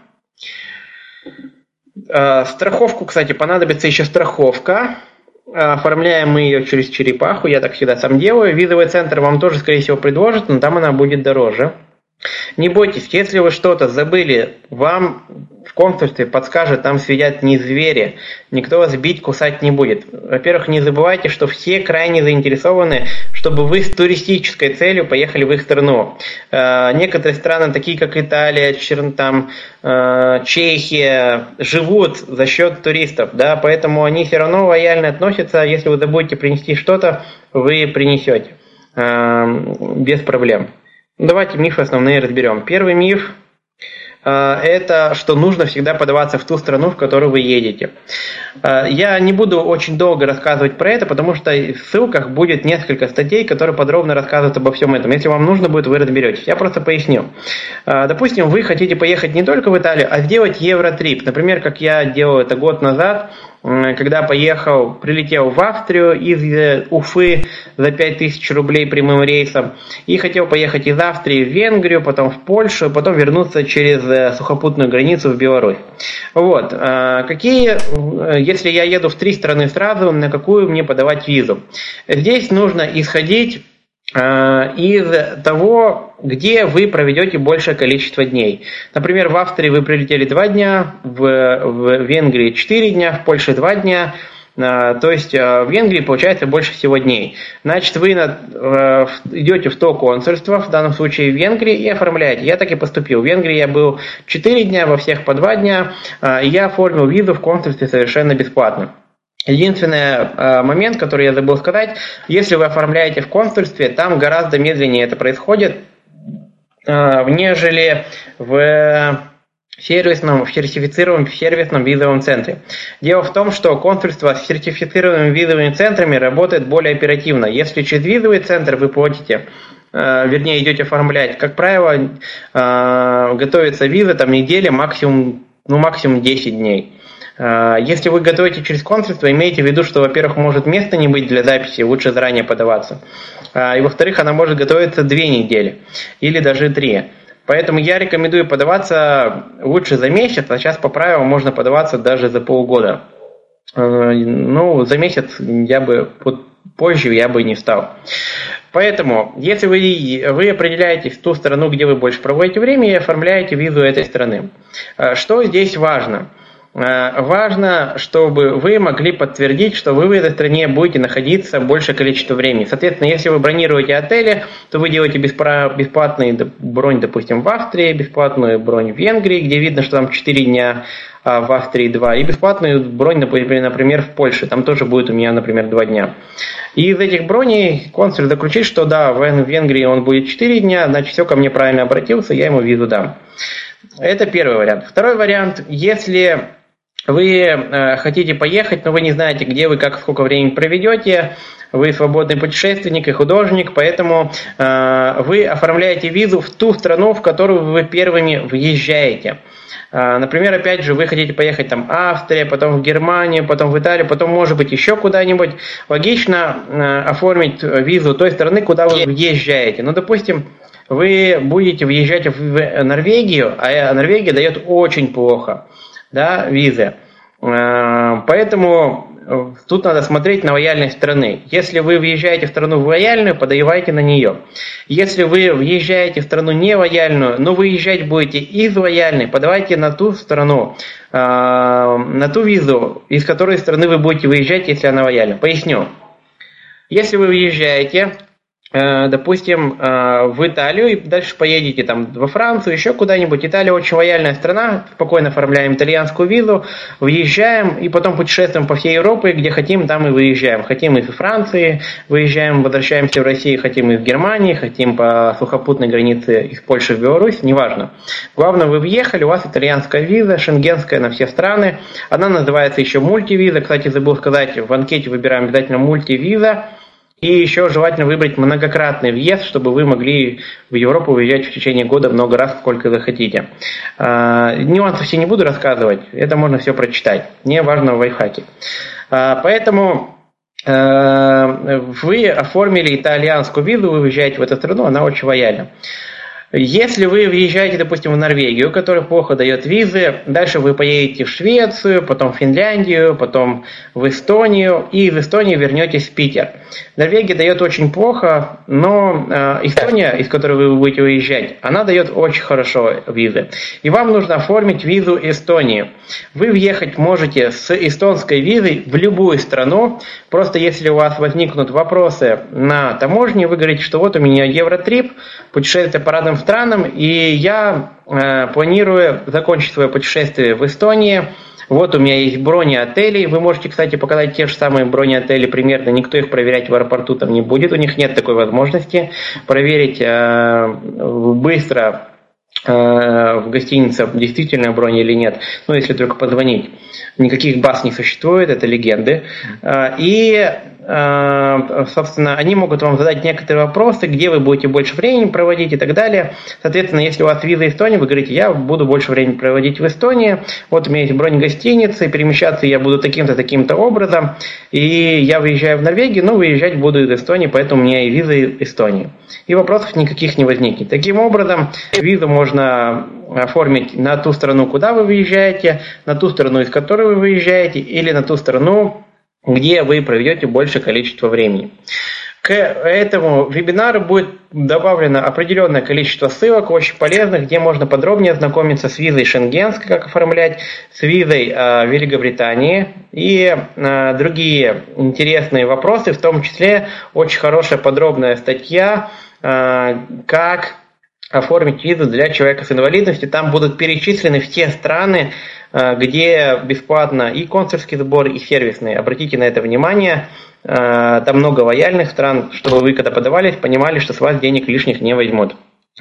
Страховку, кстати, понадобится еще страховка. Оформляем мы ее через черепаху, я так всегда сам делаю. Визовый центр вам тоже, скорее всего, предложит, но там она будет дороже. Не бойтесь, если вы что-то забыли, вам в консульстве подскажет, там сидят не звери, никто вас бить, кусать не будет. Во-первых, не забывайте, что все крайне заинтересованы, чтобы вы с туристической целью поехали в их страну. Э, некоторые страны, такие как Италия, Чер... там, э, Чехия, живут за счет туристов, да, поэтому они все равно лояльно относятся. Если вы забудете принести что-то, вы принесете э, без проблем. Давайте мифы основные разберем. Первый миф э, – это что нужно всегда подаваться в ту страну, в которую вы едете. Э, я не буду очень долго рассказывать про это, потому что в ссылках будет несколько статей, которые подробно рассказывают обо всем этом. Если вам нужно будет, вы разберетесь. Я просто поясню. Э, допустим, вы хотите поехать не только в Италию, а сделать евротрип. Например, как я делал это год назад, когда поехал, прилетел в Австрию из Уфы за пять тысяч рублей прямым рейсом и хотел поехать из Австрии в Венгрию, потом в Польшу, потом вернуться через сухопутную границу в Беларусь. Вот. Какие, если я еду в три страны сразу, на какую мне подавать визу? Здесь нужно исходить из того, где вы проведете большее количество дней. Например, в Австрии вы прилетели два дня, в, в Венгрии четыре дня, в Польше два дня. То есть в Венгрии получается больше всего дней. Значит, вы идете в то консульство, в данном случае в Венгрии, и оформляете. Я так и поступил. В Венгрии я был четыре дня, во всех по два дня, и я оформил визу в консульстве совершенно бесплатно. Единственный э, момент, который я забыл сказать, если вы оформляете в консульстве, там гораздо медленнее это происходит, э, нежели в сервисном, в сертифицированном сервисном визовом центре. Дело в том, что консульство с сертифицированными визовыми центрами работает более оперативно. Если через визовый центр вы платите, э, вернее идете оформлять, как правило, э, готовится виза там неделя, максимум, ну, максимум десять дней. Если вы готовите через консульство, имейте в виду, что, во-первых, может места не быть для записи, лучше заранее подаваться. И, во-вторых, она может готовиться две недели или даже три. Поэтому я рекомендую подаваться лучше за месяц, а сейчас по правилам можно подаваться даже за полгода. Ну, за месяц я бы, позже я бы не стал. Поэтому, если вы, вы определяетесь в ту страну, где вы больше проводите время, и оформляете визу этой страны. Что здесь важно? важно, чтобы вы могли подтвердить, что вы в этой стране будете находиться большее количество времени. Соответственно, если вы бронируете отели, то вы делаете бесплатную бронь, допустим, в Австрии, бесплатную бронь в Венгрии, где видно, что там четыре дня, а в Австрии два, и бесплатную бронь, например, в Польше, там тоже будет у меня, например, два дня. И из этих броней консуль заключит, что да, в Венгрии он будет четыре дня, значит, все, ко мне правильно обратился, я ему визу дам. Это первый вариант. Второй вариант, если вы э, хотите поехать, но вы не знаете, где вы, как, сколько времени проведете, вы свободный путешественник и художник, поэтому э, вы оформляете визу в ту страну, в которую вы первыми въезжаете. Э, например, опять же, вы хотите поехать там в Австрию, потом в Германию, потом в Италию, потом, может быть, еще куда-нибудь. Логично э, оформить визу той страны, куда вы въезжаете. Ну, допустим, вы будете въезжать в Норвегию, а Норвегия дает очень плохо, да, визы. Поэтому тут надо смотреть на лояльность страны. Если вы въезжаете в страну лояльную, подавайте на нее. Если вы въезжаете в страну не лояльную, но выезжать будете из лояльной, подавайте на ту страну, на ту визу, из которой страны вы будете выезжать, если она лояльна. Поясню. Если вы въезжаете, допустим, в Италию и дальше поедете там во Францию, еще куда-нибудь. Италия очень лояльная страна, спокойно оформляем итальянскую визу, въезжаем и потом путешествуем по всей Европе, где хотим, там и выезжаем. Хотим из Франции, выезжаем, возвращаемся в Россию, хотим из Германии, хотим по сухопутной границе из Польши в Беларусь, неважно. Главное, вы въехали, у вас итальянская виза, шенгенская на все страны. Она называется еще мультивиза. Кстати, забыл сказать, в анкете выбираем обязательно мультивиза. И еще желательно выбрать многократный въезд, чтобы вы могли в Европу выезжать в течение года много раз, сколько захотите. А, нюансы все не буду рассказывать, это можно все прочитать. Мне важно в лайфхаке. А, поэтому а, вы оформили итальянскую визу, вы въезжаете в эту страну, она очень лояльна. Если вы въезжаете, допустим, в Норвегию, которая плохо дает визы, дальше вы поедете в Швецию, потом в Финляндию, потом в Эстонию, и в Эстонии вернетесь в Питер. Норвегия дает очень плохо, но э, Эстония, из которой вы будете выезжать, она дает очень хорошо визы. И вам нужно оформить визу Эстонии. Вы въехать можете с эстонской визой в любую страну, просто если у вас возникнут вопросы на таможне, вы говорите, что вот у меня Евротрип, путешествие по разным странам, и я э, планирую закончить свое путешествие в Эстонии. Вот у меня есть брони отелей. Вы можете, кстати, показать те же самые брони отелей примерно. Никто их проверять в аэропорту там не будет. У них нет такой возможности проверить э, быстро э, в гостинице действительно бронь или нет. Ну, если только позвонить. Никаких баз не существует, это легенды. Э, и собственно, они могут вам задать некоторые вопросы, где вы будете больше времени проводить и так далее. Соответственно, если у вас виза Эстонии, вы говорите, я буду больше времени проводить в Эстонии, вот у меня есть бронь гостиницы, перемещаться я буду таким-то, таким-то образом, и я выезжаю в Норвегию, но выезжать буду из Эстонии, поэтому у меня и виза из Эстонии. И вопросов никаких не возникнет. Таким образом, визу можно оформить на ту страну, куда вы выезжаете, на ту страну, из которой вы выезжаете, или на ту страну, где вы проведете большее количество времени. К этому вебинару будет добавлено определенное количество ссылок, очень полезных, где можно подробнее ознакомиться с визой шенгенской, как оформлять, с визой э, Великобритании и э, другие интересные вопросы, в том числе очень хорошая подробная статья, э, как оформить визу для человека с инвалидностью. Там будут перечислены все страны, где бесплатно и консульский сбор, и сервисный. Обратите на это внимание. Там много лояльных стран, чтобы вы, когда подавались, понимали, что с вас денег лишних не возьмут.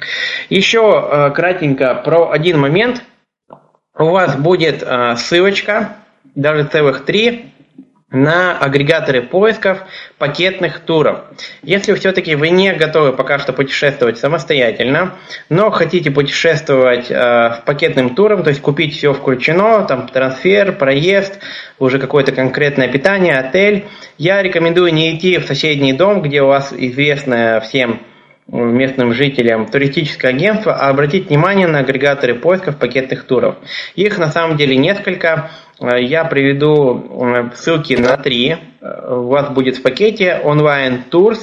Еще кратенько про один момент. У вас будет ссылочка, даже целых три, на агрегаторы поисков пакетных туров. Если все-таки вы не готовы пока что путешествовать самостоятельно, но хотите путешествовать э, с пакетным туром, то есть купить все включено, там трансфер, проезд, уже какое-то конкретное питание, отель, я рекомендую не идти в соседний дом, где у вас известное всем местным жителям туристическое агентство, а обратить внимание на агрегаторы поисков пакетных туров. Их на самом деле несколько. Я приведу ссылки на три. У вас будет в пакете Online Tours,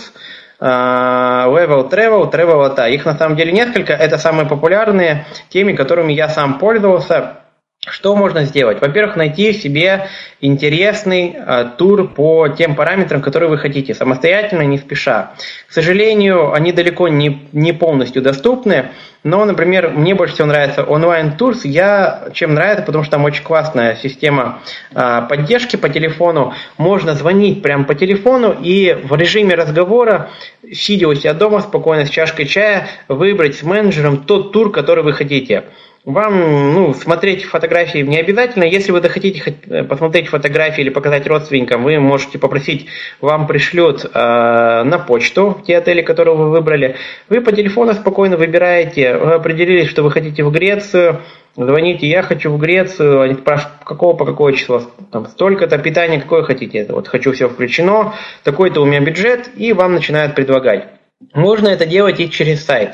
Level Travel, Travel.ata. Их на самом деле несколько. Это самые популярные, теми, которыми я сам пользовался. Что можно сделать? Во-первых, найти себе интересный э, тур по тем параметрам, которые вы хотите, самостоятельно, не спеша. К сожалению, они далеко не, не полностью доступны, но, например, мне больше всего нравится онлайн-турс. Я чем нравится, потому что там очень классная система э, поддержки по телефону. Можно звонить прямо по телефону и в режиме разговора, сидя у себя дома, спокойно с чашкой чая, выбрать с менеджером тот тур, который вы хотите. Вам ну, смотреть фотографии не обязательно. Если вы захотите посмотреть фотографии или показать родственникам, вы можете попросить, вам пришлют э, на почту те отели, которые вы выбрали. Вы по телефону спокойно выбираете, вы определились, что вы хотите в Грецию, звоните, я хочу в Грецию, они спрашивают, какого по какое число, там столько-то, питание какое хотите, вот хочу все включено, такой-то у меня бюджет, и вам начинают предлагать. Можно это делать и через сайт.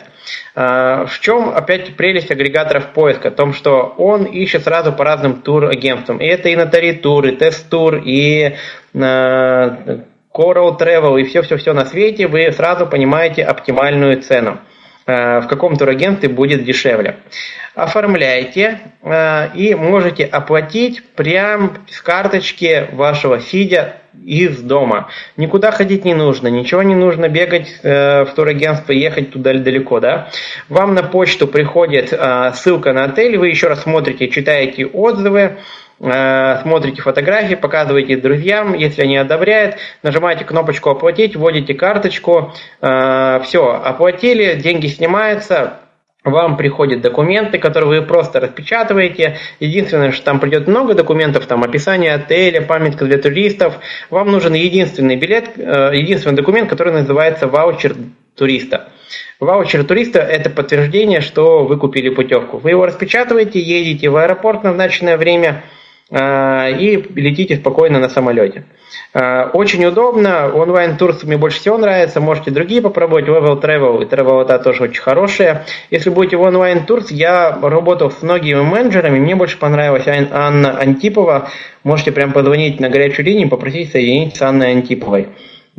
В чем опять прелесть агрегаторов поиска? В том, что он ищет сразу по разным турагентствам. И это и Натари Тур, и Тест Тур, и Coral Travel, и все-все-все на свете. Вы сразу понимаете оптимальную цену, в каком турагентстве будет дешевле. Оформляйте и можете оплатить прямо с карточки вашего сидя из дома. Никуда ходить не нужно, ничего не нужно бегать э, в турагентство, ехать туда далеко, да. Вам на почту приходит э, ссылка на отель, вы еще раз смотрите, читаете отзывы, э, смотрите фотографии, показываете друзьям, если они одобряют, нажимаете кнопочку «Оплатить», вводите карточку, э, все, оплатили, деньги снимаются. Вам приходят документы, которые вы просто распечатываете. Единственное, что там придет много документов, там описание отеля, памятка для туристов. Вам нужен единственный билет, единственный документ, который называется ваучер туриста. Ваучер туриста – это подтверждение, что вы купили путевку. Вы его распечатываете, едете в аэропорт в назначенное время и летите спокойно на самолете. Очень удобно, онлайн-тур мне больше всего нравится, можете другие попробовать, Level Travel и Travelota тоже очень хорошие. Если будете в онлайн-турс, я работал с многими менеджерами, мне больше понравилась Анна Антипова, можете прям позвонить на горячую линию, попросить соединить с Анной Антиповой.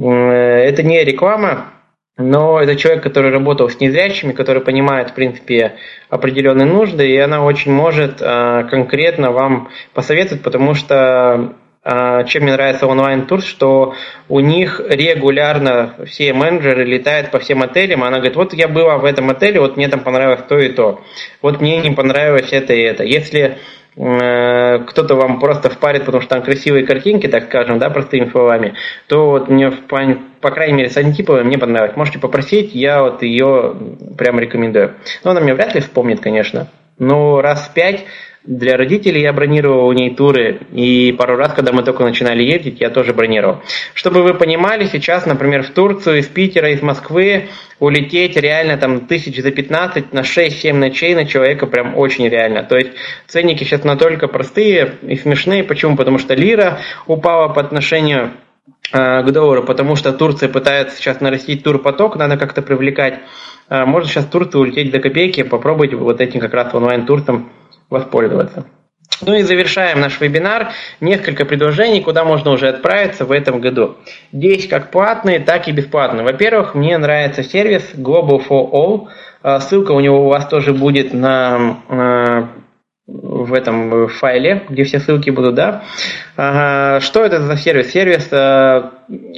Это не реклама, но это человек, который работал с незрячими, который понимает, в принципе, определенные нужды, и она очень может э, конкретно вам посоветовать, потому что э, чем мне нравится онлайн-тур, что у них регулярно все менеджеры летают по всем отелям, она говорит, вот я была в этом отеле, вот мне там понравилось то и то, вот мне не понравилось это и это. Если кто-то вам просто впарит, потому что там красивые картинки, так скажем, да, простыми словами, то вот мне, по крайней мере, с Антиповой мне понравилось. Можете попросить, я вот ее прям рекомендую. Но она мне вряд ли вспомнит, конечно. Но раз в пять для родителей я бронировал у ней туры, и пару раз, когда мы только начинали ездить, я тоже бронировал. Чтобы вы понимали, сейчас, например, в Турцию из Питера, из Москвы улететь реально там тысяч за пятнадцать на шесть-семь ночей на человека прям очень реально. То есть ценники сейчас настолько простые и смешные. Почему? Потому что лира упала по отношению э, к доллару, потому что Турция пытается сейчас нарастить турпоток, надо как-то привлекать. Э, можно сейчас в Турцию улететь за копейки, попробуйте вот этим как раз онлайн-турсом воспользоваться. Ну и завершаем наш вебинар. Несколько предложений, куда можно уже отправиться в этом году. Здесь как платные, так и бесплатные. Во-первых, мне нравится сервис Global for All. Ссылка у него у вас тоже будет на, на в этом файле, где все ссылки будут, да. Что это за сервис? Сервис э,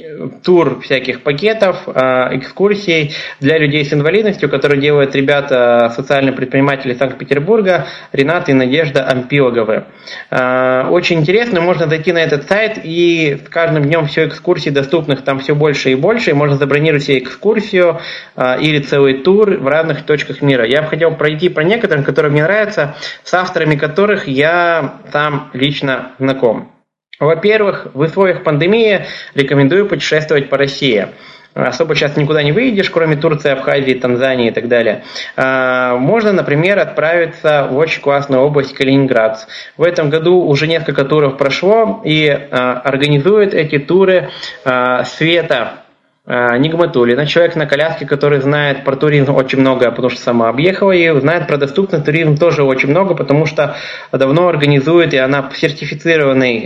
тур всяких пакетов, э, экскурсий для людей с инвалидностью, которые делают ребята, социальные предприниматели Санкт-Петербурга, Ренат и Надежда Ампилоговы. Э, очень интересно, можно зайти на этот сайт, и с каждым днем все экскурсий доступных там все больше и больше, и можно забронировать себе экскурсию э, или целый тур в разных точках мира. Я бы хотел пройти по некоторым, которые мне нравятся, с авторами которых я там лично знаком. Во-первых, в условиях пандемии рекомендую путешествовать по России. Особо сейчас никуда не выйдешь, кроме Турции, Абхазии, Танзании и так далее. Можно, например, отправиться в очень классную область Калининград. В этом году уже несколько туров прошло, и организует эти туры Света Нигматуллина, человек на коляске, который знает про туризм очень много, потому что сама объехала, и знает про доступный туризм тоже очень много, потому что давно организует, и она сертифицированный,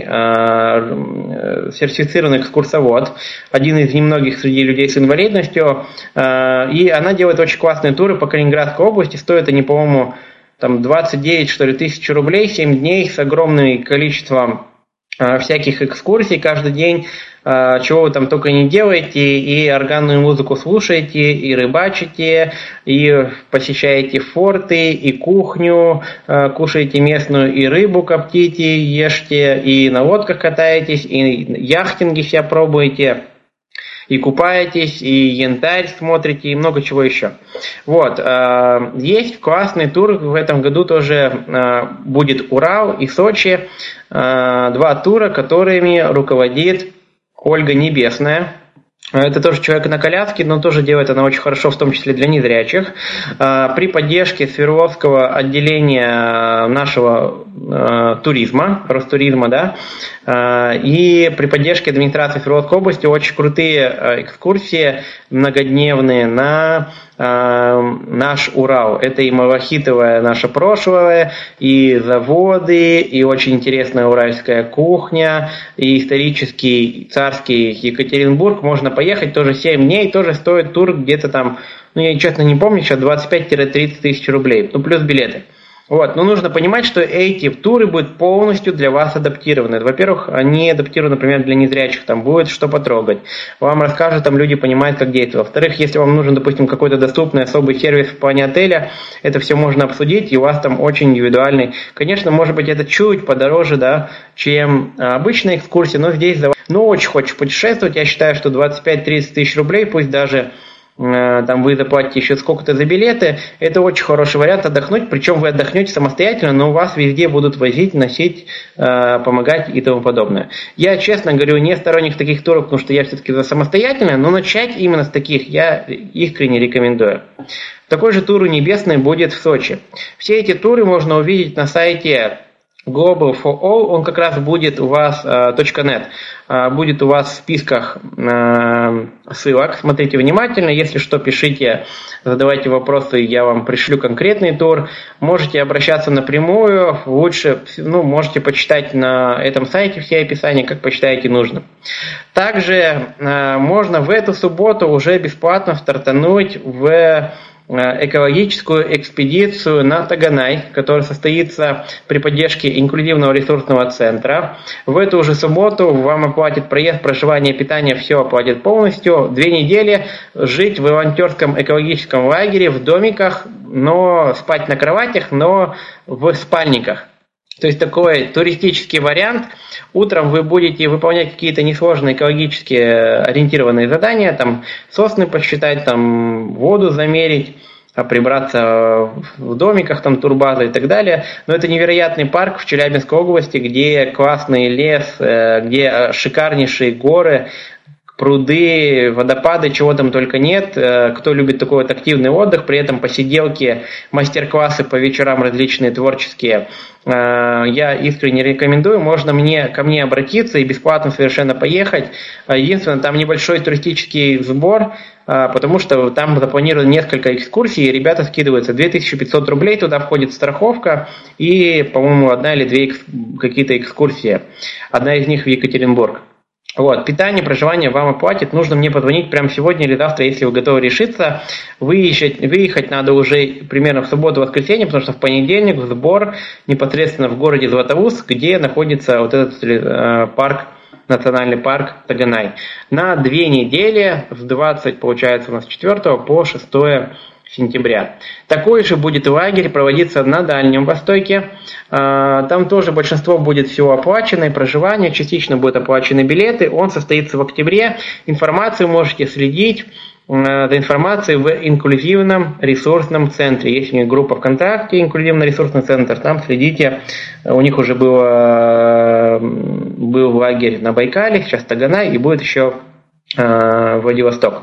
э, сертифицированный экскурсовод, один из немногих среди людей с инвалидностью, э, и она делает очень классные туры по Калининградской области, стоят они, по-моему, там двадцать девять, что ли, тысяч рублей, семь дней с огромным количеством э, всяких экскурсий каждый день, э, чего вы там только не делаете, и органную музыку слушаете, и рыбачите, и посещаете форты, и кухню, э, кушаете местную, и рыбу коптите, ешьте, и на лодках катаетесь, и яхтинги себя пробуете. И купаетесь, и янтарь смотрите, и много чего еще. Вот. Есть классный тур, в этом году тоже будет Урал и Сочи. Два тура, которыми руководит Ольга Небесная. Это тоже человек на коляске, но тоже делает она очень хорошо, в том числе для незрячих. При поддержке Свердловского отделения нашего туризма, Ростуризма, да, и при поддержке администрации Свердловской области очень крутые экскурсии многодневные на наш Урал. Это и малахитовое наше прошлое, и заводы, и очень интересная уральская кухня, и исторический царский Екатеринбург. Можно поехать, тоже семь дней, тоже стоит тур где-то там, ну я честно не помню, сейчас двадцать пять - тридцать тысяч рублей, ну плюс билеты. Вот. Но нужно понимать, что эти туры будут полностью для вас адаптированы. Во-первых, они адаптированы, например, для незрячих, там будет что потрогать. Вам расскажут, там люди понимают, как действовать. Во-вторых, если вам нужен, допустим, какой-то доступный особый сервис в плане отеля, это все можно обсудить, и у вас там очень индивидуальный. Конечно, может быть, это чуть подороже, да, чем обычная экскурсия, но здесь, ну, очень хочешь путешествовать, я считаю, что двадцать пять - тридцать тысяч рублей, пусть даже там вы заплатите еще сколько-то за билеты, это очень хороший вариант отдохнуть, причем вы отдохнете самостоятельно, но вас везде будут возить, носить, помогать и тому подобное. Я, честно говорю, не сторонник таких туров, потому что я все-таки за самостоятельно, но начать именно с таких я искренне рекомендую. Такой же тур небесный будет в Сочи. Все эти туры можно увидеть на сайте Global for All, он как раз будет у вас, .net, будет у вас в списках ссылок. Смотрите внимательно, если что, пишите, задавайте вопросы, я вам пришлю конкретный тур. Можете обращаться напрямую, лучше, ну, можете почитать на этом сайте все описания, как посчитаете нужным. Также можно в эту субботу уже бесплатно стартануть в экологическую экспедицию на Таганай, которая состоится при поддержке инклюзивного ресурсного центра. В эту же субботу вам оплатят проезд, проживание, питание, все оплатят полностью. Две недели жить в волонтерском экологическом лагере в домиках, но спать на кроватях, но в спальниках. То есть такой туристический вариант. Утром вы будете выполнять какие-то несложные экологически ориентированные задания, там сосны посчитать, там воду замерить, прибраться в домиках, там турбазы и так далее. Но это невероятный парк в Челябинской области, где классный лес, где шикарнейшие горы, пруды, водопады, чего там только нет. Кто любит такой вот активный отдых, при этом посиделки, мастер-классы по вечерам различные творческие, я искренне рекомендую. Можно мне, ко мне обратиться и бесплатно совершенно поехать. Единственное, там небольшой туристический сбор, потому что там запланировано несколько экскурсий, и ребята скидываются. две тысячи пятьсот рублей, туда входит страховка и, по-моему, одна или две какие-то экскурсии. Одна из них в Екатеринбург. Вот, питание, проживание вам оплатит. Нужно мне позвонить прямо сегодня или завтра, если вы готовы решиться. Выезжать, выехать надо уже примерно в субботу-воскресенье, потому что в понедельник сбор непосредственно в городе Златоуст, где находится вот этот э, парк, национальный парк Таганай. На две недели, с двадцать, получается, у нас четвёртого по шестое сентября. Такой же будет лагерь проводиться на Дальнем Востоке. Там тоже большинство будет всего оплачено, и проживание, частично будут оплачены билеты. Он состоится в октябре. Информацию можете следить за информацией в инклюзивном ресурсном центре. Есть у них группа ВКонтакте, инклюзивный ресурсный центр, там следите. У них уже было, был лагерь на Байкале, сейчас Таганай, и будет еще Владивосток.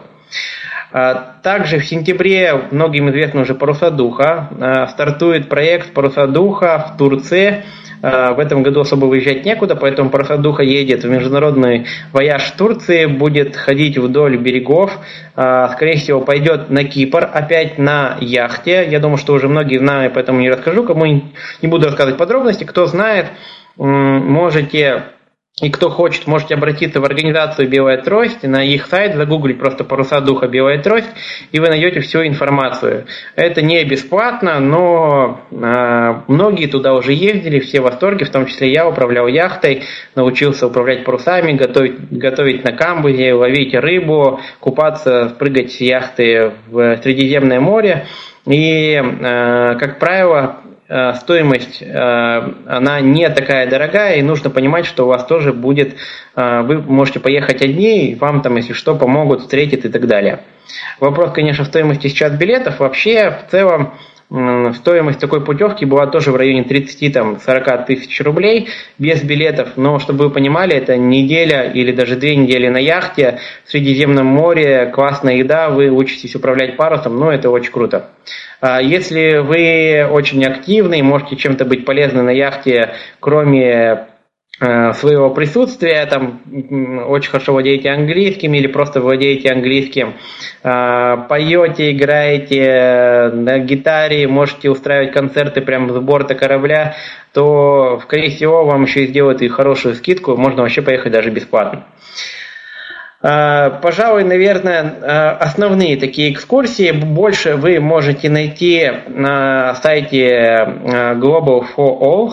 Также в сентябре, многим известно уже, «Паруса духа». Стартует проект «Паруса духа» в Турции. В этом году особо выезжать некуда, поэтому «Паруса духа» едет в международный вояж в Турции, будет ходить вдоль берегов. Скорее всего, пойдет на Кипр, опять на яхте. Я думаю, что уже многие знают, поэтому не расскажу, кому не буду рассказывать подробности. Кто знает, можете И кто хочет, можете обратиться в организацию «Белая трость», на их сайт, загуглить просто «Паруса духа. Белая трость», и вы найдете всю информацию. Это не бесплатно, но э, многие туда уже ездили, все в восторге, в том числе я управлял яхтой, научился управлять парусами, готовить, готовить на камбузе, ловить рыбу, купаться, прыгать с яхты в Средиземное море. И, э, как правило, стоимость, она не такая дорогая, и нужно понимать, что у вас тоже будет, вы можете поехать одни, и вам там, если что, помогут, встретят и так далее. Вопрос, конечно, стоимости сейчас билетов. Вообще, в целом, стоимость такой путевки была тоже в районе тридцать-сорок тысяч рублей без билетов, но, чтобы вы понимали, это неделя или даже две недели на яхте в Средиземном море, классная еда, вы учитесь управлять парусом, ну, это очень круто. Если вы очень активны и можете чем-то быть полезны на яхте, кроме своего присутствия, там очень хорошо владеете английским или просто владеете английским, поете, играете на гитаре, можете устраивать концерты прямо с борта корабля, то, скорее всего, вам еще и сделают и хорошую скидку, можно вообще поехать даже бесплатно. Пожалуй, наверное, основные такие экскурсии больше вы можете найти на сайте Global for All,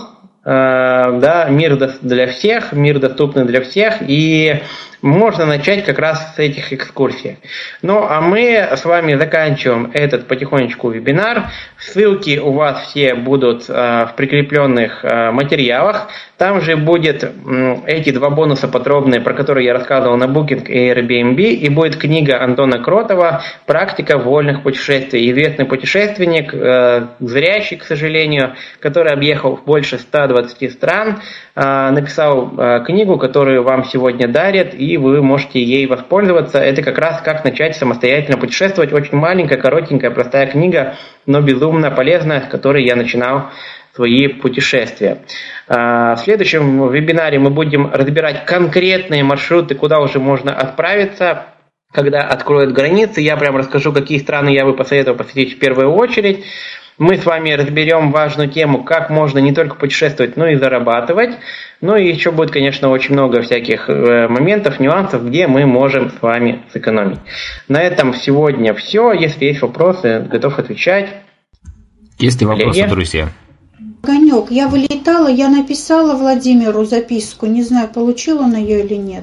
да, мир для всех, мир доступный для всех, и можно начать как раз с этих экскурсий. Ну, а мы с вами заканчиваем этот потихонечку вебинар. Ссылки у вас все будут в прикрепленных материалах. Там же будет эти два бонуса подробные, про которые я рассказывал на Booking и Airbnb, и будет книга Антона Кротова «Практика вольных путешествий». Известный путешественник, зрячий, к сожалению, который объехал больше ста двадцати стран, написал книгу, которую вам сегодня дарят, и вы можете ей воспользоваться. Это как раз как начать самостоятельно путешествовать. Очень маленькая, коротенькая, простая книга, но безумно полезная, с которой я начинал свои путешествия. В следующем вебинаре мы будем разбирать конкретные маршруты, куда уже можно отправиться, когда откроют границы. Я прям расскажу, какие страны я бы посоветовал посетить в первую очередь. Мы с вами разберем важную тему, как можно не только путешествовать, но и зарабатывать. Ну и еще будет, конечно, очень много всяких моментов, нюансов, где мы можем с вами сэкономить. На этом сегодня все. Если есть вопросы, готов отвечать. Есть ли вопросы, друзья? Огонек, я вылетала, я написала Владимиру записку. Не знаю, получила он ее или нет.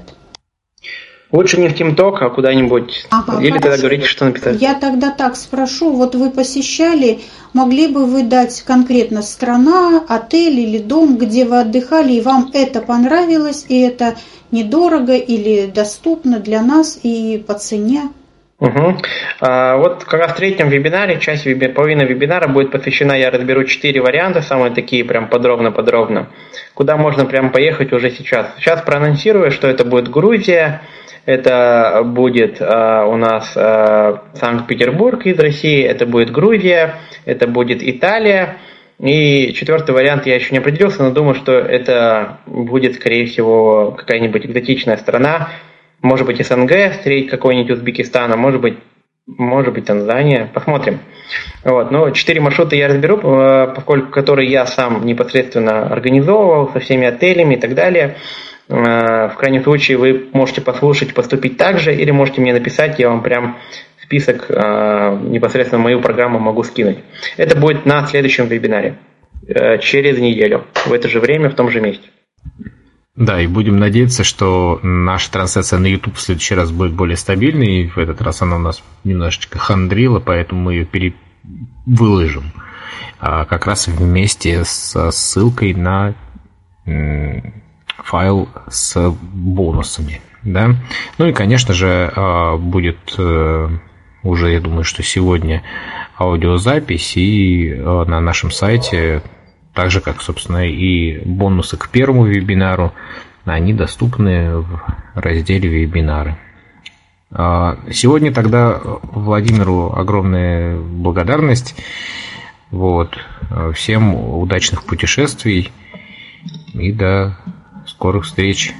Лучше не в ТимТок, а куда-нибудь. Ага, или хорошо. Тогда говорите, что написать. Я тогда так спрошу. Вот вы посещали, могли бы вы дать конкретно страна, отель или дом, где вы отдыхали, и вам это понравилось, и это недорого или доступно для нас и по цене? Угу. А, вот как раз в третьем вебинаре, часть, половина вебинара будет посвящена, я разберу четыре варианта, самые такие прям подробно-подробно, куда можно прям поехать уже сейчас. Сейчас проанонсирую, что это будет Грузия, это будет а, у нас а, Санкт-Петербург из России, это будет Грузия, это будет Италия, и четвертый вариант я еще не определился, но думаю, что это будет, скорее всего, какая-нибудь экзотичная страна. Может быть, СНГ, встретить какой-нибудь Узбекистан, а может быть, может быть, Танзания. Посмотрим. Вот. Но четыре маршрута я разберу, поскольку которые я сам непосредственно организовывал со всеми отелями и так далее. В крайнем случае вы можете послушать, поступить так же, или можете мне написать, я вам прям список непосредственно мою программу могу скинуть. Это будет на следующем вебинаре, через неделю, в это же время, в том же месте. Да, и будем надеяться, что наша трансляция на YouTube в следующий раз будет более стабильной. И в этот раз она у нас немножечко хандрила, поэтому мы ее перевыложим. А как раз вместе со ссылкой на файл с бонусами. Да? Ну и, конечно же, будет уже, я думаю, что сегодня аудиозапись, и на нашем сайте... Так же, как, собственно, и бонусы к первому вебинару, они доступны в разделе «Вебинары». Сегодня тогда Владимиру огромная благодарность. Вот. Всем удачных путешествий и до скорых встреч.